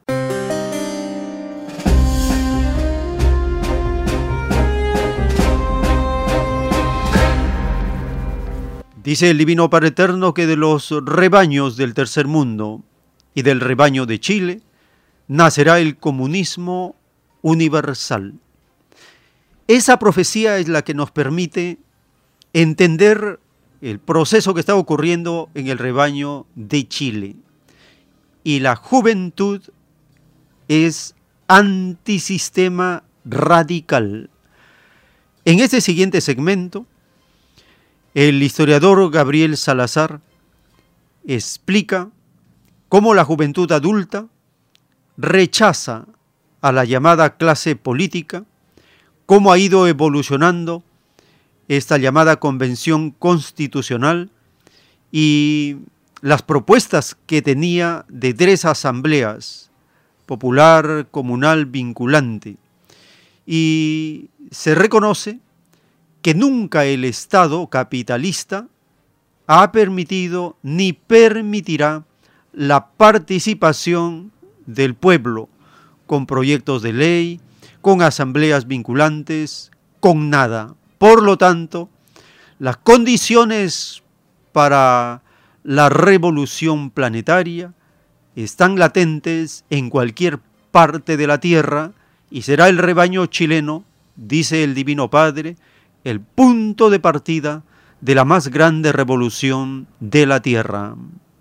Dice el Divino Padre Eterno que de los rebaños del tercer mundo y del rebaño de Chile nacerá el comunismo universal. Esa profecía es la que nos permite entender el proceso que está ocurriendo en el rebaño de Chile. Y la juventud es antisistema radical. En este siguiente segmento, el historiador Gabriel Salazar explica cómo la juventud adulta rechaza a la llamada clase política, cómo ha ido evolucionando esta llamada convención constitucional y las propuestas que tenía de tres asambleas, popular, comunal, vinculante. Y se reconoce que nunca el Estado capitalista ha permitido ni permitirá la participación del pueblo con proyectos de ley, con asambleas vinculantes, con nada. Por lo tanto, las condiciones para la revolución planetaria están latentes en cualquier parte de la Tierra y será el rebaño chileno, dice el Divino Padre, el punto de partida de la más grande revolución de la Tierra.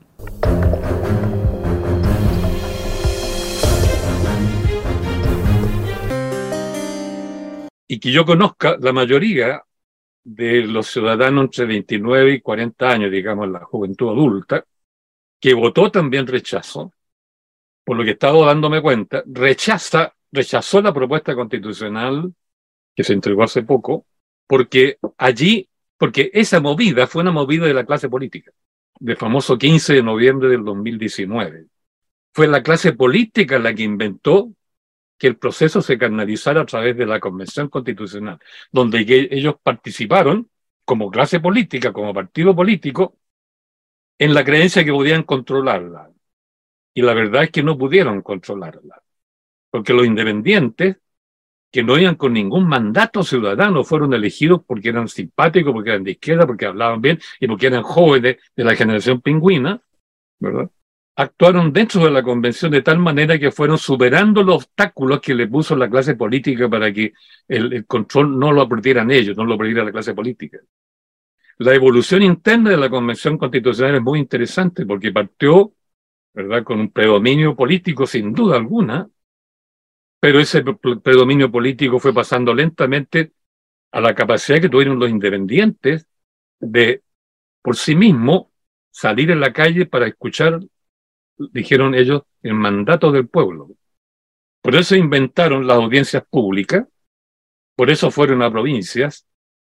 Y que yo conozca, la mayoría de los ciudadanos entre veintinueve y cuarenta años, digamos la juventud adulta, que votó también rechazo, por lo que he estado dándome cuenta, rechaza, rechazó la propuesta constitucional que se entregó hace poco, porque allí, porque esa movida fue una movida de la clase política, del famoso quince de noviembre del dos mil diecinueve. Fue la clase política la que inventó que el proceso se canalizara a través de la Convención Constitucional, donde ellos participaron como clase política, como partido político, en la creencia que podían controlarla. Y la verdad es que no pudieron controlarla, porque los independientes, que no iban con ningún mandato ciudadano, fueron elegidos porque eran simpáticos, porque eran de izquierda, porque hablaban bien y porque eran jóvenes de la generación pingüina, ¿verdad? Actuaron dentro de la convención de tal manera que fueron superando los obstáculos que le puso la clase política para que el, el control no lo perdieran ellos, no lo perdiera la clase política. La evolución interna de la convención constitucional es muy interesante porque partió, ¿verdad?, con un predominio político sin duda alguna, pero ese predominio político fue pasando lentamente a la capacidad que tuvieron los independientes de, por sí mismos, salir en la calle para escuchar, dijeron ellos, el mandato del pueblo. Por eso inventaron las audiencias públicas, por eso fueron a provincias,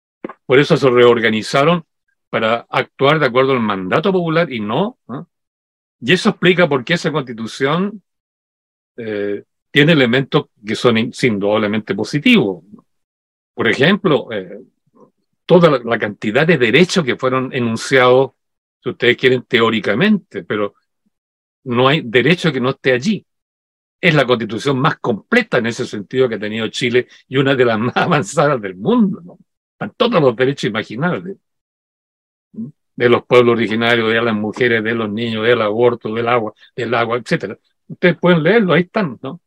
Por eso se reorganizaron para actuar de acuerdo al mandato popular y no, ¿no? Y eso explica por qué esa constitución eh, tiene elementos que son indudablemente positivos. Por ejemplo, eh, toda la, la cantidad de derechos que fueron enunciados, si ustedes quieren, teóricamente, pero no hay derecho que no esté allí. Es la constitución más completa en ese sentido que ha tenido Chile y una de las más avanzadas del mundo, ¿no? Están todos los derechos imaginables. De los pueblos originarios, de las mujeres, de los niños, del aborto, del agua, del agua, etcétera. Ustedes pueden leerlo, ahí están, ¿no?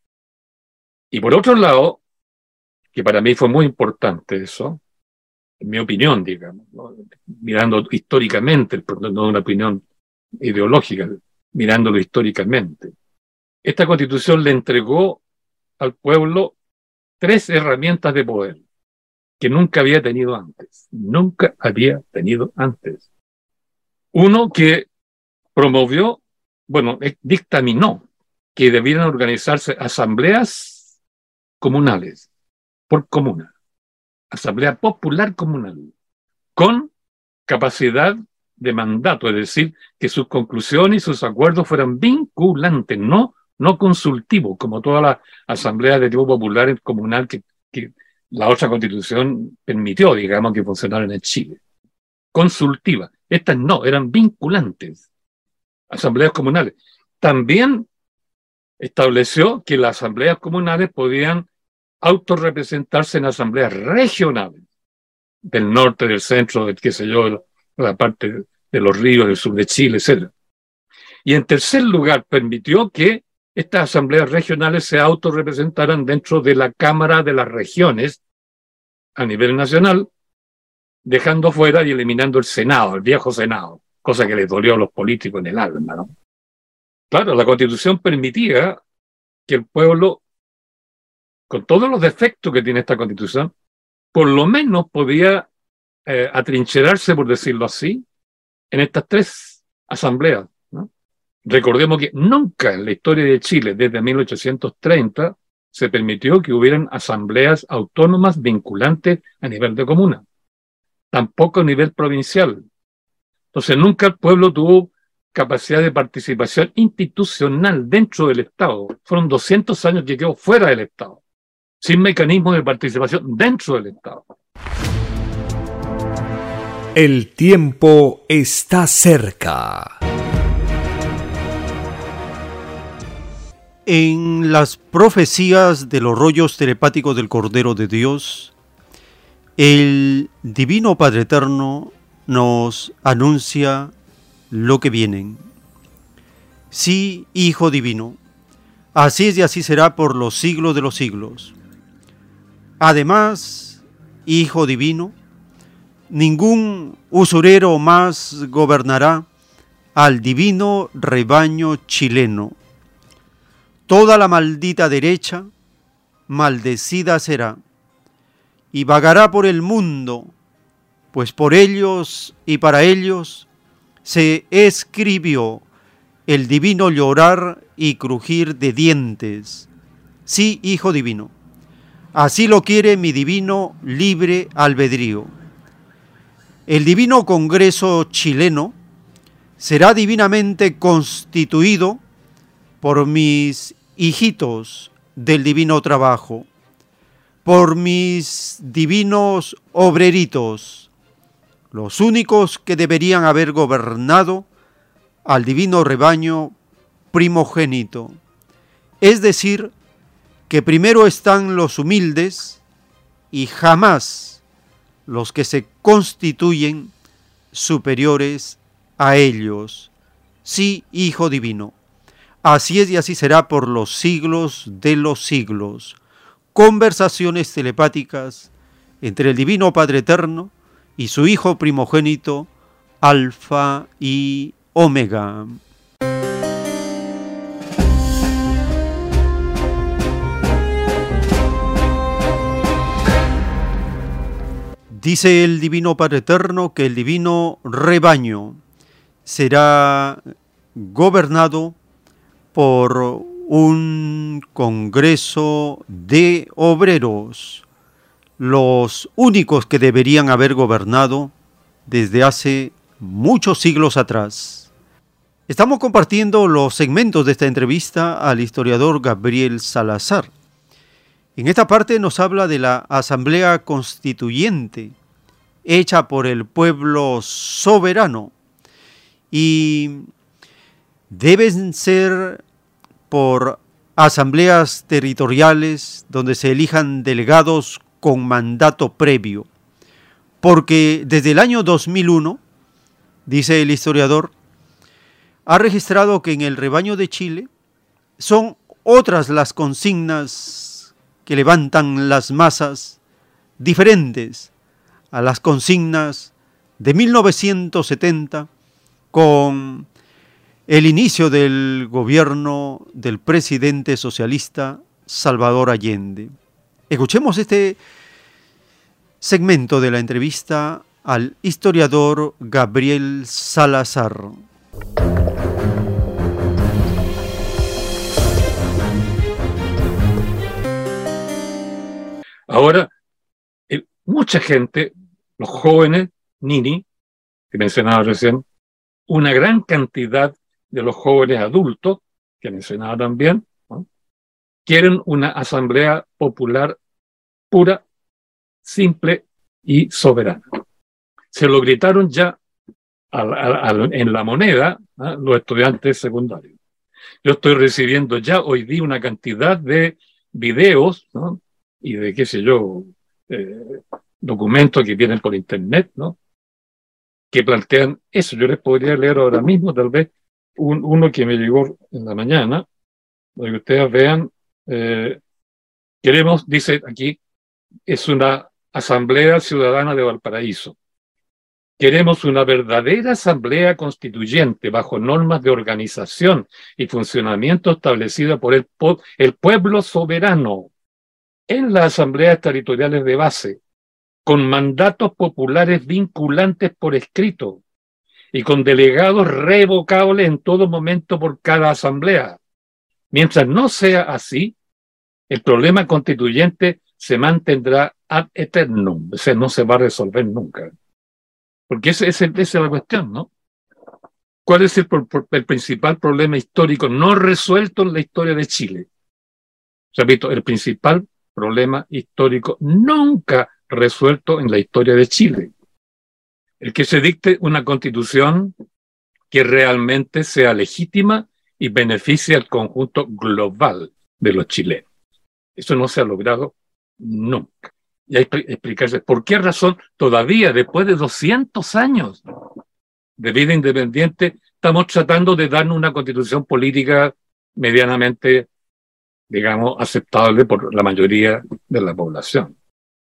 Y por otro lado, que para mí fue muy importante eso, en mi opinión, digamos, ¿no? Mirando históricamente, no una opinión ideológica, mirándolo históricamente. Esta constitución le entregó al pueblo tres herramientas de poder que nunca había tenido antes. Nunca había tenido antes. Uno, que promovió, bueno, dictaminó que debieran organizarse asambleas comunales, por comuna, asamblea popular comunal, con capacidad de mandato, es decir, que sus conclusiones y sus acuerdos fueran vinculantes, no, no consultivos, como todas las asambleas de tipo popular comunal que, que la otra constitución permitió, digamos, que funcionaran en Chile. Consultiva. Estas no, eran vinculantes. Asambleas comunales. También estableció que las asambleas comunales podían autorrepresentarse en asambleas regionales, del norte, del centro, del qué sé yo, la parte de los ríos, del sur de Chile, etcétera. Y en tercer lugar, permitió que estas asambleas regionales se autorrepresentaran dentro de la Cámara de las Regiones a nivel nacional, dejando fuera y eliminando el Senado, el viejo Senado, cosa que les dolió a los políticos en el alma, ¿no? Claro, la Constitución permitía que el pueblo, con todos los defectos que tiene esta Constitución, por lo menos podía eh, atrincherarse, por decirlo así, en estas tres asambleas, ¿no? Recordemos que nunca en la historia de Chile, desde mil ochocientos treinta, se permitió que hubieran asambleas autónomas vinculantes a nivel de comuna, tampoco a nivel provincial. Entonces nunca el pueblo tuvo capacidad de participación institucional dentro del Estado. Fueron doscientos años que quedó fuera del Estado, sin mecanismos de participación dentro del Estado. El tiempo está cerca. En las profecías de los rollos telepáticos del Cordero de Dios, el Divino Padre Eterno nos anuncia lo que vienen. Sí, Hijo Divino, así es y así será por los siglos de los siglos. Además, Hijo Divino, ningún usurero más gobernará al divino rebaño chileno. Toda la maldita derecha maldecida será y vagará por el mundo, pues por ellos y para ellos se escribió el divino llorar y crujir de dientes. Sí, Hijo Divino, así lo quiere mi divino libre albedrío. El divino Congreso chileno será divinamente constituido por mis hijitos del divino trabajo, por mis divinos obreritos, los únicos que deberían haber gobernado al divino rebaño primogénito. Es decir, que primero están los humildes y jamás los que se constituyen superiores a ellos. Sí, Hijo Divino, así es y así será por los siglos de los siglos. Conversaciones telepáticas entre el Divino Padre Eterno y su Hijo primogénito, Alfa y Omega. Dice el Divino Padre Eterno que el divino rebaño será gobernado por un congreso de obreros, los únicos que deberían haber gobernado desde hace muchos siglos atrás. Estamos compartiendo los segmentos de esta entrevista al historiador Gabriel Salazar. En esta parte nos habla de la Asamblea Constituyente, hecha por el pueblo soberano, y deben ser por asambleas territoriales donde se elijan delegados con mandato previo, porque desde el año dos mil uno, dice el historiador, ha registrado que en el rebaño de Chile son otras las consignas que levantan las masas, diferentes a las consignas de mil novecientos setenta con el inicio del gobierno del presidente socialista Salvador Allende. Escuchemos este segmento de la entrevista al historiador Gabriel Salazar. Ahora, eh, mucha gente, los jóvenes, Nini, que mencionaba recién, una gran cantidad de los jóvenes adultos, que mencionaba también, ¿no?, quieren una asamblea popular pura, simple y soberana. Se lo gritaron ya al, al, al, en La Moneda, ¿no?, los estudiantes secundarios. Yo estoy recibiendo ya hoy día una cantidad de videos, ¿no?, y de, qué sé yo, eh, documentos que vienen por internet, ¿no?, que plantean eso. Yo les podría leer ahora mismo, tal vez, un, uno que me llegó en la mañana, para que ustedes vean. Eh, queremos, dice aquí, es una asamblea ciudadana de Valparaíso. Queremos una verdadera asamblea constituyente bajo normas de organización y funcionamiento establecida por el, el pueblo soberano en las asambleas territoriales de base, con mandatos populares vinculantes por escrito y con delegados revocables en todo momento por cada asamblea. Mientras no sea así, el problema constituyente se mantendrá ad eternum, o sea, no se va a resolver nunca. Porque esa ese, ese es la cuestión, ¿no? ¿Cuál es el, el principal problema histórico no resuelto en la historia de Chile? Repito, el principal problema histórico nunca resuelto en la historia de Chile. El que se dicte una constitución que realmente sea legítima y beneficie al conjunto global de los chilenos. Eso no se ha logrado nunca. Y hay que explicarse por qué razón todavía, después de doscientos años de vida independiente, estamos tratando de darnos una constitución política medianamente, digamos, aceptable por la mayoría de la población.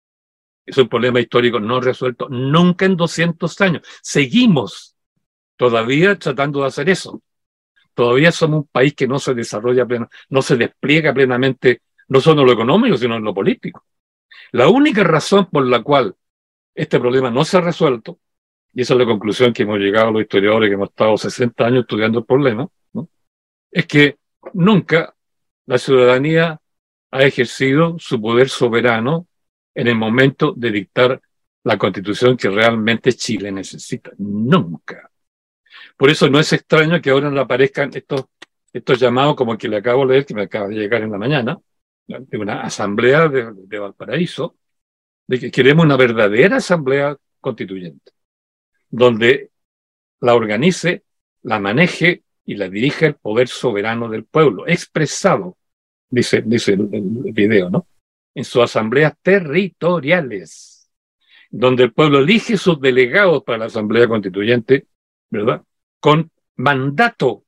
Es un problema histórico no resuelto nunca en doscientos años. Seguimos todavía tratando de hacer eso. Todavía somos un país que no se desarrolla plena, no se despliega plenamente, no solo en lo económico, sino en lo político. La única razón por la cual este problema no se ha resuelto, y esa es la conclusión que hemos llegado los historiadores que hemos estado sesenta años estudiando el problema, ¿no?, es que nunca la ciudadanía ha ejercido su poder soberano en el momento de dictar la constitución que realmente Chile necesita. Nunca. Por eso no es extraño que ahora no aparezcan estos, estos llamados, como el que le acabo de leer, que me acaba de llegar en la mañana, de una asamblea de, de Valparaíso, de que queremos una verdadera asamblea constituyente, donde la organice, la maneje y la dirija el poder soberano del pueblo, expresado, dice, dice el, el video, ¿no?, en sus asambleas territoriales, donde el pueblo elige sus delegados para la asamblea constituyente, ¿verdad?, con mandato.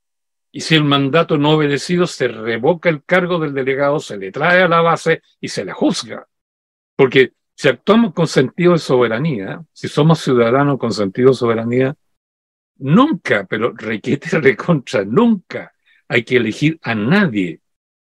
Y si el mandato no obedecido, se revoca el cargo del delegado, se le trae a la base y se le juzga. Porque si actuamos con sentido de soberanía, si somos ciudadanos con sentido de soberanía, nunca, pero requete recontra, nunca hay que elegir a nadie.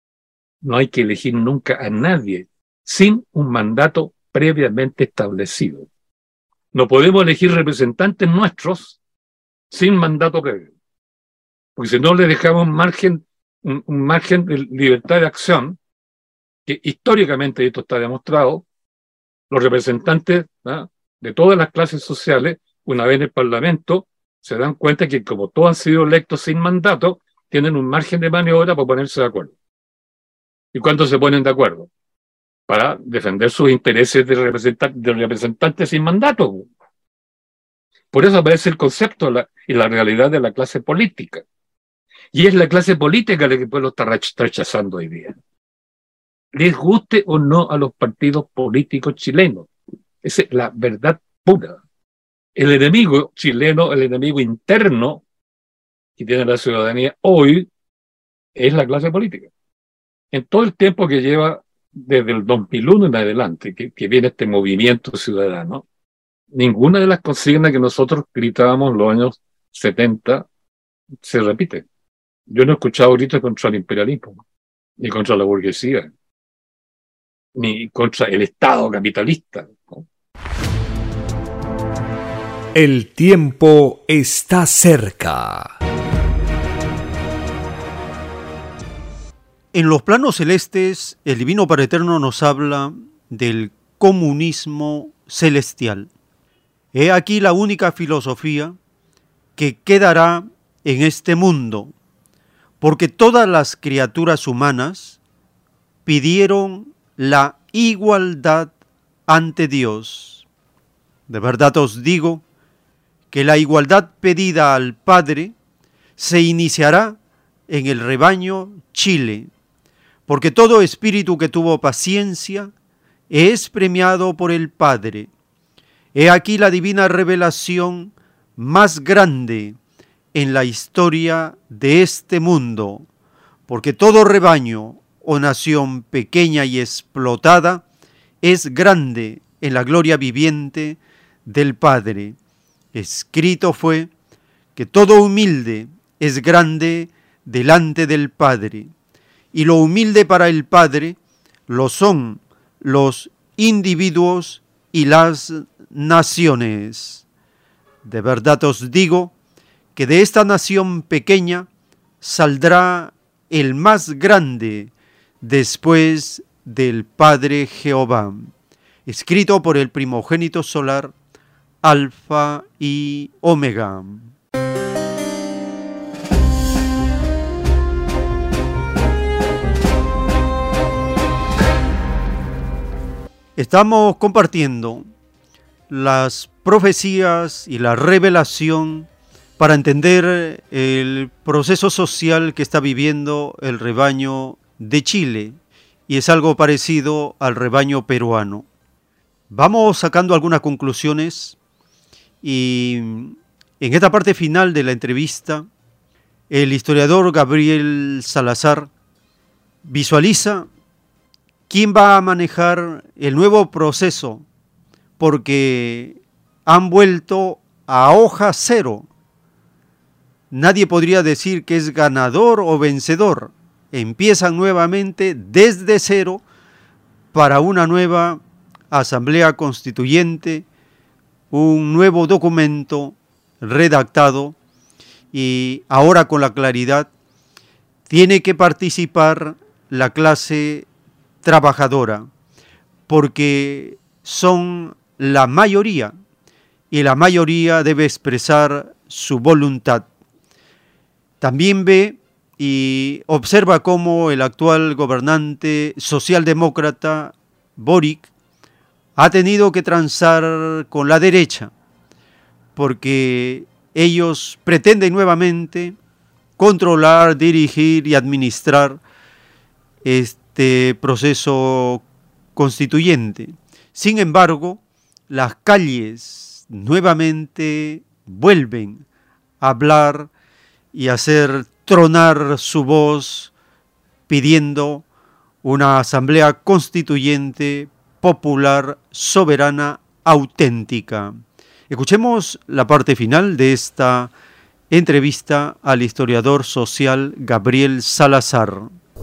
No hay que elegir nunca a nadie sin un mandato previamente establecido. No podemos elegir representantes nuestros sin mandato previo. Porque si no le dejamos margen, un, un margen de libertad de acción, que históricamente esto está demostrado, Los representantes, ¿ah?, de todas las clases sociales, una vez en el Parlamento, se dan cuenta que como todos han sido electos sin mandato, tienen un margen de maniobra para ponerse de acuerdo. ¿Y cuándo se ponen de acuerdo? Para defender sus intereses de, representar, de representantes sin mandato. Por eso aparece el concepto la, y la realidad de la clase política. Y es la clase política la que el pueblo está rechazando hoy día. Les guste o no a los partidos políticos chilenos. Esa es la verdad pura. El enemigo chileno, el enemigo interno que tiene la ciudadanía hoy, es la clase política. En todo el tiempo que lleva desde el dos mil uno en adelante, que, que viene este movimiento ciudadano, ninguna de las consignas que nosotros gritábamos en los años setenta se repite. Yo no he escuchado gritos contra el imperialismo, ni contra la burguesía, ni contra el Estado capitalista, ¿no? El tiempo está cerca. En los planos celestes, el Divino Padre Eterno nos habla del comunismo celestial. He aquí la única filosofía que quedará en este mundo, porque todas las criaturas humanas pidieron la igualdad ante Dios. De verdad os digo que la igualdad pedida al Padre se iniciará en el rebaño Chile, porque todo espíritu que tuvo paciencia es premiado por el Padre. He aquí la divina revelación más grande en la historia de este mundo, porque todo rebaño o nación pequeña y explotada es grande en la gloria viviente del Padre. Escrito fue que todo humilde es grande delante del Padre, y lo humilde para el Padre lo son los individuos y las naciones. De verdad os digo que de esta nación pequeña saldrá el más grande después del Padre Jehová. Escrito por el primogénito solar, Alfa y Omega. Estamos compartiendo las profecías y la revelación para entender el proceso social que está viviendo el rebaño de Chile, y es algo parecido al rebaño peruano. Vamos sacando algunas conclusiones, y en esta parte final de la entrevista, el historiador Gabriel Salazar visualiza quién va a manejar el nuevo proceso, porque han vuelto a hoja cero. Nadie podría decir que es ganador o vencedor. Empiezan nuevamente desde cero para una nueva asamblea constituyente, un nuevo documento redactado, y ahora con la claridad tiene que participar la clase trabajadora, porque son la mayoría, y la mayoría debe expresar su voluntad. También ve y observa cómo el actual gobernante socialdemócrata Boric ha tenido que transar con la derecha, porque ellos pretenden nuevamente controlar, dirigir y administrar este proceso constituyente. Sin embargo, las calles nuevamente vuelven a hablar y hacer tronar su voz pidiendo una asamblea constituyente popular, soberana, auténtica. Escuchemos la parte final de esta entrevista al historiador social Gabriel Salazar.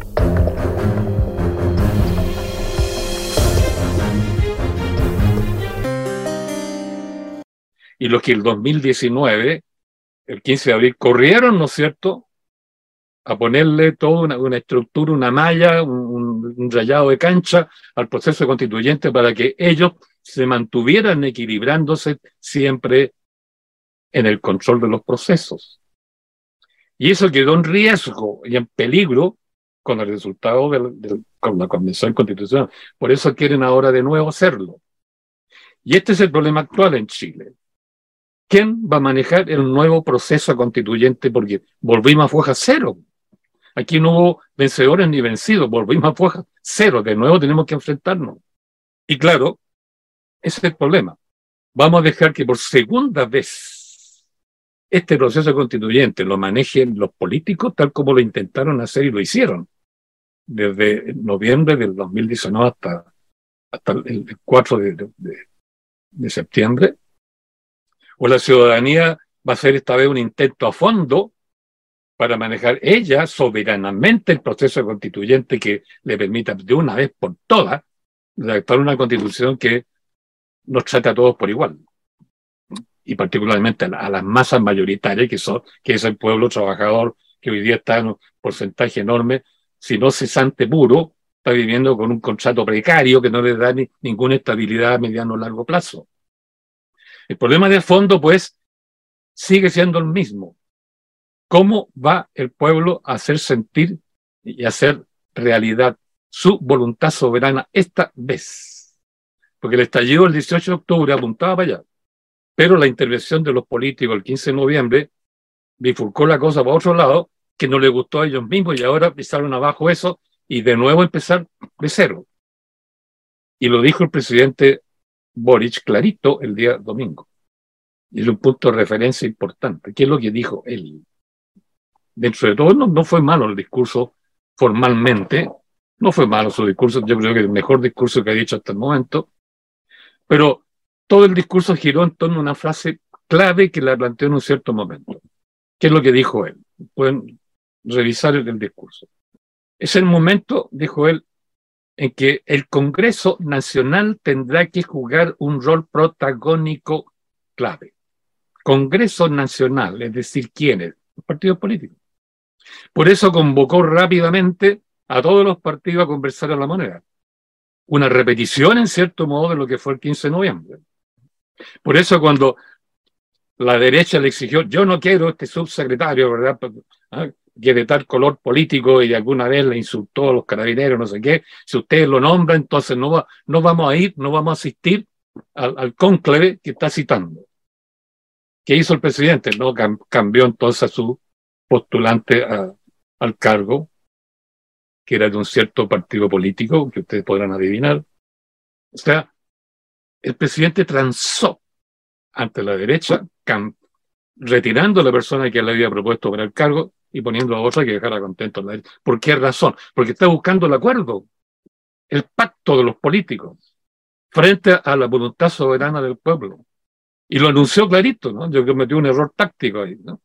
Y los que el dos mil diecinueve, el quince de abril, corrieron, ¿no es cierto?, a ponerle toda una, una estructura, una malla, un, un rayado de cancha al proceso constituyente para que ellos se mantuvieran equilibrándose siempre en el control de los procesos. Y eso quedó en riesgo y en peligro con el resultado del, del, con la Convención Constitucional. Por eso quieren ahora de nuevo hacerlo. Y este es el problema actual en Chile. ¿Quién va a manejar el nuevo proceso constituyente? Porque volvimos a foja cero. Aquí no hubo vencedores ni vencidos, volvimos a foja cero. De nuevo tenemos que enfrentarnos. Y claro, ese es el problema. Vamos a dejar que por segunda vez este proceso constituyente lo manejen los políticos tal como lo intentaron hacer y lo hicieron. Desde noviembre del dos mil diecinueve hasta, hasta el cuatro de, de, de septiembre. O la ciudadanía va a hacer esta vez un intento a fondo para manejar ella soberanamente el proceso constituyente que le permita de una vez por todas redactar una constitución que nos trate a todos por igual. Y particularmente a, la, a las masas mayoritarias que son, que es el pueblo trabajador que hoy día está en un porcentaje enorme, si no cesante puro, está viviendo con un contrato precario que no le da ni, ninguna estabilidad a mediano o largo plazo. El problema de fondo, pues, sigue siendo el mismo. ¿Cómo va el pueblo a hacer sentir y hacer realidad su voluntad soberana esta vez? Porque el estallido del dieciocho de octubre apuntaba para allá, pero la intervención de los políticos el quince de noviembre bifurcó la cosa para otro lado, que no les gustó a ellos mismos y ahora pisaron abajo eso y de nuevo empezar de cero. Y lo dijo el presidente Boric clarito el día domingo. Y es un punto de referencia importante. ¿Qué es lo que dijo él? Dentro de todo, no, no fue malo el discurso formalmente, no fue malo su discurso, yo creo que es el mejor discurso que ha dicho hasta el momento, pero todo el discurso giró en torno a una frase clave que la planteó en un cierto momento. ¿Qué es lo que dijo él? Pueden revisar el, el discurso. Es el momento, dijo él, en que el Congreso Nacional tendrá que jugar un rol protagónico clave. Congreso Nacional, es decir, ¿quiénes? Los partidos políticos. Por eso convocó rápidamente a todos los partidos a conversar a la moneda. Una repetición, en cierto modo, de lo que fue el quince de noviembre. Por eso cuando la derecha le exigió, yo no quiero este subsecretario, ¿verdad?, ¿ah?, que de tal color político y alguna vez le insultó a los carabineros, no sé qué, si ustedes lo nombran, entonces no, va, no vamos a ir, no vamos a asistir al, al cónclave que está citando. ¿Qué hizo el presidente? No cam cambió entonces a su postulante a, al cargo, que era de un cierto partido político, que ustedes podrán adivinar. O sea, el presidente transó ante la derecha, retirando a la persona que le había propuesto para el cargo y poniendo a otra que dejara contento a la derecha. ¿Por qué razón? Porque está buscando el acuerdo, el pacto de los políticos, frente a la voluntad soberana del pueblo. Y lo anunció clarito, ¿no? Yo cometí un error táctico ahí, ¿no?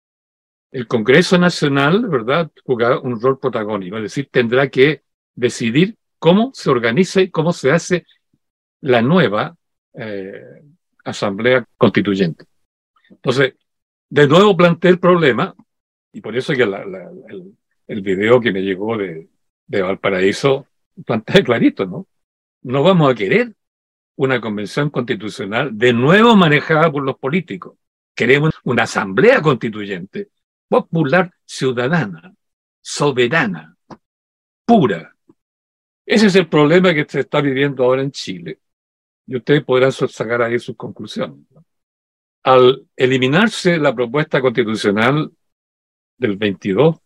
El Congreso Nacional, ¿verdad?, jugará un rol protagónico, es decir, tendrá que decidir cómo se organiza y cómo se hace la nueva eh, Asamblea Constituyente. Entonces, de nuevo planteé el problema, y por eso que la, la, el, el video que me llegó de, de Valparaíso plantea clarito, ¿no? No vamos a querer una convención constitucional de nuevo manejada por los políticos. Queremos una asamblea constituyente, popular, ciudadana, soberana, pura. Ese es el problema que se está viviendo ahora en Chile. Y ustedes podrán sacar ahí sus conclusiones, ¿no? Al eliminarse la propuesta constitucional del veintidós,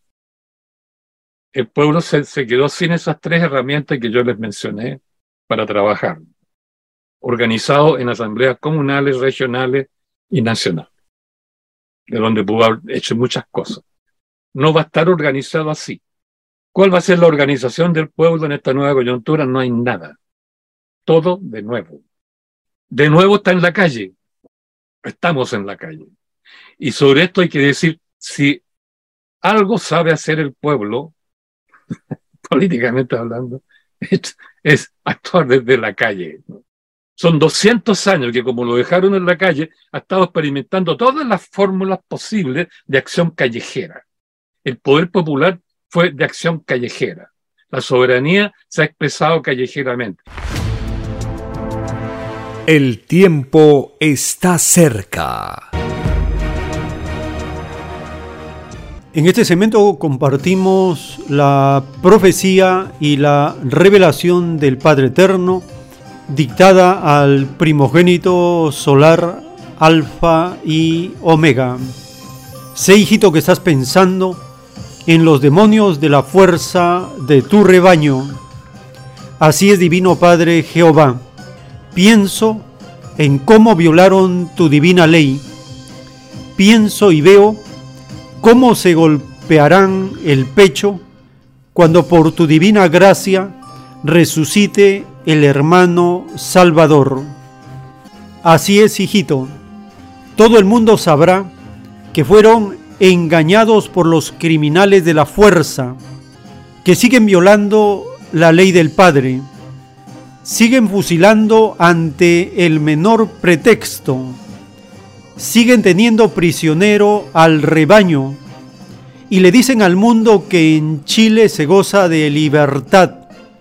el pueblo se, se quedó sin esas tres herramientas que yo les mencioné para trabajar, organizado en asambleas comunales, regionales y nacionales, de donde pudo haber hecho muchas cosas. No va a estar organizado así. ¿Cuál va a ser la organización del pueblo en esta nueva coyuntura? No hay nada. Todo de nuevo. De nuevo está en la calle. Estamos en la calle. Y sobre esto hay que decir, si algo sabe hacer el pueblo, políticamente hablando, es, es actuar desde la calle, ¿no? Son doscientos años que, como lo dejaron en la calle, ha estado experimentando todas las fórmulas posibles de acción callejera. El poder popular fue de acción callejera. La soberanía se ha expresado callejeramente. El tiempo está cerca. En este segmento compartimos la profecía y la revelación del Padre Eterno dictada al primogénito solar Alfa y Omega. Sé, hijito, que estás pensando en los demonios de la fuerza de tu rebaño. Así es, divino Padre Jehová. Pienso en cómo violaron tu divina ley. Pienso y veo cómo se golpearán el pecho cuando por tu divina gracia resucite el hermano Salvador. Así es, hijito. Todo el mundo sabrá que fueron engañados por los criminales de la fuerza, que siguen violando la ley del Padre, siguen fusilando ante el menor pretexto, siguen teniendo prisionero al rebaño y le dicen al mundo que en Chile se goza de libertad.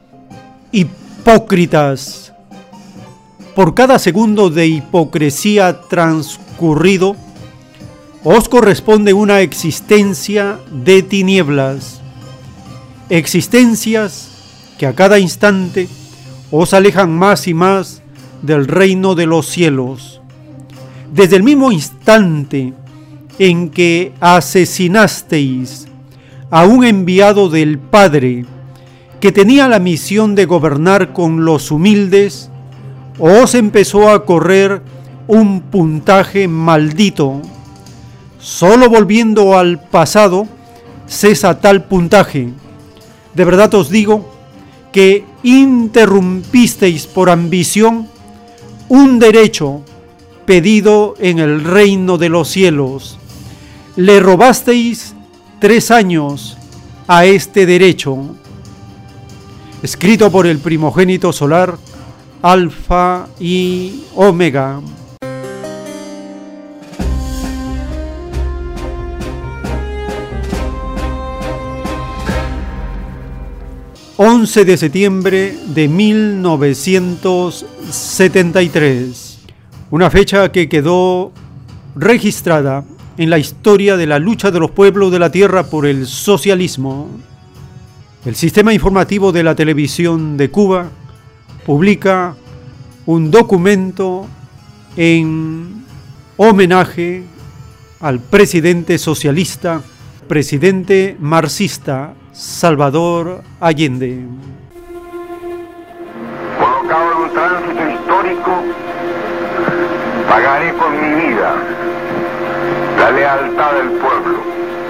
Hipócritas. Por cada segundo de hipocresía transcurrido, os corresponde una existencia de tinieblas, existencias que a cada instante os alejan más y más del reino de los cielos. Desde el mismo instante en que asesinasteis a un enviado del Padre que tenía la misión de gobernar con los humildes, os empezó a correr un puntaje maldito. Solo volviendo al pasado cesa tal puntaje. De verdad os digo que interrumpisteis por ambición un derecho pedido en el reino de los cielos. Le robasteis tres años a este derecho. Escrito por el primogénito solar, Alfa y Omega. once de septiembre de mil novecientos setenta y tres, una fecha que quedó registrada en la historia de la lucha de los pueblos de la tierra por el socialismo. El sistema informativo de la televisión de Cuba publica un documento en homenaje al presidente socialista, presidente marxista, Salvador Allende. Colocado en un tránsito histórico, pagaré con mi vida la lealtad del pueblo.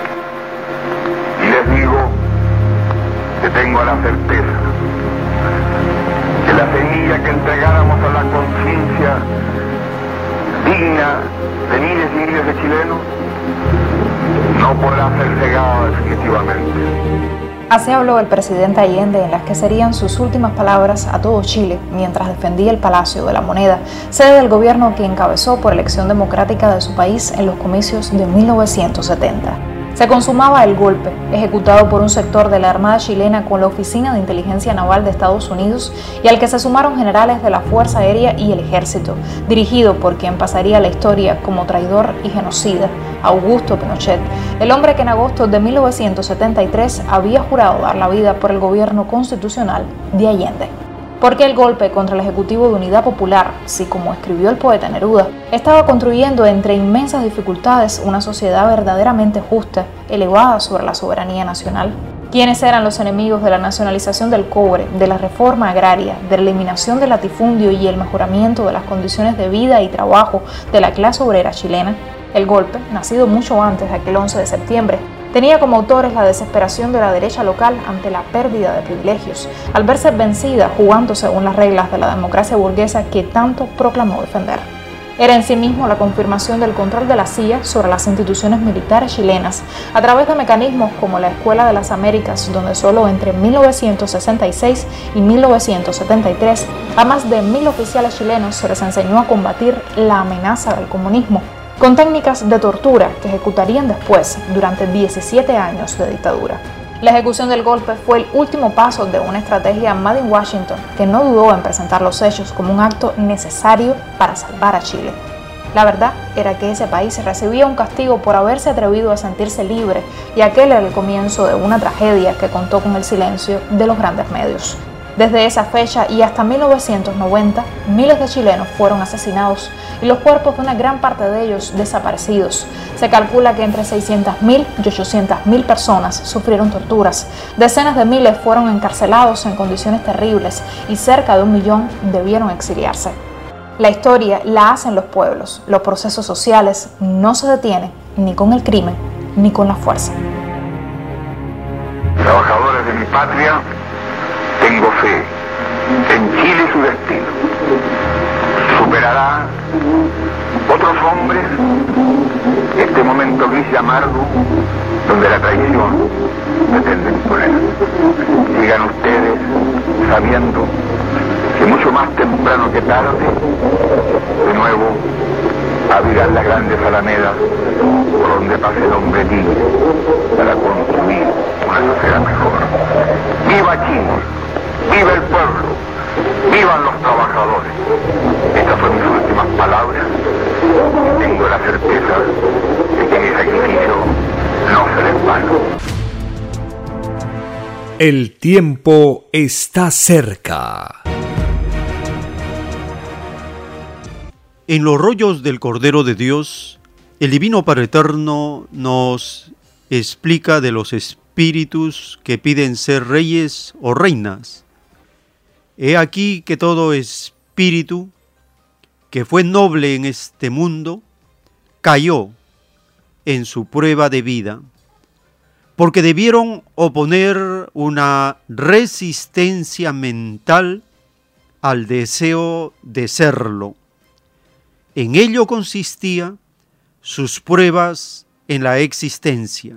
Y les digo que tengo la certeza que la semilla que entregáramos a la conciencia digna de miles y miles de chilenos no podrá ser cegada definitivamente. Así habló el presidente Allende en las que serían sus últimas palabras a todo Chile mientras defendía el Palacio de la Moneda, sede del gobierno que encabezó por elección democrática de su país en los comicios de mil novecientos setenta. Se consumaba el golpe, ejecutado por un sector de la Armada chilena con la Oficina de Inteligencia Naval de Estados Unidos y al que se sumaron generales de la Fuerza Aérea y el Ejército, dirigido por quien pasaría a la historia como traidor y genocida, Augusto Pinochet, el hombre que en agosto de mil novecientos setenta y tres había jurado dar la vida por el gobierno constitucional de Allende. Porque el golpe contra el Ejecutivo de Unidad Popular, si como escribió el poeta Neruda, estaba construyendo entre inmensas dificultades una sociedad verdaderamente justa, elevada sobre la soberanía nacional. ¿Quiénes eran los enemigos de la nacionalización del cobre, de la reforma agraria, de la eliminación del latifundio y el mejoramiento de las condiciones de vida y trabajo de la clase obrera chilena? El golpe, nacido mucho antes de aquel once de septiembre, tenía como autores la desesperación de la derecha local ante la pérdida de privilegios, al verse vencida jugando según las reglas de la democracia burguesa que tanto proclamó defender. Era en sí mismo la confirmación del control de la C I A sobre las instituciones militares chilenas, a través de mecanismos como la Escuela de las Américas, donde solo entre mil novecientos sesenta y seis y mil novecientos setenta y tres a más de mil oficiales chilenos se les enseñó a combatir la amenaza del comunismo, con técnicas de tortura que ejecutarían después durante diecisiete años de dictadura. La ejecución del golpe fue el último paso de una estrategia made in Washington que no dudó en presentar los hechos como un acto necesario para salvar a Chile. La verdad era que ese país recibía un castigo por haberse atrevido a sentirse libre y aquel era el comienzo de una tragedia que contó con el silencio de los grandes medios. Desde esa fecha y hasta mil novecientos noventa, miles de chilenos fueron asesinados y los cuerpos de una gran parte de ellos desaparecidos. Se calcula que entre seiscientas mil y ochocientas mil personas sufrieron torturas, decenas de miles fueron encarcelados en condiciones terribles y cerca de un millón debieron exiliarse. La historia la hacen los pueblos, los procesos sociales no se detienen ni con el crimen ni con la fuerza. Trabajadores de mi patria, tengo fe en Chile y su destino. Superará otros hombres este momento gris y amargo donde la traición pretende imponer. Sigan ustedes sabiendo que mucho más temprano que tarde, de nuevo, abrirán las grandes alamedas por donde pase el hombre libre para construir una sociedad mejor. ¡Viva Chile! ¡Viva el pueblo! ¡Vivan los trabajadores! Estas fueron mis últimas palabras. Tengo la certeza de que mi sacrificio no será en vano. El tiempo está cerca. En los rollos del Cordero de Dios, el Divino Padre Eterno nos explica de los espíritus que piden ser reyes o reinas. He aquí que todo espíritu que fue noble en este mundo cayó en su prueba de vida, porque debieron oponer una resistencia mental al deseo de serlo. En ello consistía sus pruebas en la existencia.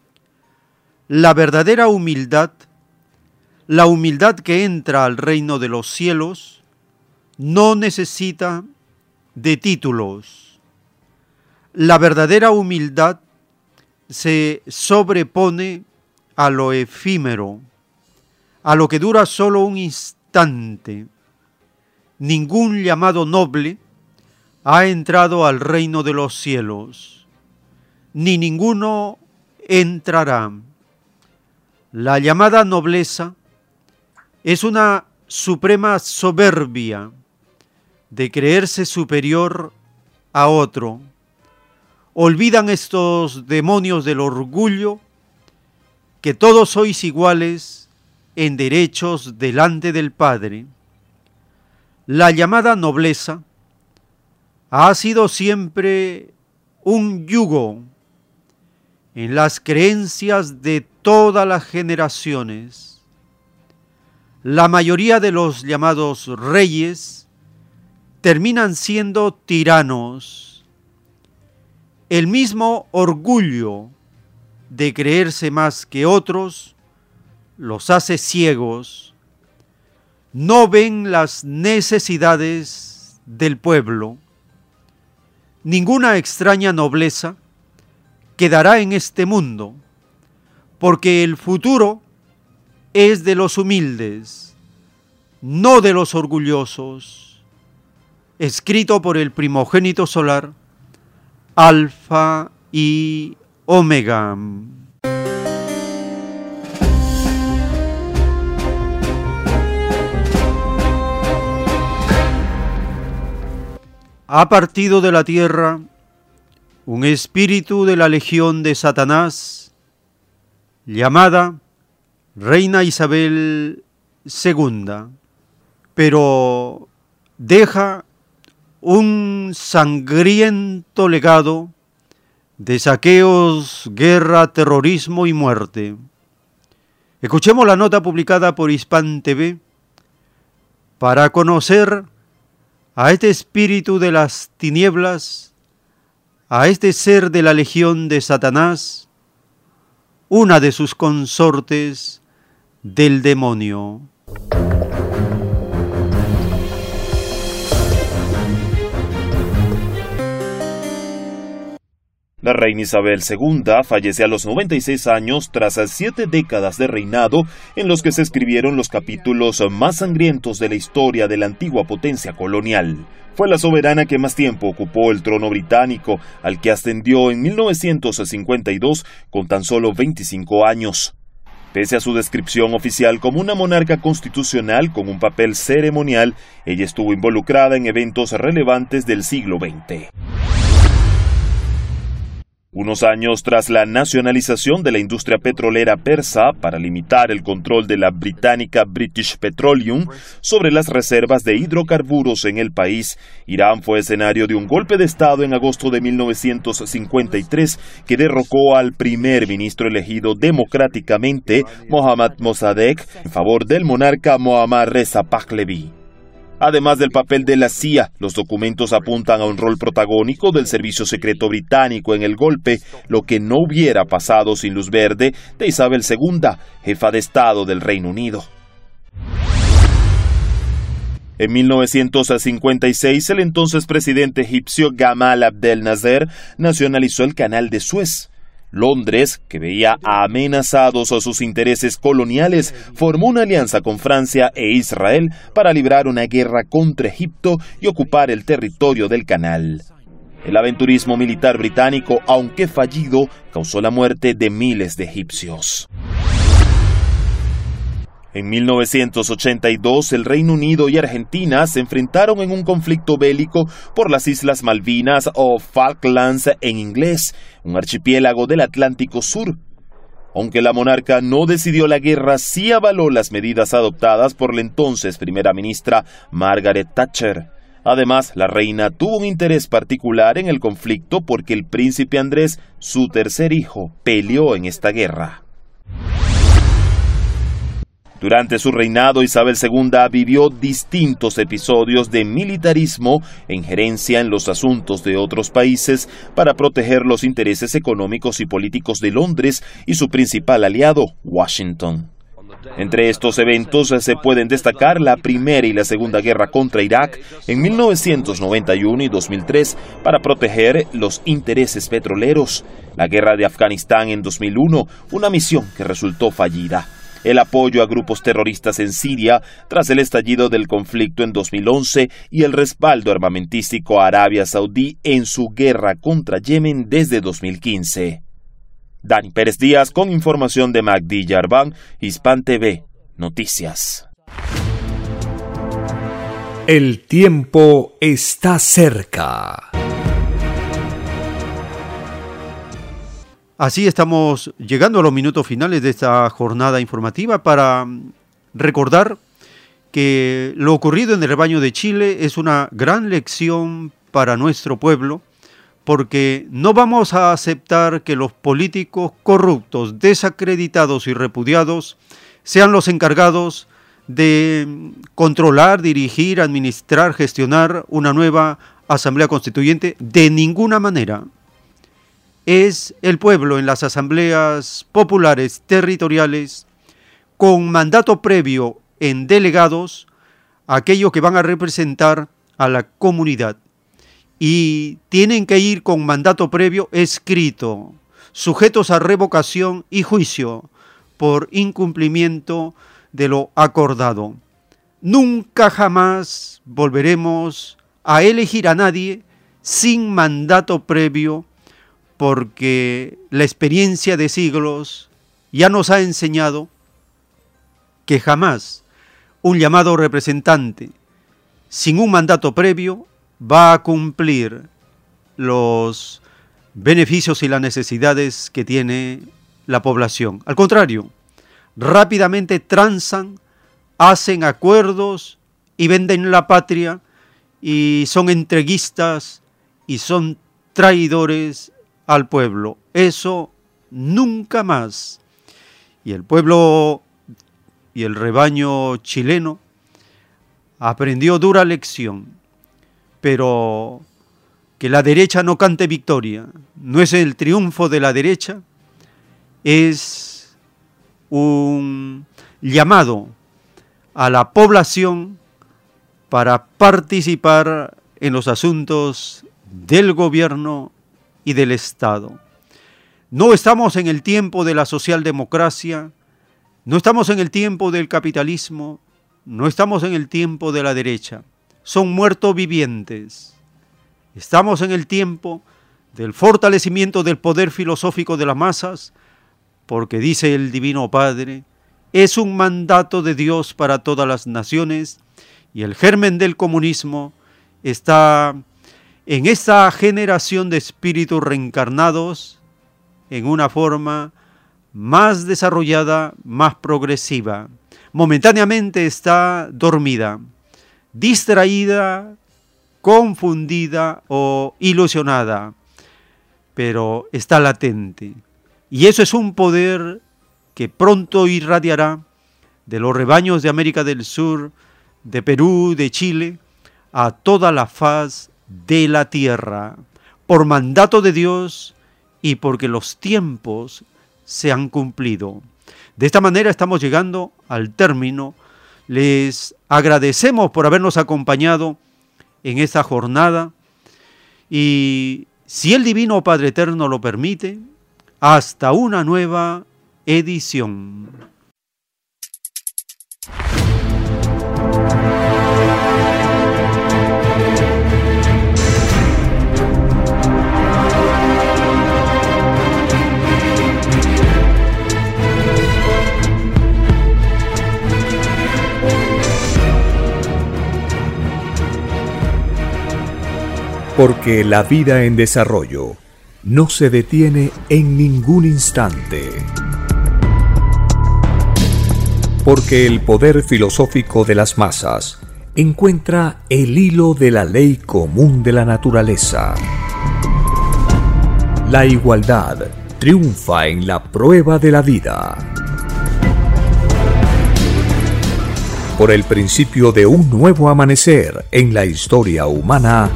La verdadera humildad, la humildad que entra al reino de los cielos, no necesita de títulos. La verdadera humildad se sobrepone a lo efímero, a lo que dura solo un instante. Ningún llamado noble ha entrado al reino de los cielos, ni ninguno entrará. La llamada nobleza es una suprema soberbia de creerse superior a otro. Olvidan estos demonios del orgullo que todos sois iguales en derechos delante del Padre. La llamada nobleza ha sido siempre un yugo en las creencias de todas las generaciones. La mayoría de los llamados reyes terminan siendo tiranos. El mismo orgullo de creerse más que otros los hace ciegos. No ven las necesidades del pueblo. Ninguna extraña nobleza quedará en este mundo, porque el futuro es de los humildes, no de los orgullosos. Escrito por el primogénito solar, Alfa y Omega. Ha partido de la tierra un espíritu de la legión de Satanás, llamada Reina Isabel segunda, pero deja un sangriento legado de saqueos, guerra, terrorismo y muerte. Escuchemos la nota publicada por Hispan T V para conocer a este espíritu de las tinieblas, a este ser de la legión de Satanás, una de sus consortes del demonio. La reina Isabel segunda fallece a los noventa y seis años tras siete décadas de reinado en los que se escribieron los capítulos más sangrientos de la historia de la antigua potencia colonial. Fue la soberana que más tiempo ocupó el trono británico, al que ascendió en mil novecientos cincuenta y dos con tan solo veinticinco años. Pese a su descripción oficial como una monarca constitucional con un papel ceremonial, ella estuvo involucrada en eventos relevantes del siglo veinte. Unos años tras la nacionalización de la industria petrolera persa para limitar el control de la británica British Petroleum sobre las reservas de hidrocarburos en el país, Irán fue escenario de un golpe de Estado en agosto de mil novecientos cincuenta y tres que derrocó al primer ministro elegido democráticamente, Mohammad Mossadegh, en favor del monarca Mohammad Reza Pahlavi. Además del papel de la C I A, los documentos apuntan a un rol protagónico del servicio secreto británico en el golpe, lo que no hubiera pasado sin luz verde de Isabel segunda, jefa de Estado del Reino Unido. En mil novecientos cincuenta y seis, el entonces presidente egipcio Gamal Abdel Nasser nacionalizó el Canal de Suez. Londres, que veía amenazados a sus intereses coloniales, formó una alianza con Francia e Israel para librar una guerra contra Egipto y ocupar el territorio del canal. El aventurismo militar británico, aunque fallido, causó la muerte de miles de egipcios. En mil novecientos ochenta y dos, el Reino Unido y Argentina se enfrentaron en un conflicto bélico por las Islas Malvinas o Falklands en inglés, un archipiélago del Atlántico Sur. Aunque la monarca no decidió la guerra, sí avaló las medidas adoptadas por la entonces primera ministra Margaret Thatcher. Además, la reina tuvo un interés particular en el conflicto porque el príncipe Andrés, su tercer hijo, peleó en esta guerra. Durante su reinado, Isabel segunda vivió distintos episodios de militarismo e injerencia en los asuntos de otros países para proteger los intereses económicos y políticos de Londres y su principal aliado, Washington. Entre estos eventos se pueden destacar la Primera y la Segunda Guerra contra Irak en mil novecientos noventa y uno y dos mil tres para proteger los intereses petroleros, la Guerra de Afganistán en dos mil uno, una misión que resultó fallida, el apoyo a grupos terroristas en Siria tras el estallido del conflicto en dos mil once y el respaldo armamentístico a Arabia Saudí en su guerra contra Yemen desde dos mil quince. Dani Pérez Díaz con información de Magdi Yarván, Hispan T V, Noticias. El tiempo está cerca. Así estamos llegando a los minutos finales de esta jornada informativa para recordar que lo ocurrido en el rebaño de Chile es una gran lección para nuestro pueblo, porque no vamos a aceptar que los políticos corruptos, desacreditados y repudiados sean los encargados de controlar, dirigir, administrar, gestionar una nueva Asamblea Constituyente de ninguna manera. Es el pueblo en las asambleas populares territoriales con mandato previo en delegados, aquellos que van a representar a la comunidad, y tienen que ir con mandato previo escrito, sujetos a revocación y juicio por incumplimiento de lo acordado. Nunca jamás volveremos a elegir a nadie sin mandato previo, porque la experiencia de siglos ya nos ha enseñado que jamás un llamado representante sin un mandato previo va a cumplir los beneficios y las necesidades que tiene la población. Al contrario, rápidamente transan, hacen acuerdos y venden la patria, y son entreguistas y son traidores al pueblo. Eso nunca más. Y el pueblo y el rebaño chileno aprendió dura lección, pero que la derecha no cante victoria. No es el triunfo de la derecha, es un llamado a la población para participar en los asuntos del gobierno y del Estado. No estamos en el tiempo de la socialdemocracia, no estamos en el tiempo del capitalismo, no estamos en el tiempo de la derecha. Son muertos vivientes. Estamos en el tiempo del fortalecimiento del poder filosófico de las masas, porque dice el Divino Padre, es un mandato de Dios para todas las naciones, y el germen del comunismo está en esta generación de espíritus reencarnados en una forma más desarrollada, más progresiva. Momentáneamente está dormida, distraída, confundida o ilusionada, pero está latente. Y eso es un poder que pronto irradiará de los rebaños de América del Sur, de Perú, de Chile, a toda la faz de la tierra, por mandato de Dios y porque los tiempos se han cumplido. De esta manera estamos llegando al término. Les agradecemos por habernos acompañado en esta jornada y, si el Divino Padre Eterno lo permite, hasta una nueva edición. Porque la vida en desarrollo no se detiene en ningún instante. Porque el poder filosófico de las masas encuentra el hilo de la ley común de la naturaleza. La igualdad triunfa en la prueba de la vida. Por el principio de un nuevo amanecer en la historia humana,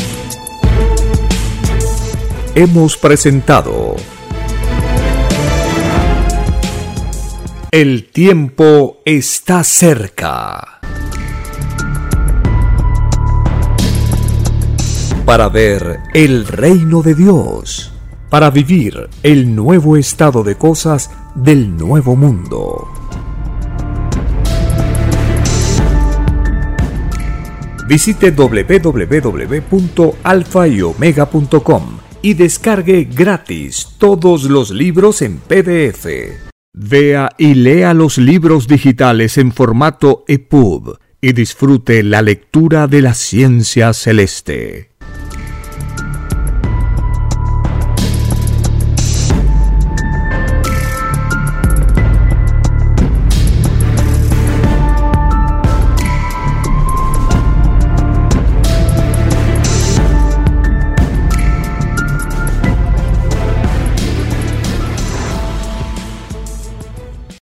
hemos presentado El tiempo está cerca. Para ver el reino de Dios, para vivir el nuevo estado de cosas del nuevo mundo. Visite doble u doble u doble u punto alfa y omega punto com y descargue gratis todos los libros en P D F. Vea y lea los libros digitales en formato E P U B y disfrute la lectura de la ciencia celeste.